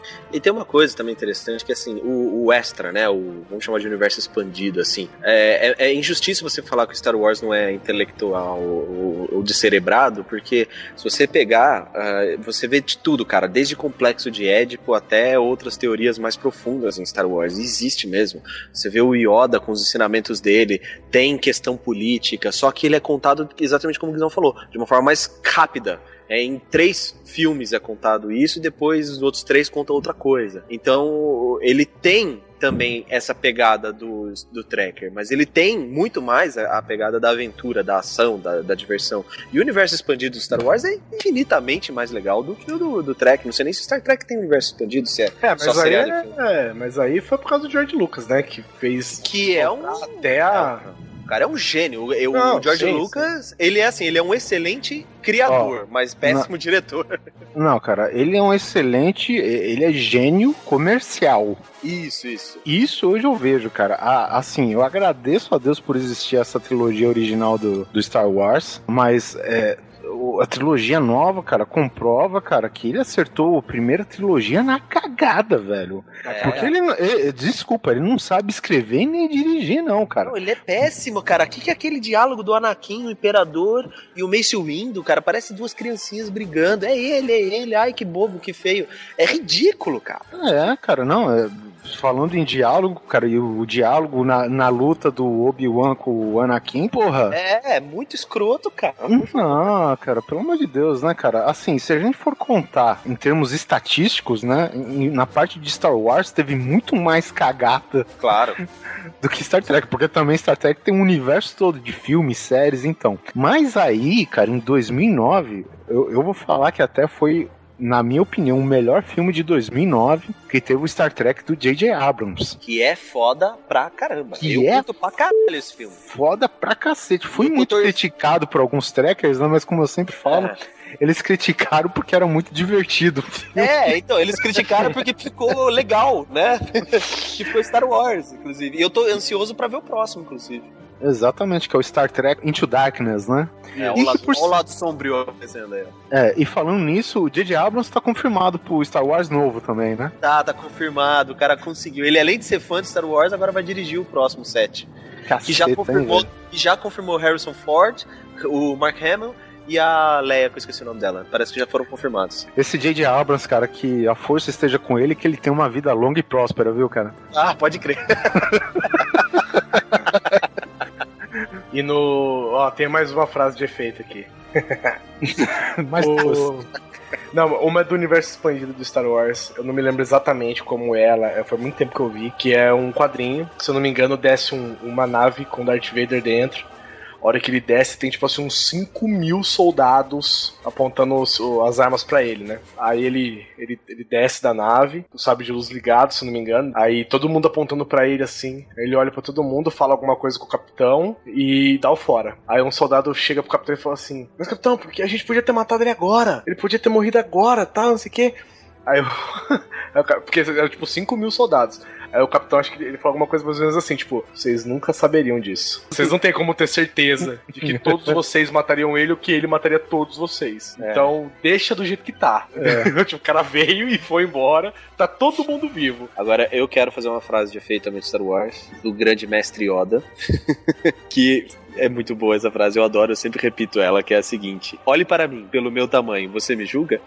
E tem uma coisa também interessante, que assim, o, o extra, né, o, vamos chamar de universo expandido, assim, é, é, é injustiça você falar que o Star Wars não é intelectual ou, ou descerebrado, porque se você pegar, uh, você vê de tudo, cara, desde complexo de Édipo até outras teorias mais profundas em Star Wars, existe mesmo. Você vê o Yoda com os ensinamentos dele, tem questão política, só que ele é contado exatamente como o Guizão falou, de uma forma mais rápida. É, em três filmes é contado isso e depois os outros três contam outra coisa. Então ele tem também essa pegada do, do Tracker, mas ele tem muito mais a, a pegada da aventura, da ação, da, da diversão. E o universo expandido do Star Wars é infinitamente mais legal do que o do, do Trek. Não sei nem se Star Trek tem universo expandido, se é, é mas só aí seriado. É, é, mas aí foi por causa do George Lucas, né? Que fez. Que é um. Até a. O cara é um gênio. Eu, Não, o George sim, Lucas, sim. ele é assim, ele é um excelente criador, oh, mas péssimo não, diretor. Não, cara, ele é um excelente, ele é gênio comercial. Isso, isso. Isso hoje eu vejo, cara. Ah, assim, eu agradeço a Deus por existir essa trilogia original do, do Star Wars, mas é, a trilogia nova, cara, comprova, cara, que ele acertou a primeira trilogia na cagada, velho. É. Porque ele, ele, desculpa, ele não sabe escrever nem dirigir, não, cara. Não, ele é péssimo, cara. O que, que é aquele diálogo do Anakin, o Imperador e o Mace Windu, cara? Parece duas criancinhas brigando. É ele, é ele. Ai, que bobo, que feio. É ridículo, cara. É, cara, não, é... Falando em diálogo, cara, e o, o diálogo na, na luta do Obi-Wan com o Anakin, porra. É, é muito escroto, cara. Não, cara, pelo amor de Deus, né, cara? Assim, se a gente for contar em termos estatísticos, né, em, na parte de Star Wars teve muito mais cagada. Claro. Do que Star Trek, porque também Star Trek tem um universo todo de filmes, séries, então. Mas aí, cara, em dois mil e nove, eu, eu vou falar que até foi, na minha opinião, o melhor filme de dois mil e nove, que teve o Star Trek do J J Abrams. Que é foda pra caramba. Que eu é curto pra caralho esse filme. Foda pra cacete. Fui eu muito criticado por alguns trekkers, né? Mas como eu sempre falo, é. eles criticaram porque era muito divertido. É, então, eles criticaram porque ficou legal, né? Que foi Star Wars, inclusive. E eu tô ansioso pra ver o próximo, inclusive. Exatamente, que é o Star Trek Into Darkness, né? É, o lado, por... o lado sombrio acontecendo aí. É, e falando nisso, o J J Abrams tá confirmado pro Star Wars novo também, né? Tá, tá confirmado, o cara conseguiu. Ele, além de ser fã de Star Wars, agora vai dirigir o próximo set. Caceta, que já confirmou, hein, que já confirmou Harrison Ford, o Mark Hamill e a Leia, que eu esqueci o nome dela. Parece que já foram confirmados. Esse J J Abrams, cara, que a força esteja com ele, que ele tem uma vida longa e próspera, viu, cara? Ah, pode crer. E no... Ó, tem mais uma frase de efeito aqui. Mas o... Não, uma é do universo expandido do Star Wars. Eu não me lembro exatamente como ela. Foi muito tempo que eu vi. Que é um quadrinho. Se eu não me engano, desce um, uma nave com Darth Vader dentro. A hora que ele desce, tem tipo assim uns cinco mil soldados apontando os, as armas pra ele, né? Aí ele, ele, ele desce da nave, o sabre de luz ligado, se não me engano. Aí todo mundo apontando pra ele assim. Ele olha pra todo mundo, fala alguma coisa com o capitão e dá o fora. Aí um soldado chega pro capitão e fala assim: mas capitão, porque a gente podia ter matado ele agora. Ele podia ter morrido agora, tá? Não sei o quê. Aí eu... Porque eram tipo cinco mil soldados. Aí o capitão, acho que ele falou alguma coisa mais ou menos assim, tipo, vocês nunca saberiam disso. Vocês não têm como ter certeza de que todos vocês matariam ele ou que ele mataria todos vocês. É. Então, deixa do jeito que tá. É. Tipo, o cara veio e foi embora, tá todo mundo vivo. Agora, eu quero fazer uma frase de efeito também de Star Wars, do grande mestre Yoda, que... É muito boa essa frase, eu adoro, eu sempre repito ela, que é a seguinte: olhe para mim, pelo meu tamanho, você me julga?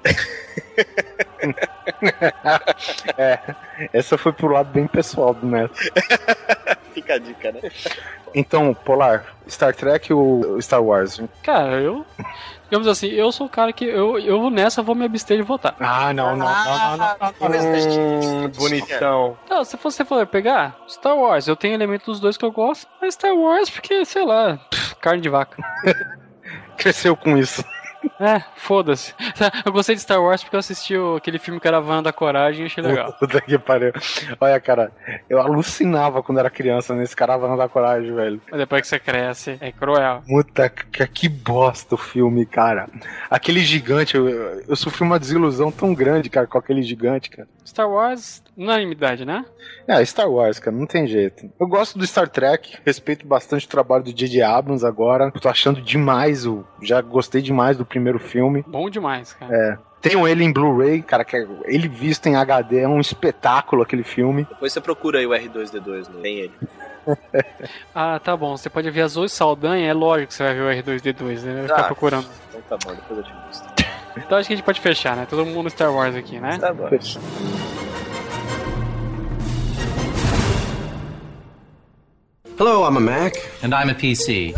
É, essa foi pro lado bem pessoal do Neto. Fica a dica, né? Então, Polar, Star Trek ou Star Wars? Cara, eu... Digamos assim, eu sou o cara que eu, eu nessa vou me abster de votar. Ah, não, não, não, não, não, não, não. Hum, bonitão. Então, se você for pegar Star Wars, eu tenho elementos dos dois que eu gosto, mas Star Wars porque, sei lá, pff, carne de vaca. Cresceu com isso. É, foda-se. Eu gostei de Star Wars porque eu assisti o, aquele filme Caravana da Coragem e achei legal. Puta que pariu. Olha, cara, eu alucinava quando era criança nesse Caravana da Coragem, velho. Mas depois que você cresce, é cruel. Puta, que, que bosta o filme, cara. Aquele gigante, eu, eu sofri uma desilusão tão grande, cara, com aquele gigante, cara. Star Wars, unanimidade, né? É, Star Wars, cara, não tem jeito. Eu gosto do Star Trek, respeito bastante o trabalho do J J Abrams agora. Tô achando demais, o, já gostei demais do primeiro filme. Bom demais, cara. É. Tenho ele em Blu-ray, cara, que é, ele visto em H D é um espetáculo aquele filme. Depois você procura aí o R dois D dois, não tem ele. Ah, tá bom. Você pode ver a Zoe Saldanha, é lógico que você vai ver o R dois D dois, né? Vai ficar Ah, procurando. Então tá bom, depois eu te mostro. Então acho que a gente pode fechar, né? Todo mundo Star Wars aqui, né? Tá bom. Hello, I'm a Mac. And I'm a P C.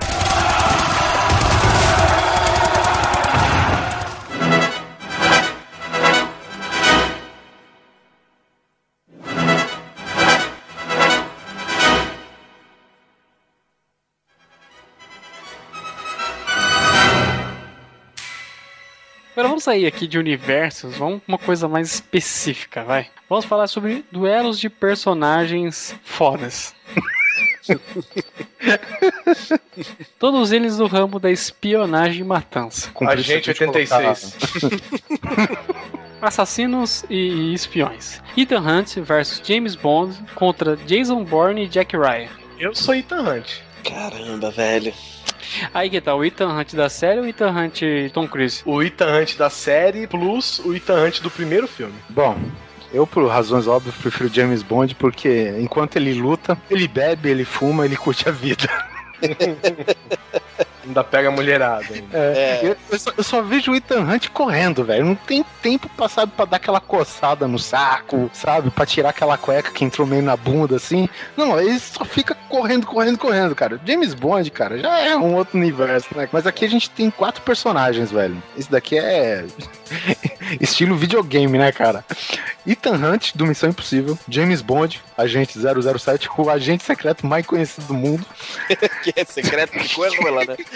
Agora vamos sair aqui de universos, vamos pra uma coisa mais específica, vai. Vamos falar sobre duelos de personagens fodas. Todos eles do ramo da espionagem e matança. Agente oitenta e seis. Assassinos e espiões. Ethan Hunt versus James Bond contra Jason Bourne e Jack Ryan. Eu sou Ethan Hunt. Caramba, velho. Aí que tá, o Ethan Hunt da série ou o Ethan Hunt Tom Cruise? O Ethan Hunt da série plus o Ethan Hunt do primeiro filme. Bom, eu, por razões óbvias, prefiro James Bond porque enquanto ele luta, ele bebe, ele fuma, ele curte a vida. Ainda pega a mulherada. É, é. Eu, eu, só, eu só vejo o Ethan Hunt correndo, velho. Não tem tempo pra, sabe, pra dar aquela coçada no saco, sabe? Pra tirar aquela cueca que entrou meio na bunda, assim. Não, ele só fica correndo, correndo, correndo, cara. James Bond, cara, já é um outro universo, né? Mas aqui a gente tem quatro personagens, velho. Esse daqui é estilo videogame, né, cara? Ethan Hunt, do Missão Impossível. James Bond, agente zero zero sete, o agente secreto mais conhecido do mundo. Que é secreto de coisa, lá, né?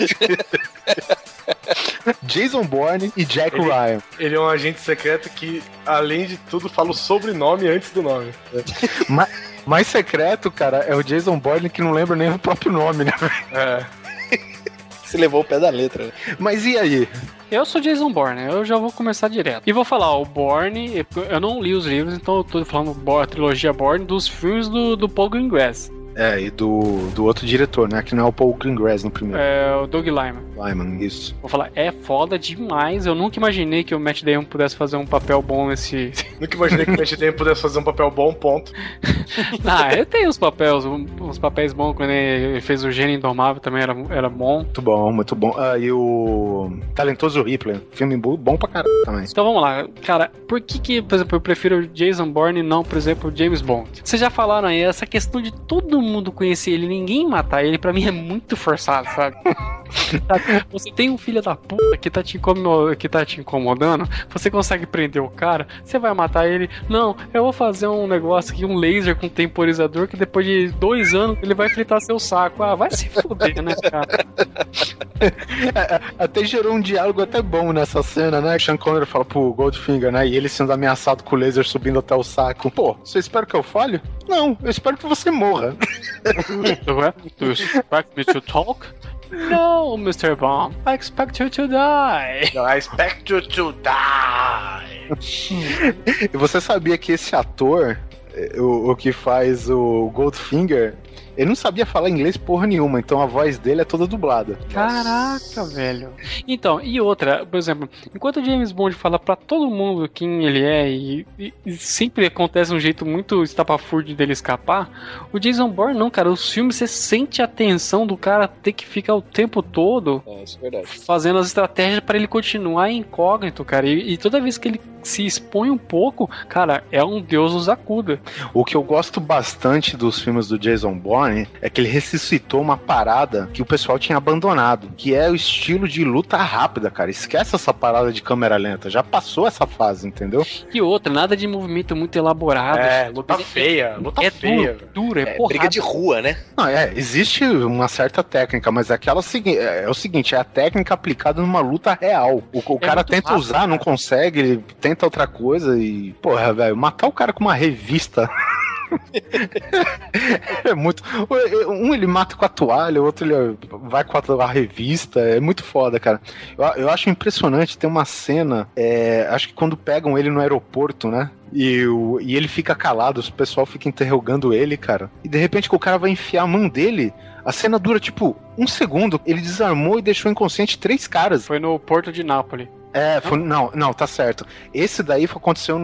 Jason Bourne e Jack ele, Ryan. Ele é um agente secreto que, além de tudo, fala o sobrenome antes do nome. Mais, mais secreto, cara, é o Jason Bourne que não lembra nem o próprio nome, né? É. Se levou o pé da letra, né? Mas e aí? Eu sou Jason Bourne, eu já vou começar direto. E vou falar, o Bourne, eu não li os livros, então eu tô falando a trilogia Bourne dos filmes do, do Paul Greengrass. É, e do, do outro diretor, né? Que não é o Paul Greengrass no primeiro. É, o Doug Liman. Liman, isso. Vou falar, é foda demais. Eu nunca imaginei que o Matt Damon pudesse fazer um papel bom nesse... Nunca imaginei que o Matt Damon pudesse fazer um papel bom, ponto. Ah, ele tem uns papéis, uns papéis bons. Quando ele fez o Gênio Indomável também era, era bom. Muito bom, muito bom. Ah, e o Talentoso Ripley, filme bom pra caralho também. Então vamos lá, cara, por que que, por exemplo, eu prefiro o Jason Bourne e não, por exemplo, o James Bond? Vocês já falaram aí, essa questão de todo mundo conhecer ele, ninguém matar ele, pra mim é muito forçado, sabe? Você tem um filho da puta que tá, te incomo- que tá te incomodando, você consegue prender o cara, você vai matar ele. Não, eu vou fazer um negócio aqui, um laser com temporizador, que depois de dois anos ele vai fritar seu saco. Ah, vai se fuder, né, cara? Até gerou um diálogo até bom nessa cena, né? Sean Connery fala pro Goldfinger, né? E ele sendo ameaçado com o laser subindo até o saco. Pô, você espera que eu falhe? Não, eu espero que você morra. Do you expect me to talk? No, mister Bond, I expect you to die. I expect you to die. E você sabia que esse ator, o, o que faz o Goldfinger, ele não sabia falar inglês porra nenhuma, então a voz dele é toda dublada. Caraca, velho. Então, e outra, por exemplo, enquanto o James Bond fala pra todo mundo quem ele é e, e, e sempre acontece um jeito muito estapafúrdio dele escapar, o Jason Bourne não, cara, os filmes você sente a tensão do cara ter que ficar o tempo todo É, isso é verdade. fazendo as estratégias pra ele continuar incógnito, cara, e, e toda vez que ele se expõe um pouco, cara, é um Deus nos acuda. O que eu gosto bastante dos filmes do Jason Bourne é que ele ressuscitou uma parada que o pessoal tinha abandonado, que é o estilo de luta rápida, cara. Esquece essa parada de câmera lenta, já passou essa fase, entendeu? E outra, nada de movimento muito elaborado. É, luta feia, luta é feia. duro, duro, é, É, porrada. briga de rua, né? Não, é, existe uma certa técnica, mas é aquela segui- é, é o seguinte, é a técnica aplicada numa luta real. O, o É cara muito tenta rápido, usar, não cara. consegue, ele tenta outra coisa e, porra, velho, matar o cara com uma revista é muito. Um ele mata com a toalha, o outro ele vai com a, a revista. É muito foda, cara. Eu, eu acho impressionante. Tem uma cena, é, acho que quando pegam ele no aeroporto, né? E, o, e ele fica calado, o pessoal fica interrogando ele, cara. E de repente que o cara vai enfiar a mão dele, a cena dura tipo um segundo. Ele desarmou e deixou inconsciente três caras. Foi no Porto de Nápoles. É, foi, não, não, tá certo. Esse daí aconteceu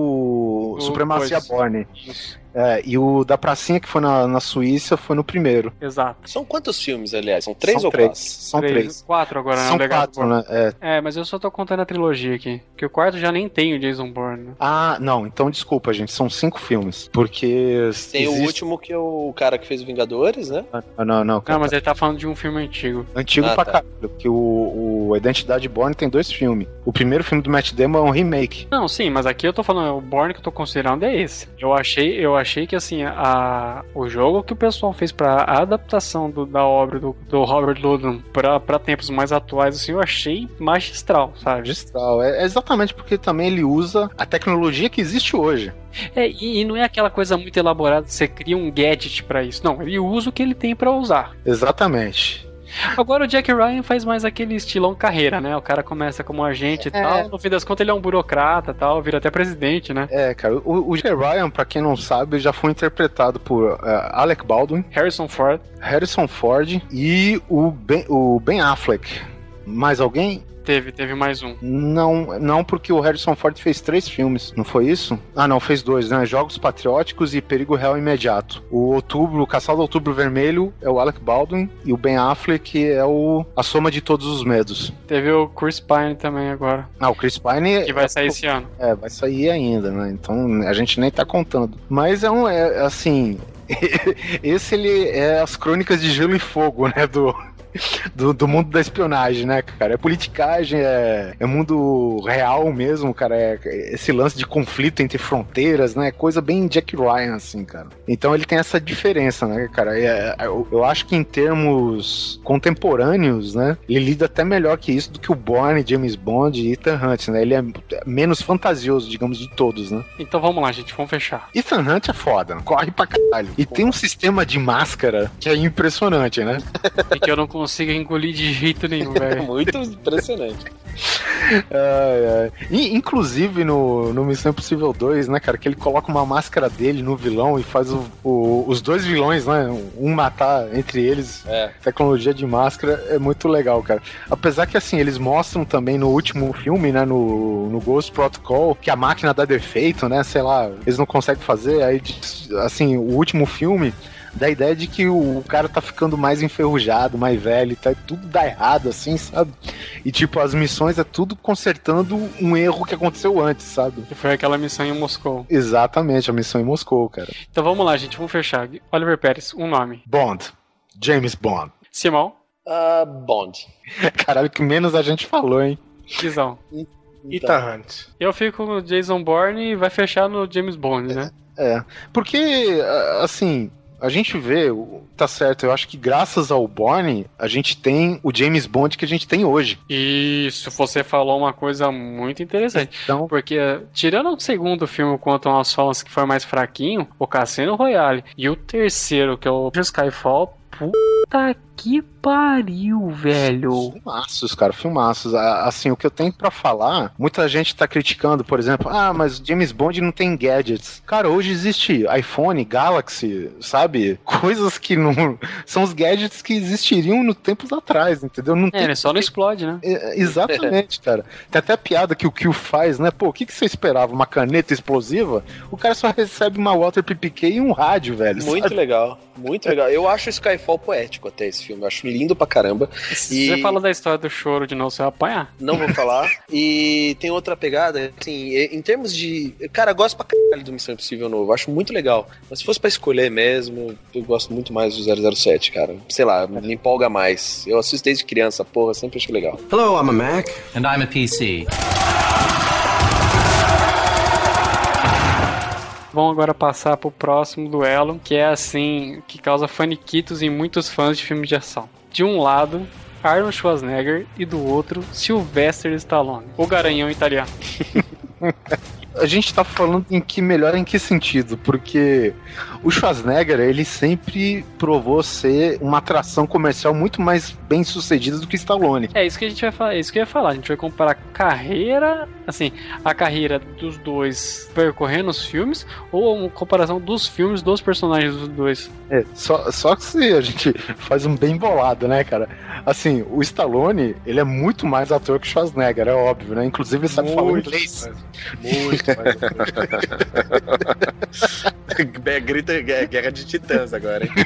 no O Supremacia dois. Born. Isso. É, e o da pracinha que foi na, na Suíça foi no primeiro. Exato. São quantos filmes, aliás? São três São ou três. quatro? São três, três. Quatro agora, né? São O Legado quatro, Bourne. né? É. É, mas eu só tô contando a trilogia aqui. Que o quarto já nem tem o Jason Bourne, né? Ah, não, então desculpa, gente. São cinco filmes. Porque. Tem o existe- último que é o cara que fez o Vingadores, né? Não, não, não. Não, mas ele tá falando de um filme antigo. Antigo Ah, pra tá. caralho. Porque o, o Identidade Born tem dois filmes. O primeiro filme do Matt Damon é um remake. Não, sim, mas aqui eu tô falando, o Bourne que eu tô considerando é esse. Eu achei, eu achei que assim, a, o jogo que o pessoal fez pra adaptação do- da obra do, do Robert Ludlum pra, pra tempos mais atuais, assim, eu achei magistral, sabe? Magistral. É, é exatamente porque também ele usa a tecnologia que existe hoje. É, e, e não é aquela coisa muito elaborada, você cria um gadget pra isso. Não, ele usa o que ele tem pra usar. Exatamente. Agora o Jack Ryan faz mais aquele estilão carreira, né? O cara começa como agente e É. tal, no fim das contas ele é um burocrata e tal, vira até presidente, né? É, cara, o, o Jack Ryan, pra quem não sabe, já foi interpretado por eh, Alec Baldwin, Harrison Ford. Harrison Ford e o Ben, o Ben Affleck. Mais alguém? Teve, teve mais um. Não, não, porque o Harrison Ford fez três filmes, não foi isso? Ah, não, fez dois, né? Jogos Patrióticos e Perigo Real Imediato. O Outubro, o Caçado do Outubro Vermelho é o Alec Baldwin e o Ben Affleck é o A Soma de Todos os Medos. Teve o Chris Pine também agora, Ah, o Chris Pine que vai é, sair esse ano. é, vai sair ainda, né? Então a gente nem tá contando. Mas é um, é assim, esse ele é as Crônicas de Gelo e Fogo, né? Do Do, do mundo da espionagem, né, cara? É politicagem, é, é mundo real mesmo, cara. É esse lance de conflito entre fronteiras, né? Coisa bem Jack Ryan, assim, cara. Então ele tem essa diferença, né, cara? É, eu, eu acho que em termos contemporâneos, né? Ele lida até melhor que isso do que o Bourne, James Bond e Ethan Hunt, né? Ele é menos fantasioso, digamos, de todos, né? Então vamos lá, gente, vamos fechar. Ethan Hunt é foda, corre pra caralho. E tem um sistema de máscara que é impressionante, né? E que eu não consigo engolir de jeito nenhum, velho. Muito impressionante. Ai, ai. E, inclusive no, no Missão Impossível dois, né, cara, que ele coloca uma máscara dele no vilão e faz o, o, os dois vilões, né, um matar entre eles. É. Tecnologia de máscara é muito legal, cara. Apesar que, assim, eles mostram também no último filme, né, no, no Ghost Protocol, que a máquina dá defeito, né, sei lá, eles não conseguem fazer, aí, assim, o último filme da ideia de que o cara tá ficando mais enferrujado, mais velho, tá, tudo dá errado, assim, sabe? E, tipo, as missões é tudo consertando um erro que aconteceu antes, sabe? Que foi aquela missão em Moscou. Exatamente, a missão em Moscou, cara. Então vamos lá, gente, vamos fechar. Oliver Pérez, um nome. Bond. James Bond. Simão. Uh, Bond. Caralho, que menos a gente falou, hein? Guizão. Ethan Hunt. Eu fico no Jason Bourne e vai fechar no James Bond, né? É, porque, assim, a gente vê, tá certo, eu acho que graças ao Bourne, a gente tem o James Bond que a gente tem hoje. Isso, você falou uma coisa muito interessante. Então, Porque, tirando o segundo filme, o Quantum of Solace, que foi mais fraquinho, o Cassino Royale, e o terceiro, que é o Skyfall, puta que pariu, velho. filmaços, cara, filmaços. Assim, o que eu tenho pra falar, muita gente tá criticando, por exemplo, ah, mas James Bond não tem gadgets. Cara, hoje existe iPhone, Galaxy, sabe? Coisas que não... São os gadgets que existiriam no tempos atrás, entendeu? Não É, tem... ele só não explode, né? É, exatamente, cara. Tem até a piada que o Kill faz, né? Pô, o que, que você esperava? Uma caneta explosiva? O cara só recebe uma Walter P P K e um rádio, velho. Muito sabe? legal, muito legal. Eu acho Skyfall poético até esse filme. Eu acho lindo pra caramba. Se E- você fala da história do choro de não se apanhar. Não vou falar. E tem outra pegada, assim, em termos de... Cara, eu gosto pra caralho do Missão Impossível novo. Acho muito legal. Mas se fosse pra escolher mesmo, eu gosto muito mais do zero zero sete, cara. Sei lá, me empolga mais. Eu assisto desde criança, porra, sempre achei legal. Hello, I'm a Mac. And I'm a P C. Vamos agora passar pro próximo duelo, que é assim, que causa faniquitos em muitos fãs de filmes de ação. De um lado, Arnold Schwarzenegger e do outro, Sylvester Stallone, o garanhão italiano. a gente tá falando em que melhor em que sentido? Porque o Schwarzenegger, ele sempre provou ser uma atração comercial muito mais bem sucedida do que o Stallone. É isso que a gente vai falar, é isso que eu ia falar. A gente vai comparar carreira, assim, a carreira dos dois percorrendo os filmes, ou uma comparação dos filmes dos personagens dos dois. É, só, só que se a gente faz um bem bolado, né, cara? Assim, o Stallone, ele é muito mais ator que o Schwarzenegger, é óbvio, né? Inclusive ele sabe falar inglês. Muito mais. Grita guerra de titãs agora, hein?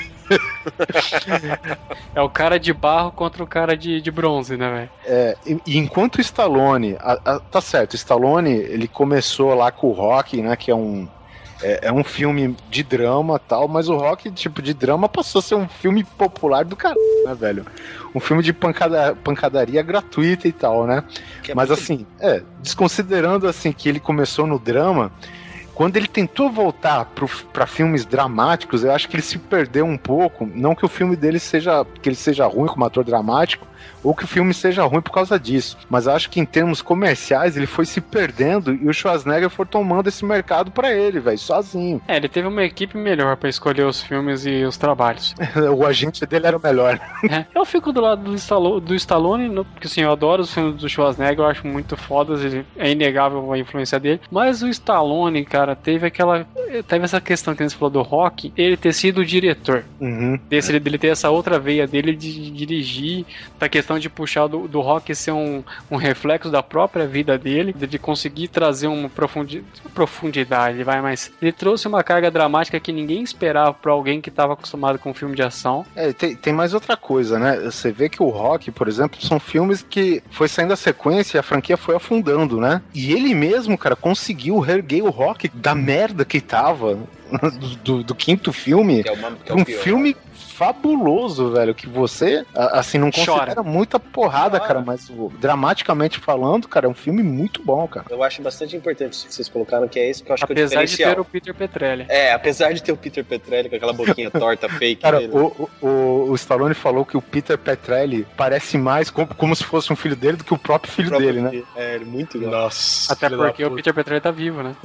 É o cara de barro contra o cara de, de bronze, né, velho? É, e, e enquanto o Stallone, a, a, tá certo, o Stallone, ele começou lá com o Rocky, né, que é um é, é um filme de drama e tal, mas o Rocky, tipo, de drama passou a ser um filme popular do caralho, né, velho? Um filme de pancada, pancadaria gratuita e tal, né? Que é mas muito... assim, é, desconsiderando assim que ele começou no drama, quando ele tentou voltar para filmes dramáticos, eu acho que ele se perdeu um pouco. Não que o filme dele seja que ele seja ruim como ator dramático, ou que o filme seja ruim por causa disso. Mas eu acho que em termos comerciais ele foi se perdendo e o Schwarzenegger foi tomando esse mercado pra ele, velho, sozinho. É, ele teve uma equipe melhor pra escolher os filmes e os trabalhos. O agente dele era o melhor. É, eu fico do lado do Stallone, do Stallone no, porque assim, eu adoro os filmes do Schwarzenegger, eu acho muito fodas, é inegável a influência dele. Mas o Stallone, cara, teve aquela. Teve essa questão que a gente falou do Rock, ele ter sido o diretor. Uhum. Desse, dele ter essa outra veia dele de dirigir, da questão de puxar do, do Rock ser um, um reflexo da própria vida dele, de, de conseguir trazer uma profundi, profundidade, vai, mas ele trouxe uma carga dramática que ninguém esperava pra alguém que estava acostumado com filme de ação. É, tem, tem mais outra coisa, né? Você vê que o Rock, por exemplo, são filmes que foi saindo a sequência e a franquia foi afundando, né? E ele mesmo, cara, conseguiu reerguer o Rock da merda que tava do, do, do quinto filme, que é uma, que é um pior, filme fabuloso, velho, que você, assim, não considera Chora. muita porrada, Chora. cara, mas dramaticamente falando, cara, é um filme muito bom, cara. Eu acho bastante importante isso que vocês colocaram, que é isso que eu acho que é o Apesar de diferencial. ter o Peter Petrelli. É, apesar de ter o Peter Petrelli com aquela boquinha torta fake Cara, dele. o, o, o Stallone falou que o Peter Petrelli parece mais como, como se fosse um filho dele do que o próprio filho O próprio dele, né? filho. É, ele é muito igual. Nossa. Até filho da porque o puta. Peter Petrelli tá vivo, né?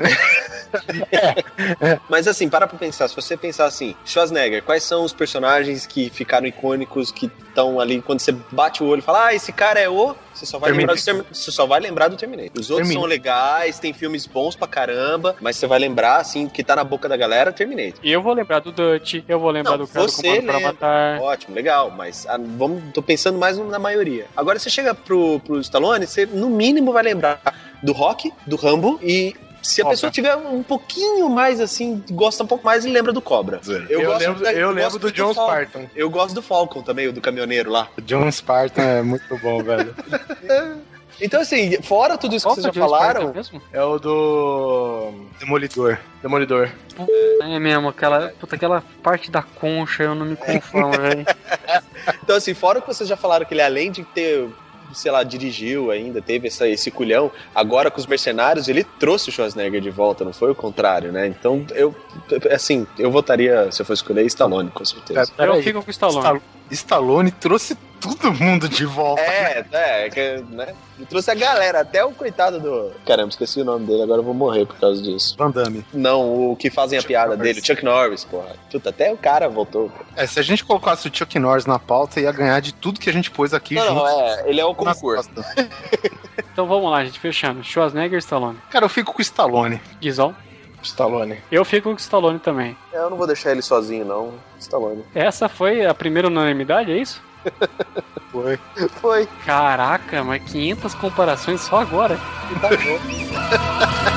Mas assim, para pra pensar, se você pensar assim, Schwarzenegger, quais são os personagens que ficaram icônicos, que estão ali, quando você bate o olho e fala, ah, esse cara é o... Você só vai, lembrar do, Term... você só vai lembrar do Terminator. Os outros Terminator. são legais, tem filmes bons pra caramba, mas você vai lembrar, assim, que tá na boca da galera, Terminator. E eu vou lembrar do Dutch, eu vou lembrar Não, do cara do você Comando para lembra. Matar. Ótimo, legal, mas ah, vamos, tô pensando mais na maioria. Agora você chega pro, pro Stallone, você no mínimo vai lembrar do Rock, do Rambo e... Se a Cobra. pessoa tiver um pouquinho mais assim, gosta um pouco mais, ele lembra do Cobra. Eu, gosto lembro, da- eu gosto lembro do John Falcon. Spartan. Eu gosto do Falcon também, o do caminhoneiro lá. John Spartan é muito bom, velho. Então, assim, fora tudo isso Qual que que é vocês o já Joe falaram, Spartan mesmo? É o do Demolidor. Demolidor. É mesmo, aquela, puta, aquela parte da concha, eu não me conformo, velho. então, assim, fora que vocês já falaram que ele, além de ter, sei lá, dirigiu ainda, teve essa, esse culhão, agora com os Mercenários, ele trouxe o Schwarzenegger de volta, não foi o contrário, né? Então, eu, assim, eu votaria, se eu fosse escolher, Stallone, com certeza. Pera Eu aí. fico com o Stallone. Stallone. Stallone trouxe todo mundo de volta. É, é, que, né? Ele trouxe a galera, até o coitado do... Caramba, esqueci o nome dele, agora eu vou morrer por causa disso. Van Damme. Não, o que fazem a Chuck piada Norris. dele, o Chuck Norris, porra. Puta, até o cara voltou. Pô. É, se a gente colocasse o Chuck Norris na pauta, ia ganhar de tudo que a gente pôs aqui Não, junto. não, é, ele é o nas concurso. costas. Então vamos lá, gente, fechando. Schwarzenegger e Stallone. Cara, eu fico com o Stallone. Guizão. Stallone. Eu fico com o Stallone também. Eu não vou deixar ele sozinho, não. Stallone. Essa foi a primeira unanimidade, é isso? Foi. Foi. Caraca, mas quinhentas comparações só agora. E tá bom.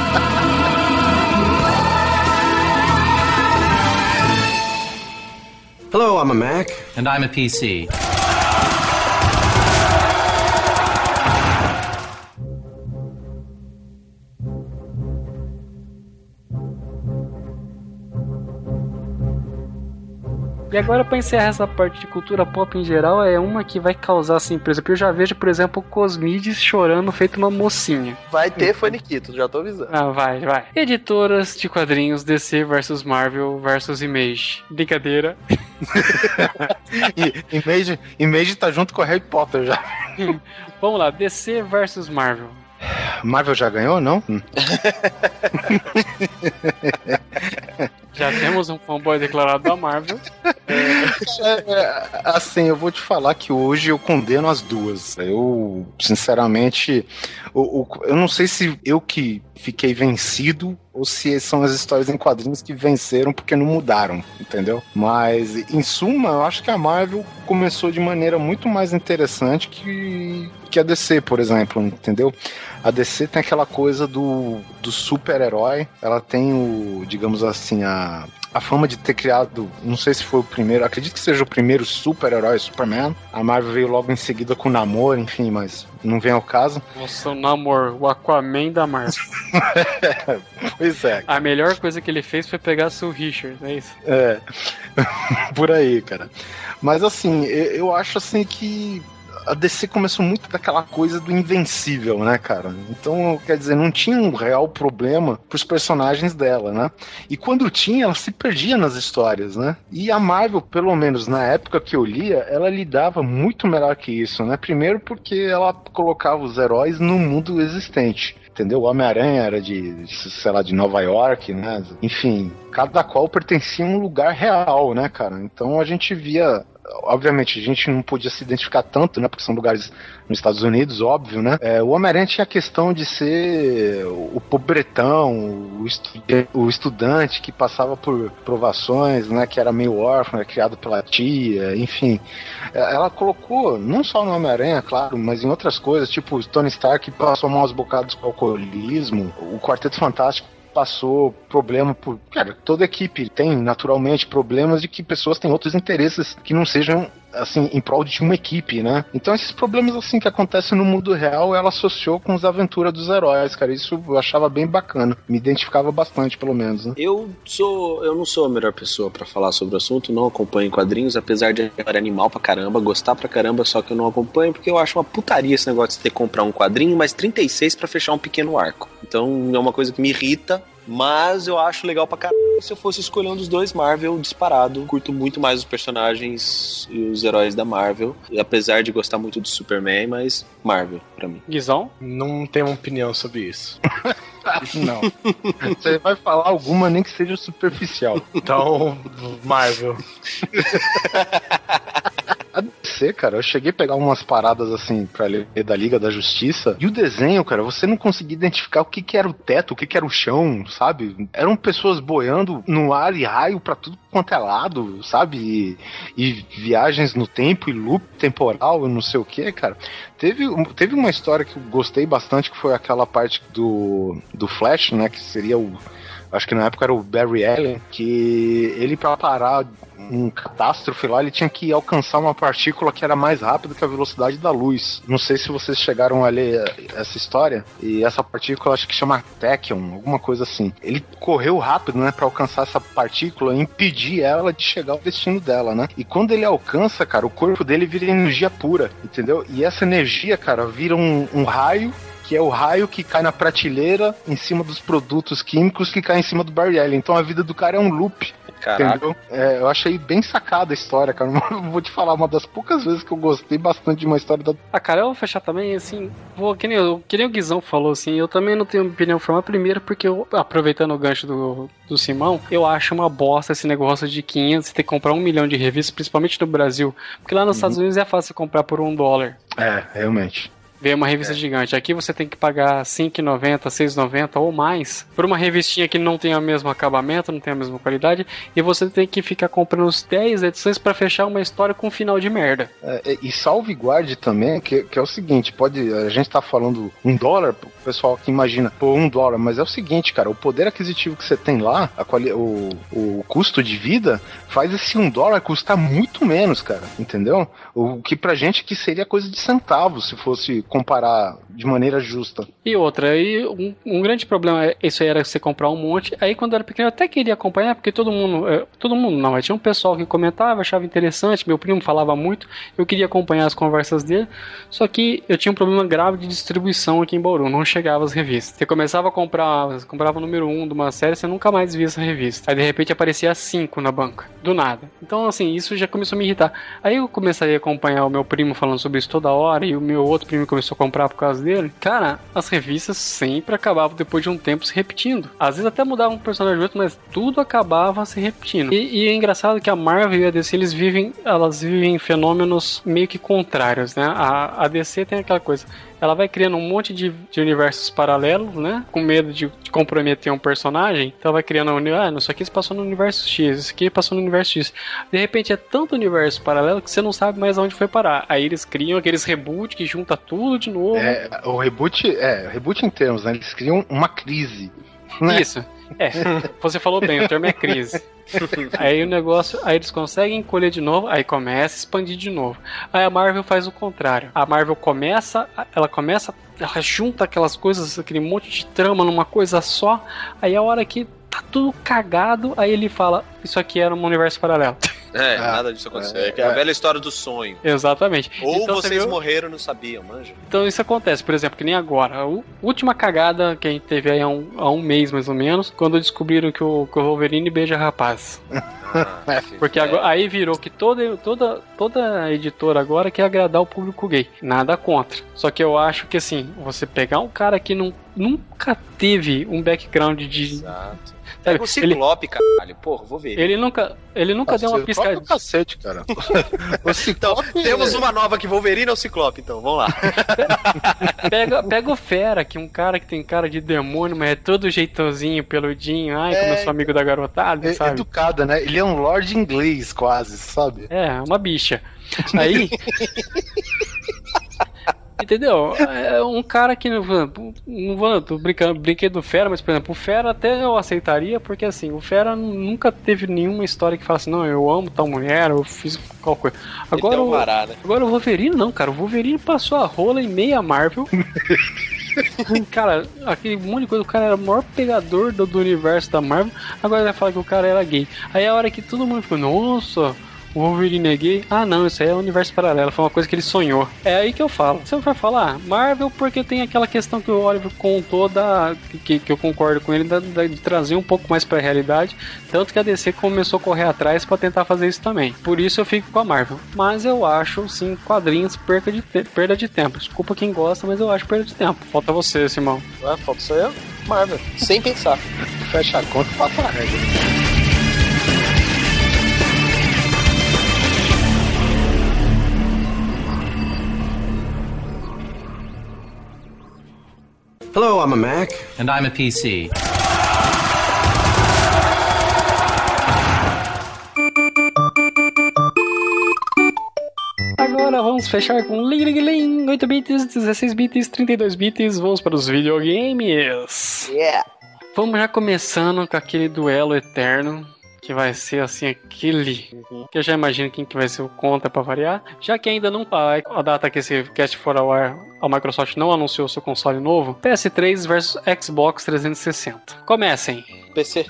Hello, I'm a Mac. And I'm a P C. E agora, pra encerrar essa parte de cultura pop em geral, é uma que vai causar assim, por exemplo, eu já vejo, por exemplo, o Cosmides chorando feito uma mocinha. Vai ter Faniquito, já tô avisando. Ah, vai, vai. Editoras de quadrinhos D C versus Marvel versus Image. Brincadeira. E Image, Image tá junto com o Harry Potter já. Vamos lá, D C versus Marvel. Marvel já ganhou, não? Hum. Já temos um fanboy declarado da Marvel. É, é, assim, eu vou te falar que hoje eu condeno as duas. Eu, sinceramente, o, o, eu não sei se eu que fiquei vencido ou se são as histórias em quadrinhos que venceram porque não mudaram, entendeu? Mas, em suma, eu acho que a Marvel começou de maneira muito mais interessante que, que a D C, por exemplo, entendeu? A D C tem aquela coisa do, do super-herói, ela tem o, digamos assim, a, a fama de ter criado, não sei se foi o primeiro, acredito que seja o primeiro super-herói, Superman. A Marvel veio logo em seguida com o Namor, enfim, mas não vem ao caso. Nossa, o Namor, o Aquaman da Marvel. Pois é. A melhor coisa que ele fez foi pegar Sue Richard, é isso? É, por aí, cara. Mas assim, eu acho assim que a D C começou muito daquela coisa do invencível, né, cara? Então, quer dizer, não tinha um real problema pros personagens dela, né? E quando tinha, ela se perdia nas histórias, né? E a Marvel, pelo menos na época que eu lia, ela lidava muito melhor que isso, né? Primeiro porque ela colocava os heróis no mundo existente. Entendeu? O Homem-Aranha era de, sei lá, de Nova York, né? Enfim, cada qual pertencia a um lugar real, né, cara? Então a gente via... Obviamente, a gente não podia se identificar tanto, né? Porque são lugares nos Estados Unidos, óbvio, né? É, o Homem-Aranha tinha a questão de ser o pobretão, o, estu o estudante que passava por provações, né? Que era meio órfão, era criado pela tia, enfim. Ela colocou, não só no Homem-Aranha, claro, mas em outras coisas, tipo o Tony Stark passou maus bocados com o alcoolismo, o Quarteto Fantástico passou problema por... Cara, toda equipe tem, naturalmente, problemas de que pessoas têm outros interesses que não sejam, assim, em prol de uma equipe, né? Então, esses problemas, assim, que acontecem no mundo real, ela associou com as aventuras dos heróis, cara. Isso eu achava bem bacana. Me identificava bastante, pelo menos, né? Eu sou... Eu não sou a melhor pessoa pra falar sobre o assunto, não acompanho quadrinhos, apesar de achar animal pra caramba, gostar pra caramba, só que eu não acompanho, porque eu acho uma putaria esse negócio de ter que comprar um quadrinho, mas trinta e seis pra fechar um pequeno arco. Então, é uma coisa que me irrita, mas eu acho legal pra caramba. Se eu fosse escolher um dos dois, Marvel, disparado. Curto muito mais os personagens e os heróis da Marvel. E apesar de gostar muito do Superman, mas Marvel, pra mim. Guizão? Não tenho uma opinião sobre isso. Não. Você vai falar alguma, nem que seja superficial. Então, Marvel. A D C, cara, eu cheguei a pegar umas paradas assim pra ler da Liga da Justiça, e o desenho, cara, você não conseguia identificar o que que era o teto, o que que era o chão, sabe? Eram pessoas boiando no ar e raio pra tudo quanto é lado, sabe? E, e viagens no tempo e loop temporal e não sei o que, cara. Teve, teve uma história que eu gostei bastante, que foi aquela parte do, do Flash, né, que seria o... Acho que na época era o Barry Allen, que ele, pra parar um catástrofe lá, ele tinha que alcançar uma partícula que era mais rápida que a velocidade da luz. Não sei se vocês chegaram a ler essa história, e essa partícula acho que chama Tachyon, alguma coisa assim. Ele correu rápido, né, pra alcançar essa partícula e impedir ela de chegar ao destino dela, né? E quando ele alcança, cara, o corpo dele vira energia pura, entendeu? E essa energia, cara, vira um, um raio, que é o raio que cai na prateleira em cima dos produtos químicos que cai em cima do Barry Allen. Então a vida do cara é um loop. Caraca. Entendeu? É, eu achei bem sacada a história, cara. Vou te falar, uma das poucas vezes que eu gostei bastante de uma história da... Ah, cara, eu vou fechar também, assim, vou, que, nem, eu, que nem o Guizão falou, assim, eu também não tenho opinião formada. Primeiro porque, eu, aproveitando o gancho do, do Simão, eu acho uma bosta esse negócio de quinhentos, você ter que comprar um milhão de revistas, principalmente no Brasil. Porque lá nos uhum. Estados Unidos é fácil comprar por um dólar. É, realmente. Ver uma revista é. gigante. Aqui você tem que pagar cinco reais e noventa centavos, seis reais e noventa centavos ou mais por uma revistinha que não tem o mesmo acabamento, não tem a mesma qualidade, e você tem que ficar comprando os dez edições pra fechar uma história com um final de merda. É, e salvaguarde também, que, que é o seguinte, pode, a gente tá falando um dólar, o pessoal que imagina, pô, um dólar, mas é o seguinte, cara, o poder aquisitivo que você tem lá, a quali, o, o custo de vida, faz esse um dólar custar muito menos, cara, entendeu? O que pra gente que seria coisa de centavos, se fosse comparar de maneira justa. E outra, aí um, um grande problema, isso aí era você comprar um monte, aí quando eu era pequeno eu até queria acompanhar, porque todo mundo, todo mundo não, mas tinha um pessoal que comentava, achava interessante, meu primo falava muito, eu queria acompanhar as conversas dele, só que eu tinha um problema grave de distribuição aqui em Bauru, não chegava as revistas. Você começava a comprar, você comprava o número um de uma série, você nunca mais via essa revista. Aí de repente aparecia cinco na banca, do nada. Então assim, isso já começou a me irritar. Aí eu comecei a acompanhar o meu primo falando sobre isso toda hora, e o meu outro primo começou começou a comprar por causa dele, cara, as revistas sempre acabavam depois de um tempo se repetindo. Às vezes até mudava um personagem outro, mas tudo acabava se repetindo. E, e é engraçado que a Marvel e a D C, eles vivem, elas vivem fenômenos meio que contrários, né? A, a D C tem aquela coisa, ela vai criando um monte de, de universos paralelos, né? Com medo de, de comprometer um personagem. Então ela vai criando, ah, isso aqui se passou no universo X, isso aqui passou no universo X. De repente é tanto universo paralelo que você não sabe mais onde foi parar. Aí eles criam aqueles reboot que junta tudo de novo. É, o reboot, é, reboot em termos, né? Eles criam uma crise. Né? Isso. É, você falou bem, o termo é crise. Aí o negócio, aí eles conseguem colher de novo, aí começa a expandir de novo. Aí a Marvel faz o contrário. A Marvel começa, ela começa, ela junta aquelas coisas, aquele monte de trama numa coisa só. Aí a hora que tá tudo cagado, aí ele fala, isso aqui era um universo paralelo. É, Ah, nada disso aconteceu. É, é, é a é. velha história do sonho. Exatamente. Ou Então, vocês viu? morreram e não sabiam, manja. Então isso acontece, por exemplo, que nem agora. A u- última cagada que a gente teve aí há um, há um mês, mais ou menos, quando descobriram que o, que o Wolverine beija rapaz. Ah, Porque é. agora, aí virou que toda, toda, toda editora agora quer agradar o público gay. Nada contra. Só que eu acho que assim, você pegar um cara que não, nunca teve um background de... Exato. Sabe, Pega o ele, Ciclope, caralho. Porra, vou ver. ele nunca, ele nunca deu uma piscadinha. Cacete, cara. O Então, Ciclope temos é- uma nova que Wolverine ou Ciclope, então, vamos lá. Pega, pega o Fera, que é um cara que tem cara de demônio, mas é todo jeitosinho, peludinho. Ai, como eu sou amigo da garotada, é sabe? educada, né? Ele é um lord inglês, quase, sabe? É, uma bicha. Aí. Entendeu? É um cara que. Não não vou. Tô brincando, brinquei do Fera, mas, por exemplo, o Fera até eu aceitaria, porque assim, o Fera nunca teve nenhuma história que falasse, não, eu amo tal mulher, eu fiz qualquer coisa. Agora, Ele é um o, mará, né? agora o Wolverine não, cara. O Wolverine passou a rola em meia Marvel. Cara, aquele monte de coisa, o cara era o maior pegador do, do universo da Marvel. Agora ele vai falar que o cara era gay. Aí a hora que todo mundo ficou, nossa, o Wolverine é gay? Ah, não, isso aí é um universo paralelo, foi uma coisa que ele sonhou. É aí que eu falo. Você vai falar Marvel porque tem aquela questão que o Oliver contou, da, que, que eu concordo com ele, da, da, de trazer um pouco mais pra realidade. Tanto que a D C começou a correr atrás pra tentar fazer isso também. Por isso eu fico com a Marvel. Mas eu acho, sim, quadrinhos perca de te- perda de tempo. Desculpa quem gosta, mas eu acho perda de tempo. Falta você, Simão. Ah, falta só eu, Marvel. Sem pensar. Fecha a conta e passa a regra. Hello, I'm a Mac. And I'm a P C. Agora vamos fechar com ling ling ling, oito bits, dezesseis bits, trinta e dois bits. Vamos para os videogames. Yeah. Vamos já começando com aquele duelo eterno, que vai ser assim, aquele que eu já imagino quem que vai ser o contra pra variar. Já que ainda não tá a data que esse cast for ao ar, a Microsoft não anunciou seu console novo, P S três versus Xbox trezentos e sessenta. Comecem. P C.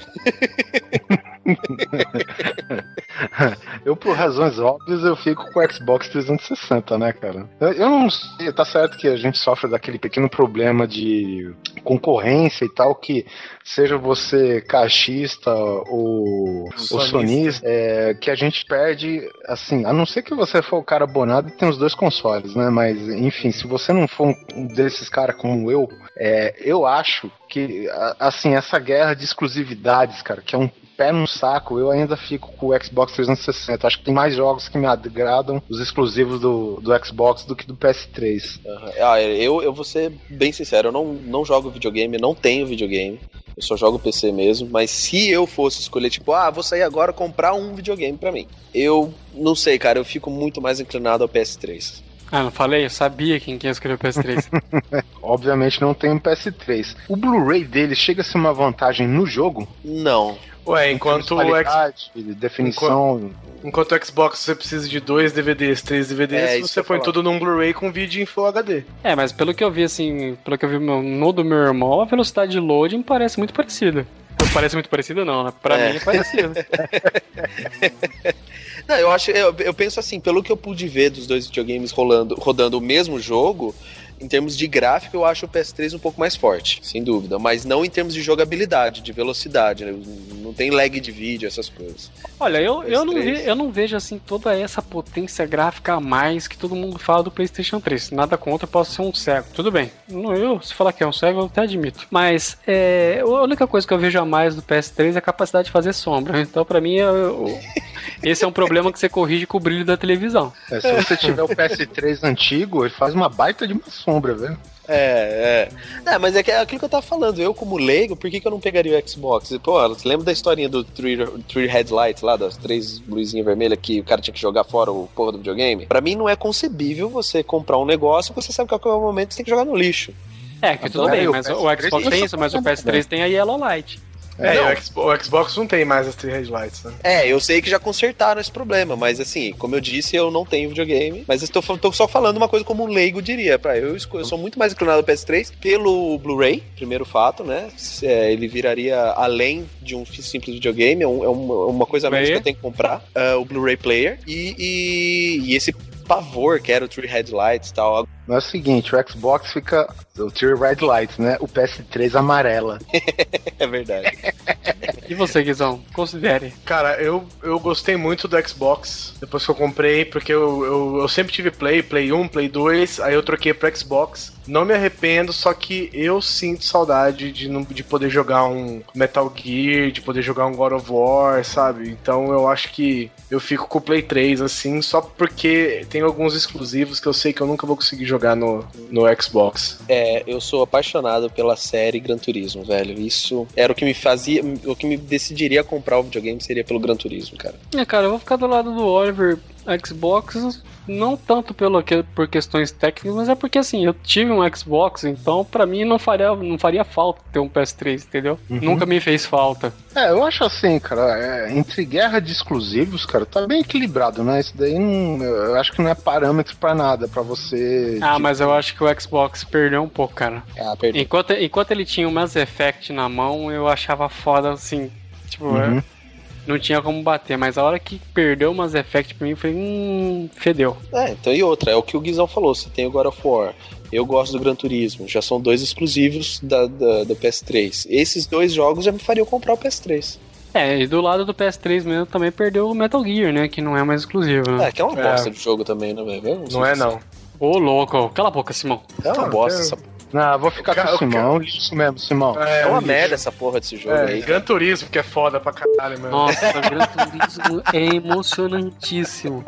Eu, por razões óbvias, eu fico com o Xbox trezentos e sessenta, né, cara? Eu, eu não sei, tá certo que a gente sofre daquele pequeno problema de concorrência e tal, que seja você caixista ou, ou sonista, é, que a gente perde, assim, a não ser que você for o cara abonado e tem os dois consoles, né? Mas, enfim, se você não for um desses caras como eu, é, eu acho que, assim, essa guerra de exclusividades, cara, que é um pé no saco, eu ainda fico com o Xbox trezentos e sessenta. Acho que tem mais jogos que me agradam, os exclusivos do, do Xbox, do que do P S três. Uhum. Ah, eu, eu vou ser bem sincero, eu não, não jogo videogame, não tenho videogame. Eu só jogo P C mesmo, mas se eu fosse escolher, tipo, ah, vou sair agora comprar um videogame pra mim, eu não sei, cara, eu fico muito mais inclinado ao P S três. Ah, não falei? Eu sabia quem ia escolher o P S três. Obviamente não tem um P S três. O Blu-ray dele chega a ser uma vantagem no jogo? Não. Ué, enquanto o, X... Qualidade, definição... enquanto, enquanto o Xbox você precisa de dois D V Ds, três D V Ds, É, isso você que eu põe ia tudo num Blu-ray com vídeo em Full H D. É, mas pelo que eu vi, assim, pelo que eu vi no, no do meu irmão, a velocidade de loading parece muito parecida. Parece muito parecida não, né? Pra É. mim é parecido. Não, eu acho, eu, eu penso assim, pelo que eu pude ver dos dois videogames rolando, rodando o mesmo jogo, em termos de gráfico, eu acho o P S três um pouco mais forte, sem dúvida, mas não em termos de jogabilidade, de velocidade, né? não tem lag de vídeo, essas coisas. Olha, eu, eu, não, três. ve, eu não vejo assim toda essa potência gráfica a mais que todo mundo fala do PlayStation três. Nada contra, eu posso ser um cego. Tudo bem. Não, eu, se falar que é um cego, eu até admito. Mas é, a única coisa que eu vejo a mais do P S três é a capacidade de fazer sombra. Então, pra mim, eu, eu, esse é um problema que você corrige com o brilho da televisão. É, se você tiver o P S três antigo, ele faz uma baita de uma sombra, velho. É, é. É, mas é, que é aquilo que eu tava falando. Eu, como leigo, por que, que eu não pegaria o Xbox? Pô, você lembra da historinha do Three, three Headlights lá, das três luzinhas vermelhas que o cara tinha que jogar fora o porra do videogame? Pra mim não é concebível você comprar um negócio que você sabe que a qualquer momento você tem que jogar no lixo. É, que tudo Então, bem, o mas P S o três Xbox tem isso, mas o P S três tem a Yellow Light. É, Não. o, Xbox, o Xbox não tem mais as três headlights, né? É, eu sei que já consertaram esse problema, mas assim, como eu disse, eu não tenho videogame, mas estou tô só falando uma coisa como um leigo diria. Pra eu, eu sou muito mais inclinado ao P S três pelo Blu-ray, primeiro fato, né? É, ele viraria além de um simples videogame, é, um, é uma, uma coisa a menos que eu tenho que comprar, uh, o Blu-ray Player, e, e, e esse pavor que era o Three Headlights e tal. Mas é o seguinte, o Xbox fica o Three Red Lights, né? O P S três amarela. É verdade. E você, Guizão? Considere. Cara, eu, eu gostei muito do Xbox depois que eu comprei, porque eu, eu, eu sempre tive Play, Play um, Play dois, aí eu troquei pro Xbox. Não me arrependo, só que eu sinto saudade de, não, de poder jogar um Metal Gear, de poder jogar um God of War, sabe? Então eu acho que eu fico com o Play três, assim, só porque tem alguns exclusivos que eu sei que eu nunca vou conseguir jogar no, no Xbox. É, eu sou apaixonado pela série Gran Turismo, velho. Isso era o que me fazia, o que me decidiria a comprar o videogame seria pelo Gran Turismo, cara. É, cara, eu vou ficar do lado do Oliver. Xbox, não tanto pelo que, por questões técnicas, mas é porque assim, eu tive um Xbox, então pra mim não faria, não faria falta ter um P S três, entendeu? Uhum. Nunca me fez falta. É, eu acho assim, cara, é, entre guerra de exclusivos, cara, tá bem equilibrado, né? Isso daí não, eu acho que não é parâmetro pra nada, pra você... Ah, tipo... mas eu acho que o Xbox perdeu um pouco, cara. Ah, perdeu. Enquanto, enquanto ele tinha o Mass Effect na mão, eu achava foda, assim, tipo... Uhum. É... Não tinha como bater, mas a hora que perdeu o Mass Effect pra mim, eu falei, hum, fedeu. É, então e outra, é o que o Guizão falou, você tem o God of War, eu gosto do Gran Turismo, já são dois exclusivos da, da, da P S três. Esses dois jogos já me fariam comprar o P S três. É, e do lado do P S três mesmo também perdeu o Metal Gear, né, que não é mais exclusivo, né? É, que é uma bosta é. de jogo também, né, velho? Não, não é não. Ô, louco, cala a boca, Simão. É uma não, bosta eu... essa Não, eu vou ficar ca... com o Simão, isso mesmo, Simão. É, é uma merda essa porra desse jogo é, aí. Gran Turismo, que é foda pra caralho, mano. Nossa, Gran Turismo é emocionantíssimo.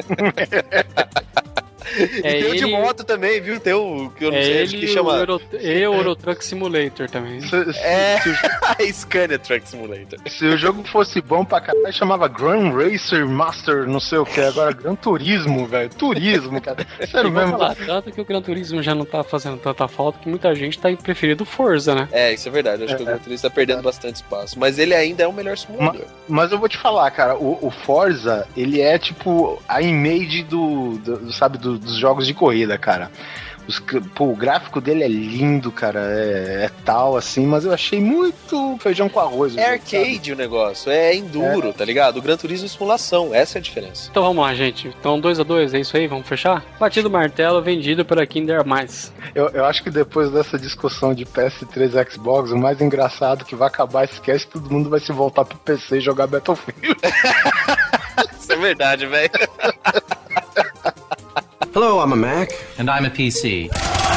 É e tem ele... o de moto também, viu? Tem o que eu não é sei, ele acho que chama... Euro... E o Euro Truck Simulator também. Se, se, é, se... Scania Truck Simulator. Se o jogo fosse bom pra caralho, chamava Grand Racer Master, não sei o que, agora Gran Turismo, velho. Turismo, cara. Sério mesmo. Falar, tanto que o Gran Turismo já não tá fazendo tanta falta que muita gente tá preferindo Forza, né? É, isso é verdade. Acho é, que o Gran Turismo tá perdendo é. bastante espaço. Mas ele ainda é o melhor simulador. Mas, mas eu vou te falar, cara, o, o Forza, ele é tipo a image do, do sabe, do, dos jogos de corrida. Cara, Os, pô, o gráfico dele é lindo, cara, é, é tal assim, mas eu achei muito feijão com arroz. É arcade, sabe? O negócio, é enduro, é. Tá ligado? O Gran Turismo é simulação, essa é a diferença. Então vamos lá, gente. Então dois a dois, é isso aí, vamos fechar? Batido martelo, vendido para Kinder Mais. Eu, eu acho que depois dessa discussão de P S três e Xbox, o mais engraçado que vai acabar, esquece, todo mundo vai se voltar pro P C e jogar Battlefield. Isso é verdade, velho. Hello, I'm a Mac. And I'm a P C.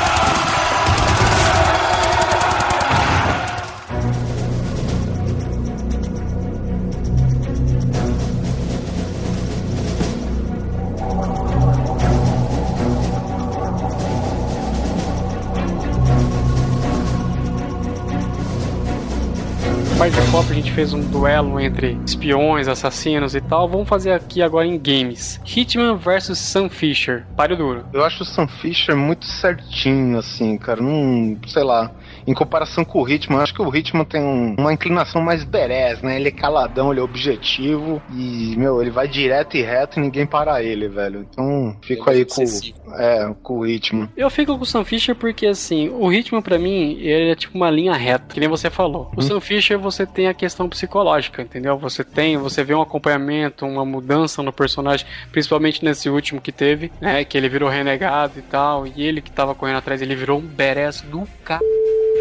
Parte de Copa a gente fez um duelo entre espiões, assassinos e tal. Vamos fazer aqui agora em games. Hitman versus Sam Fisher. Páreo duro. Eu acho o Sam Fisher muito certinho, assim, cara. Não, sei lá. Em comparação com o Hitman, acho que o Hitman tem um, uma inclinação mais badass, né? Ele é caladão, ele é objetivo e, meu, ele vai direto e reto e ninguém para ele, velho. Então, fico aí com, é, com o Hitman. Eu fico com o Sam Fisher porque, assim, o Hitman pra mim, ele é tipo uma linha reta, que nem você falou. O hum. Sam Fisher, você tem a questão psicológica, entendeu? Você tem, você vê um acompanhamento, uma mudança no personagem, principalmente nesse último que teve, né? Que ele virou renegado e tal, e ele que tava correndo atrás, ele virou um badass do c...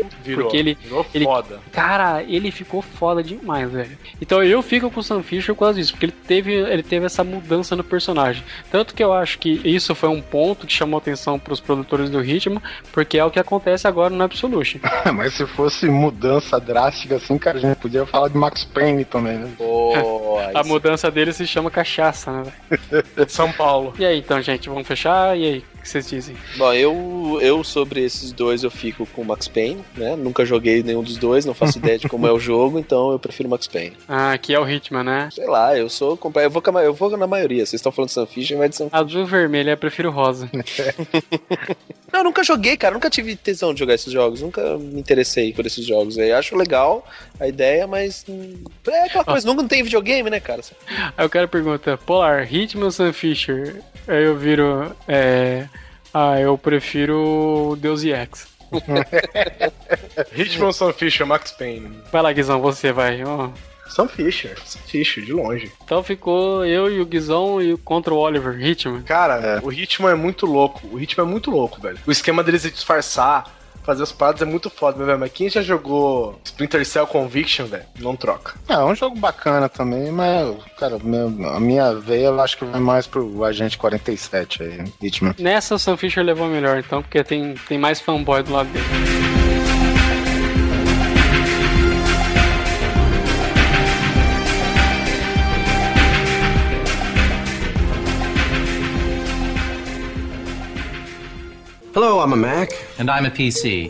Virou, porque ele, virou ele, foda. Cara, ele ficou foda demais, velho. Então eu fico com o Sam Fisher por causa disso, porque ele teve, ele teve essa mudança no personagem. Tanto que eu acho que isso foi um ponto que chamou atenção pros produtores do Hitman, porque é o que acontece agora no Absolution. Mas se fosse mudança drástica assim, cara, a gente podia falar de Max Payne também, né? Oh, A mudança dele se chama cachaça, né, velho? São Paulo. E aí, então, gente, vamos fechar? E aí, o que vocês dizem? Bom, eu, eu sobre esses dois eu fico com o Max Payne, né? Nunca joguei nenhum dos dois, não faço ideia de como é o jogo, então eu prefiro o Max Payne. Ah, que é o Hitman, né? Sei lá, eu sou. Eu vou, com a- eu vou na maioria. Vocês estão falando de Sam Fisher, mas de Sam Azul e vermelho, eu prefiro rosa. Não, eu nunca joguei, cara. Nunca tive tesão de jogar esses jogos. Nunca me interessei por esses jogos aí. Acho legal a ideia, mas. hum, É aquela coisa, nunca não tem videogame, né, cara? Aí o cara pergunta, Polar, Hitman ou Sam Fisher? Aí eu viro, é... Ah, eu prefiro o Deus Ex. Hitman, Sam Fisher, Max Payne. Vai lá, Guizão, você vai. Ó. Sam Fisher, Sam Fisher, de longe. Então ficou eu e o Guizão e contra o Oliver, Hitman. Cara, o Hitman é muito louco. O Hitman é muito louco, velho. O esquema deles de disfarçar, fazer as paradas é muito foda, velho. Mas quem já jogou Splinter Cell Conviction, velho, não troca. É, é um jogo bacana também, mas, cara, meu- a minha veia eu acho que vai mais pro Agente quarenta e sete aí, Hitman. Nessa o Sam Fisher levou melhor, então, porque tem, tem mais fanboy do lado dele. Hello, I'm a Mac. And I'm a P C.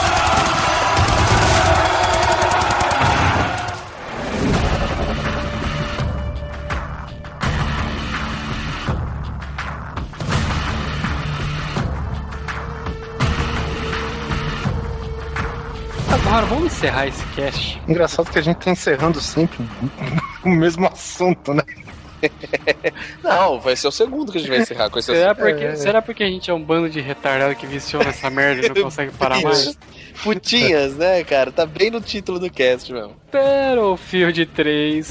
Agora, vamos encerrar esse cast. Engraçado que a gente tá encerrando sempre o mesmo assunto, né? Não, vai ser o segundo que a gente vai encerrar com esse Será assunto. porque, será porque a gente é um bando de retardado que viciou nessa merda e não consegue parar mais? Putinhas, né, cara? Tá bem no título do cast mesmo. Battlefield três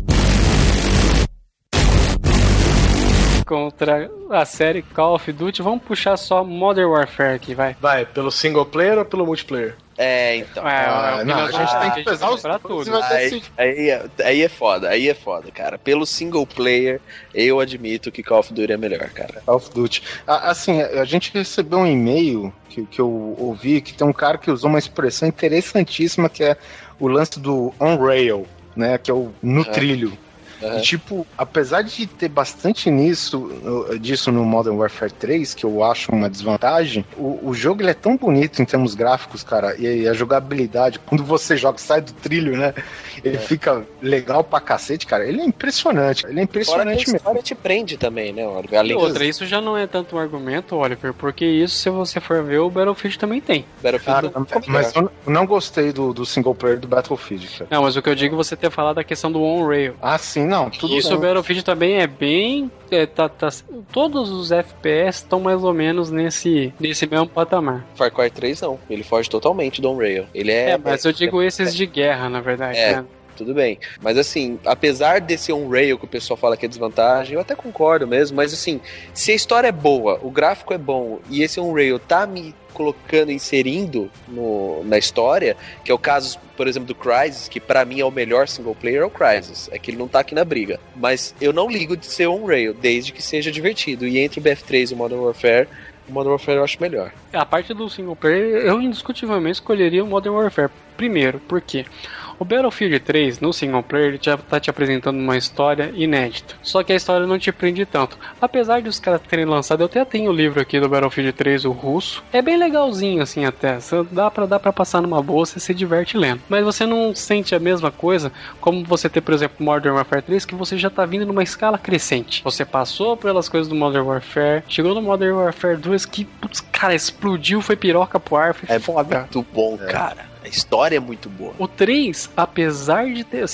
contra a série Call of Duty. Vamos puxar só Modern Warfare aqui, vai. Vai, pelo single player ou pelo multiplayer? É, então. É, Ah, é o não, a final gente do- tem a que gente pesar vai os pra dois tudo. e vai- Aí, aí, é- aí é foda, aí é foda, cara. Pelo single player, eu admito que Call of Duty é melhor, cara. Call of Duty. Ah, assim, a gente recebeu um e-mail que, que eu ouvi que tem um cara que usou uma expressão interessantíssima que é o lance do on-rail, né? Que é o no Uhum. trilho. Uhum. E, tipo, apesar de ter bastante nisso, no- disso no Modern Warfare três, que eu acho uma desvantagem, o, o jogo ele é tão bonito em termos gráficos, cara, e a jogabilidade, quando você joga, sai do trilho, né? Ele É. fica legal pra cacete, cara. Ele é impressionante. Ele é Fora que a impressionante mesmo. história te prende também, né, Oliver? E Além outra, do isso já não é tanto um argumento, Oliver, porque isso, se você for ver, o Battlefield também tem. Battlefield. Cara, não ficou mas melhor. eu não gostei do, do single player do Battlefield, cara. Não, mas o que eu digo é você ter falado da questão do on-rail. Ah, sim, não, tudo Isso, o bem. Battlefield também é bem... é, tá, tá- todos os F P S estão mais ou menos nesse, nesse mesmo patamar. Far Cry três não, ele foge totalmente do on-rail. Ele é... É, mas eu digo esses de guerra, na verdade, É. né? Tudo bem. Mas assim, apesar desse on-rail que o pessoal fala que é desvantagem, eu até concordo mesmo, mas assim, se a história é boa, o gráfico é bom e esse on-rail tá me colocando, inserindo no, na história, que é o caso, por exemplo, do Crysis, que pra mim é o melhor single player, é o Crysis. É que ele não tá aqui na briga. Mas eu não ligo de ser on-rail, desde que seja divertido. E entre o B F três e o Modern Warfare, o Modern Warfare eu acho melhor. A parte do single player, eu indiscutivelmente escolheria o Modern Warfare. Primeiro, por quê? O Battlefield três, no single player, ele já tá te apresentando uma história inédita. Só que a história não te prende tanto. Apesar de os caras terem lançado, eu até tenho o livro aqui do Battlefield três, o russo. É bem legalzinho, assim, até. Você- Dá pra, dá pra passar numa boa, você se diverte lendo. Mas você não sente a mesma coisa como você ter, por exemplo, Modern Warfare três, que você já tá vindo numa escala crescente. Você passou pelas coisas do Modern Warfare, chegou no Modern Warfare dois, que, putz, cara, explodiu, foi piroca pro ar, foi É foda. muito bom, cara. A história é muito boa. O três, apesar de ter, assim,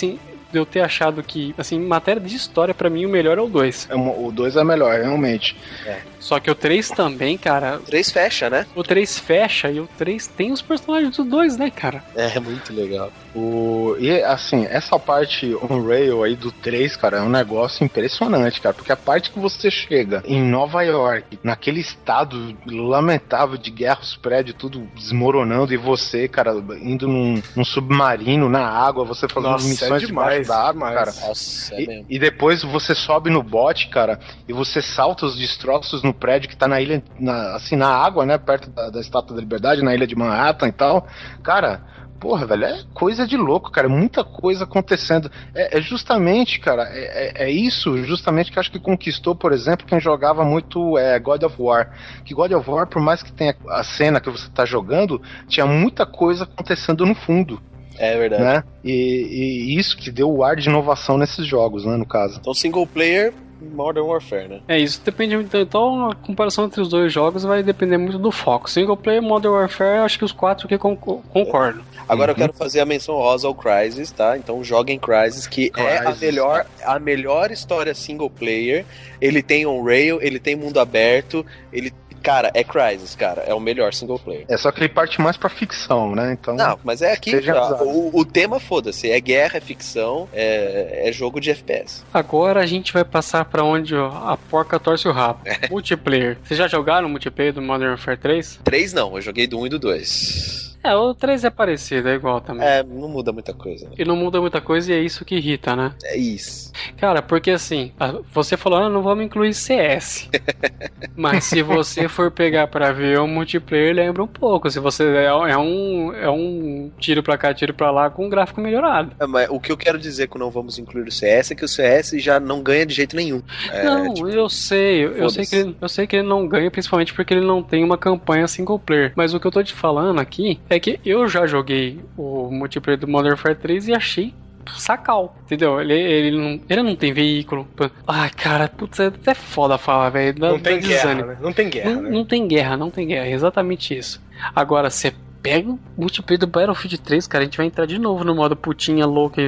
de eu ter achado que, assim, em matéria de história, pra mim, o melhor é o dois. É uma- o dois é melhor, realmente. Só que o três também, cara, três fecha, né? o três fecha e o três tem os personagens do dois, né, cara? É, muito legal. O, e assim, essa parte on-rail aí do três, cara, é um negócio impressionante, cara. Porque a parte que você chega em Nova York, naquele estado lamentável de guerra, os prédios tudo desmoronando, e você, cara, indo num, num submarino, na água, você fazendo Nossa, missões é demais, debaixo da água, demais. cara. Nossa, é E, mesmo. e depois você sobe no bote, cara, e você salta os destroços no prédio que tá na ilha, na- assim, na água, né, perto da, da Estátua da Liberdade, na ilha de Manhattan e tal. Cara, porra, velho, é coisa de louco, cara, muita coisa acontecendo. É, é justamente, cara, é, é- é isso justamente que eu acho que conquistou, por exemplo, quem jogava muito é, God of War. Que God of War, por mais que tenha a cena que você tá jogando, tinha muita coisa acontecendo no fundo. É verdade. Né? E, e isso que deu o ar de inovação nesses jogos, né, no caso. Então, single player, Modern Warfare, né? É isso, depende muito. Então, a comparação entre os dois jogos vai depender muito do foco. Single player, Modern Warfare, acho que os quatro que con- concordam. Agora Uhum. eu quero fazer a menção rosa ao Crysis, tá? Então joguem Crysis, que é a Crysis, melhor, a melhor história single player. Ele tem on-rail, ele tem mundo aberto, ele... Cara, é Crysis, cara. É o melhor single player. É só que ele parte mais pra ficção, né? Então. Não, mas é aqui, Seja já, avisado. o, o tema, foda-se, é guerra, é ficção, é, é jogo de F P S. Agora a gente vai passar pra onde ó, a porca torce o rabo. Multiplayer. Vocês já jogaram o multiplayer do Modern Warfare três? Três não, eu joguei do um e do dois. É, o três é parecido, é igual também. É, não muda muita coisa. Né? E não muda muita coisa e é isso que irrita, né? É isso. Cara, porque assim, a- você falou, ah, não vamos incluir C S. Mas se você for pegar pra ver o multiplayer, lembra um pouco. Se você é, é um é um tiro pra cá, tiro pra lá com um gráfico melhorado. É, mas o que eu quero dizer com não vamos incluir o C S é que o C S já não ganha de jeito nenhum. É, não, tipo, eu sei, eu, eu sei foda-se. que ele, eu sei que ele não ganha, principalmente porque ele não tem uma campanha single player. Mas o que eu tô te falando aqui é que eu já joguei o multiplayer do Modern Warfare três e achei sacal, entendeu? Ele, ele, não, ele não tem veículo. Ai, cara, putz, é até foda falar, velho. dá- Não tem dá guerra, desânimo. né? Não tem guerra, Não, né? não tem guerra, não tem guerra, é exatamente isso. Agora, você pega o multiplayer do Battlefield três, cara, a gente vai entrar de novo no modo putinha louca.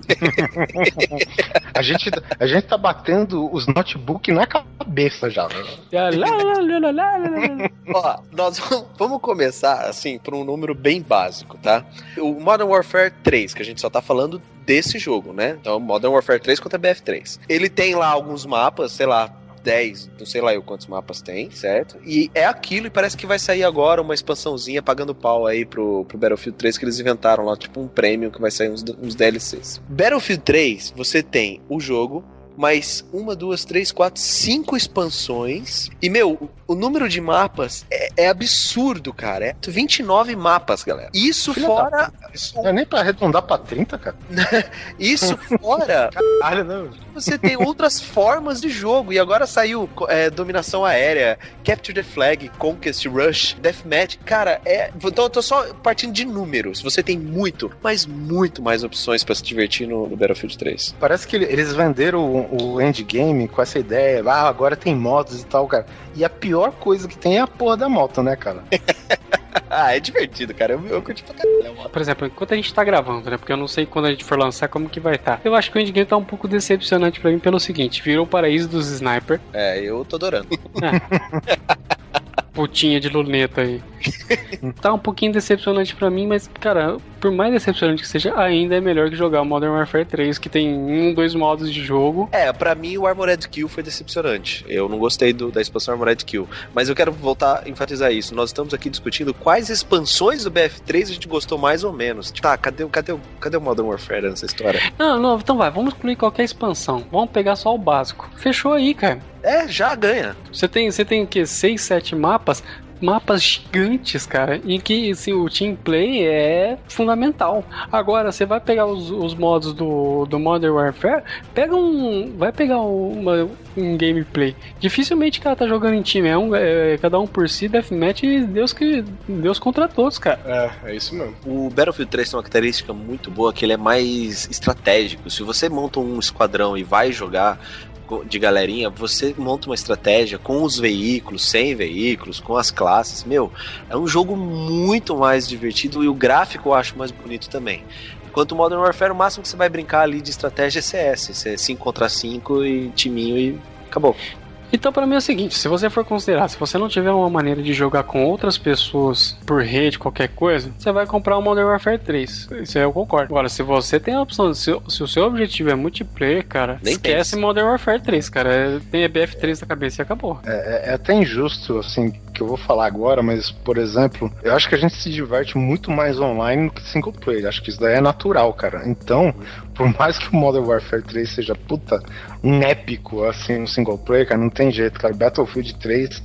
A gente, a gente tá batendo os notebooks na cabeça já, né? Lá, lá, lá, lá, lá, lá. Ó, nós vamos- vamos começar, assim, por um número bem básico, tá? O Modern Warfare três, que a gente só tá falando desse jogo, né? Então, Modern Warfare três contra B F três. Ele tem lá alguns mapas, sei lá, dez, não sei lá eu quantos mapas tem, certo? E é aquilo, e parece que vai sair agora uma expansãozinha pagando pau aí pro, pro Battlefield três que eles inventaram lá, tipo um prêmio que vai sair uns, uns D L Cs. Battlefield três, você tem o jogo, mais uma, duas, três, quatro, cinco expansões. E, meu, o número de mapas é, é absurdo, cara. É vinte e nove mapas, galera. Isso Filha fora. Não é nem pra arredondar pra trinta, cara. Isso fora. Caralho, não. Você tem outras formas de jogo. E agora saiu é, dominação aérea, Capture the Flag, Conquest, Rush, Deathmatch. Cara, é. Então eu tô só partindo de números. Você tem muito, mas muito mais opções pra se divertir no, no Battlefield três. Parece que ele- eles venderam o, o endgame com essa ideia, ah, agora tem motos e tal, cara. E a pior coisa que tem é a porra da moto, né, cara? Ah, é divertido, cara. Eu, eu curti pra caralho. Por exemplo, enquanto a gente tá gravando, né? Porque eu não sei quando a gente for lançar como que vai estar. Eu acho que o endgame tá um pouco decepcionante pra mim pelo seguinte: virou o paraíso dos sniper. É, eu tô adorando. Putinha de luneta aí. Tá um pouquinho decepcionante pra mim, mas, cara, por mais decepcionante que seja, ainda é melhor que jogar o Modern Warfare três, que tem um, dois modos de jogo. É, pra mim o Armored Kill foi decepcionante. Eu não gostei do, da expansão Armored Kill. Mas eu quero voltar a enfatizar isso. Nós estamos aqui discutindo quais expansões do B F três a gente gostou mais ou menos. Tipo, tá, cadê, o- cadê, o- cadê o Modern Warfare nessa história? Não, não, então vai, vamos excluir qualquer expansão. Vamos pegar só o básico. Fechou aí, cara. É, já ganha. Você tem, você tem o quê? seis, sete mapas? Mapas gigantes, cara, em que assim, o team play é fundamental. Agora, você vai pegar os, os modos do, do Modern Warfare, pega um. Vai pegar uma, um gameplay. Dificilmente o cara tá jogando em time, é, um, é cada um por si, deathmatch e Deus, que, Deus contra todos, cara. É, é isso mesmo. O Battlefield três tem uma característica muito boa, que ele é mais estratégico. Se você monta um esquadrão e vai jogar de galerinha, você monta uma estratégia com os veículos, sem veículos, com as classes. Meu, é um jogo muito mais divertido e o gráfico eu acho mais bonito também. Enquanto o Modern Warfare, o máximo que você vai brincar ali de estratégia é C S. Você é cinco contra cinco e timinho e acabou. Então, pra mim é o seguinte, se você for considerar, se você não tiver uma maneira de jogar com outras pessoas por rede, qualquer coisa, você vai comprar o Modern Warfare três. Isso aí eu concordo. Agora, se você tem a opção, se, se o seu objetivo é multiplayer, cara, Nem esquece pense. Modern Warfare três, cara. É, tem B F três na cabeça e acabou. É, é até injusto, assim, que eu vou falar agora, mas, por exemplo, eu acho que a gente se diverte muito mais online do que single player. Acho que isso daí é natural, cara. Então, por mais que o Modern Warfare três seja, puta, um épico, assim, no single player, cara, não tem jeito, cara. Battlefield três,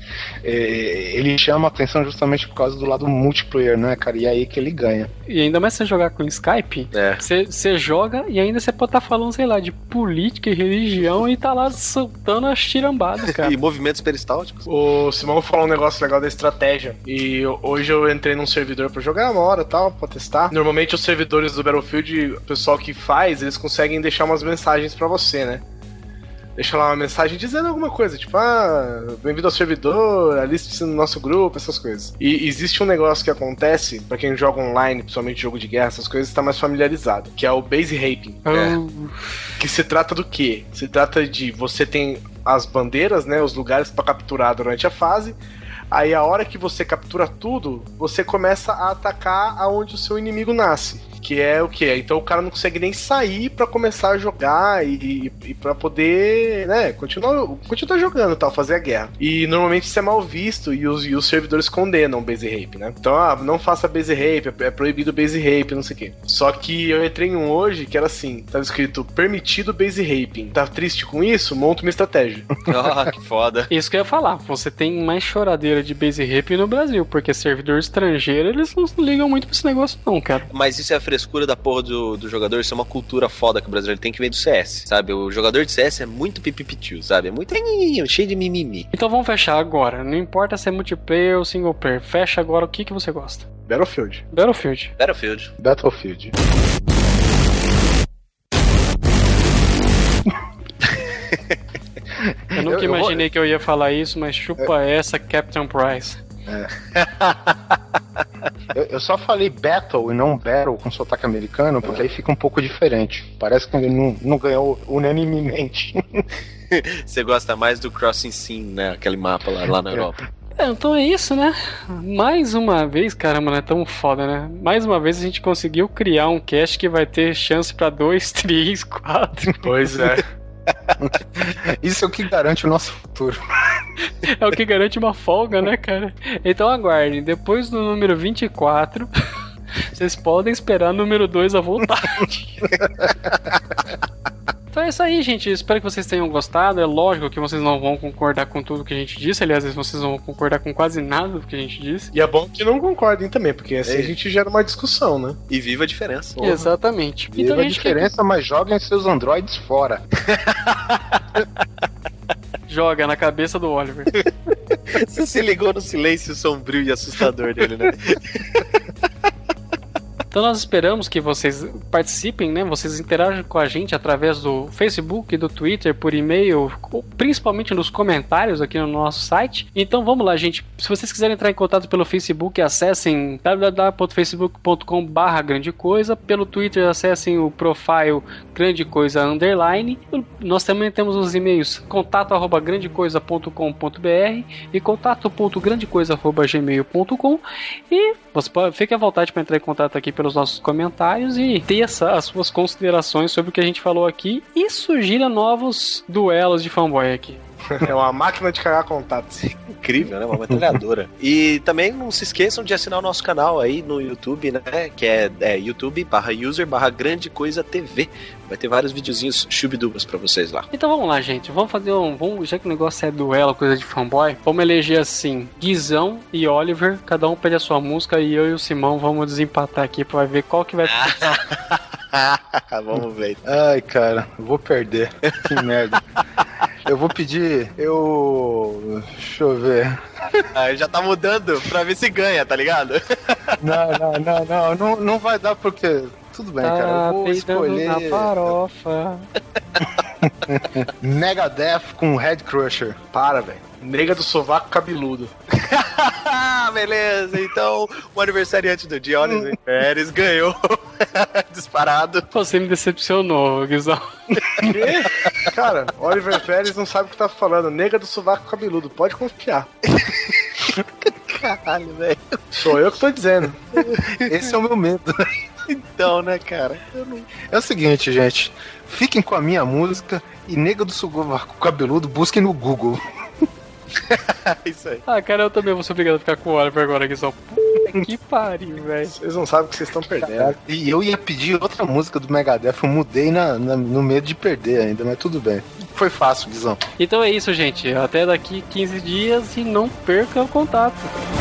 é, ele chama a atenção justamente por causa do lado multiplayer, né, cara? E é aí que ele ganha. E ainda mais se você jogar com Skype, É. você, você joga e ainda você pode estar falando, sei lá, de política e religião e tá lá soltando as tirambadas, cara. E movimentos peristálticos. O Simão falou um negócio legal da estratégia. E hoje eu entrei num servidor pra jogar uma hora e tal, pra testar. Normalmente os servidores do Battlefield, o pessoal que faz, eles conseguem deixar umas mensagens pra você, né? Deixa lá uma mensagem dizendo alguma coisa, tipo, ah, bem-vindo ao servidor, aliste-se no nosso grupo, essas coisas. E existe um negócio que acontece, pra quem joga online, principalmente jogo de guerra, essas coisas, tá mais familiarizado, que é o base raping. Oh, Que se trata do quê? Se trata de você tem as bandeiras, né, os lugares pra capturar durante a fase. Aí a hora que você captura tudo, você começa a atacar aonde o seu inimigo nasce. Que é o quê? Então o cara não consegue nem sair pra começar a jogar e, e pra poder, né, continuar, continuar jogando e tal, fazer a guerra. E normalmente isso é mal visto e os, e os servidores condenam base rape, né? Então, ah, não faça base rape, é proibido base rape, não sei o quê. Só que eu entrei em um hoje que era assim, tava escrito permitido base raping. Tá triste com isso? Monta uma estratégia. Ah, que foda. isso que eu ia falar, você tem mais choradeira de base rape no Brasil, porque servidor estrangeiro, eles não ligam muito pra esse negócio não, cara. Mas isso é a frescura da porra do, do jogador, isso é uma cultura foda que o brasileiro tem que ver do C S, sabe? O jogador de C S é muito pipipitiu, sabe? É muito cheio de mimimi. Então vamos fechar agora, não importa se é multiplayer ou single player, fecha agora o que, que você gosta. Battlefield. Battlefield. Battlefield. Battlefield. Eu nunca Eu- eu imaginei vou- que eu ia falar isso, mas chupa essa, Captain Price. Eu, eu só falei battle e não battle com sotaque americano, porque aí fica um pouco diferente. Parece que ele não, não ganhou unanimemente. Você gosta mais do Crossing Scene, né? Aquele mapa lá, lá na Europa. É, então é isso, né? Mais uma vez, caramba, não é tão foda, né? Mais uma vez a gente conseguiu criar um cast que vai ter chance pra dois, três, quatro. Pois é. Isso é o que garante o nosso futuro. É o que garante uma folga, né, cara? Então aguardem, depois do número vinte e quatro, vocês podem esperar o número dois à vontade. Então é isso aí, gente. Espero que vocês tenham gostado. É lógico que vocês não vão concordar com tudo que a gente disse. Aliás, vocês não vão concordar com quase nada do que a gente disse. E é bom que não concordem também, porque assim É. a gente gera uma discussão, né? E viva a diferença. Exatamente. Viva Então, a gente, diferença, mas joguem seus androides fora. joga na cabeça do Oliver. Você se ligou no silêncio sombrio e assustador dele, né? Então nós esperamos que vocês participem, né? Vocês interajam com a gente através do Facebook, do Twitter, por e-mail, principalmente nos comentários aqui no nosso site. Então vamos lá, gente. Se vocês quiserem entrar em contato pelo Facebook, acessem w w w ponto facebook ponto com barra grande coisa. Pelo Twitter, acessem o profile grande coisa underline. Nós também temos os e-mails contato arroba grandecoisa ponto com ponto b r e contato ponto grandecoisa arroba gmail ponto com. E você pode, fique à vontade para entrar em contato aqui pelos nossos comentários e ter essa, as suas considerações sobre o que a gente falou aqui e sugira novos duelos de fanboy aqui. É uma máquina de cagar contatos. Incrível, né? Uma metralhadora. E também não se esqueçam de assinar o nosso canal aí no YouTube, né? Que é, é YouTube barra user barra grande coisa T V. Vai ter vários videozinhos chubidubas pra vocês lá. Então vamos lá, gente. Vamos fazer um. Vamos, já que o negócio é duelo, coisa de fanboy, vamos eleger assim: Guizão e Oliver. Cada um pede a sua música e eu e o Simão vamos desempatar aqui pra ver qual que vai. Vamos ver. Ai, cara, eu vou perder. Que merda. Eu vou pedir. Eu. Deixa eu ver. Ah, já tá mudando pra ver se ganha, tá ligado? Não, não, não, não. Não, não vai dar porque. Tudo bem, cara. Tá Eu vou peidando escolher. na farofa. Megadeth com Head Crusher. Para, velho. Nega do sovaco cabeludo. Beleza, então o aniversariante do dia, Oliver Pérez, ganhou. Disparado. Você me decepcionou, Guizão. Que? Cara, Oliver Pérez não sabe o que tá falando. Nega do sovaco cabeludo, pode confiar. Caralho, velho. Sou eu que tô dizendo. Esse é o meu medo. Então, né, cara? Não... É o seguinte, gente. Fiquem com a minha música e Nega do sovaco cabeludo, busquem no Google. Isso aí. Ah, cara, eu também vou ser obrigado a ficar com o Oliver agora, Guizão. Puta que pariu, velho. Vocês não sabem o que vocês estão perdendo. E eu ia pedir outra música do Megadeth, eu mudei na, na, no medo de perder ainda, mas tudo bem. Foi fácil, Guizão. Então é isso, gente. Até daqui quinze dias e não perca o contato.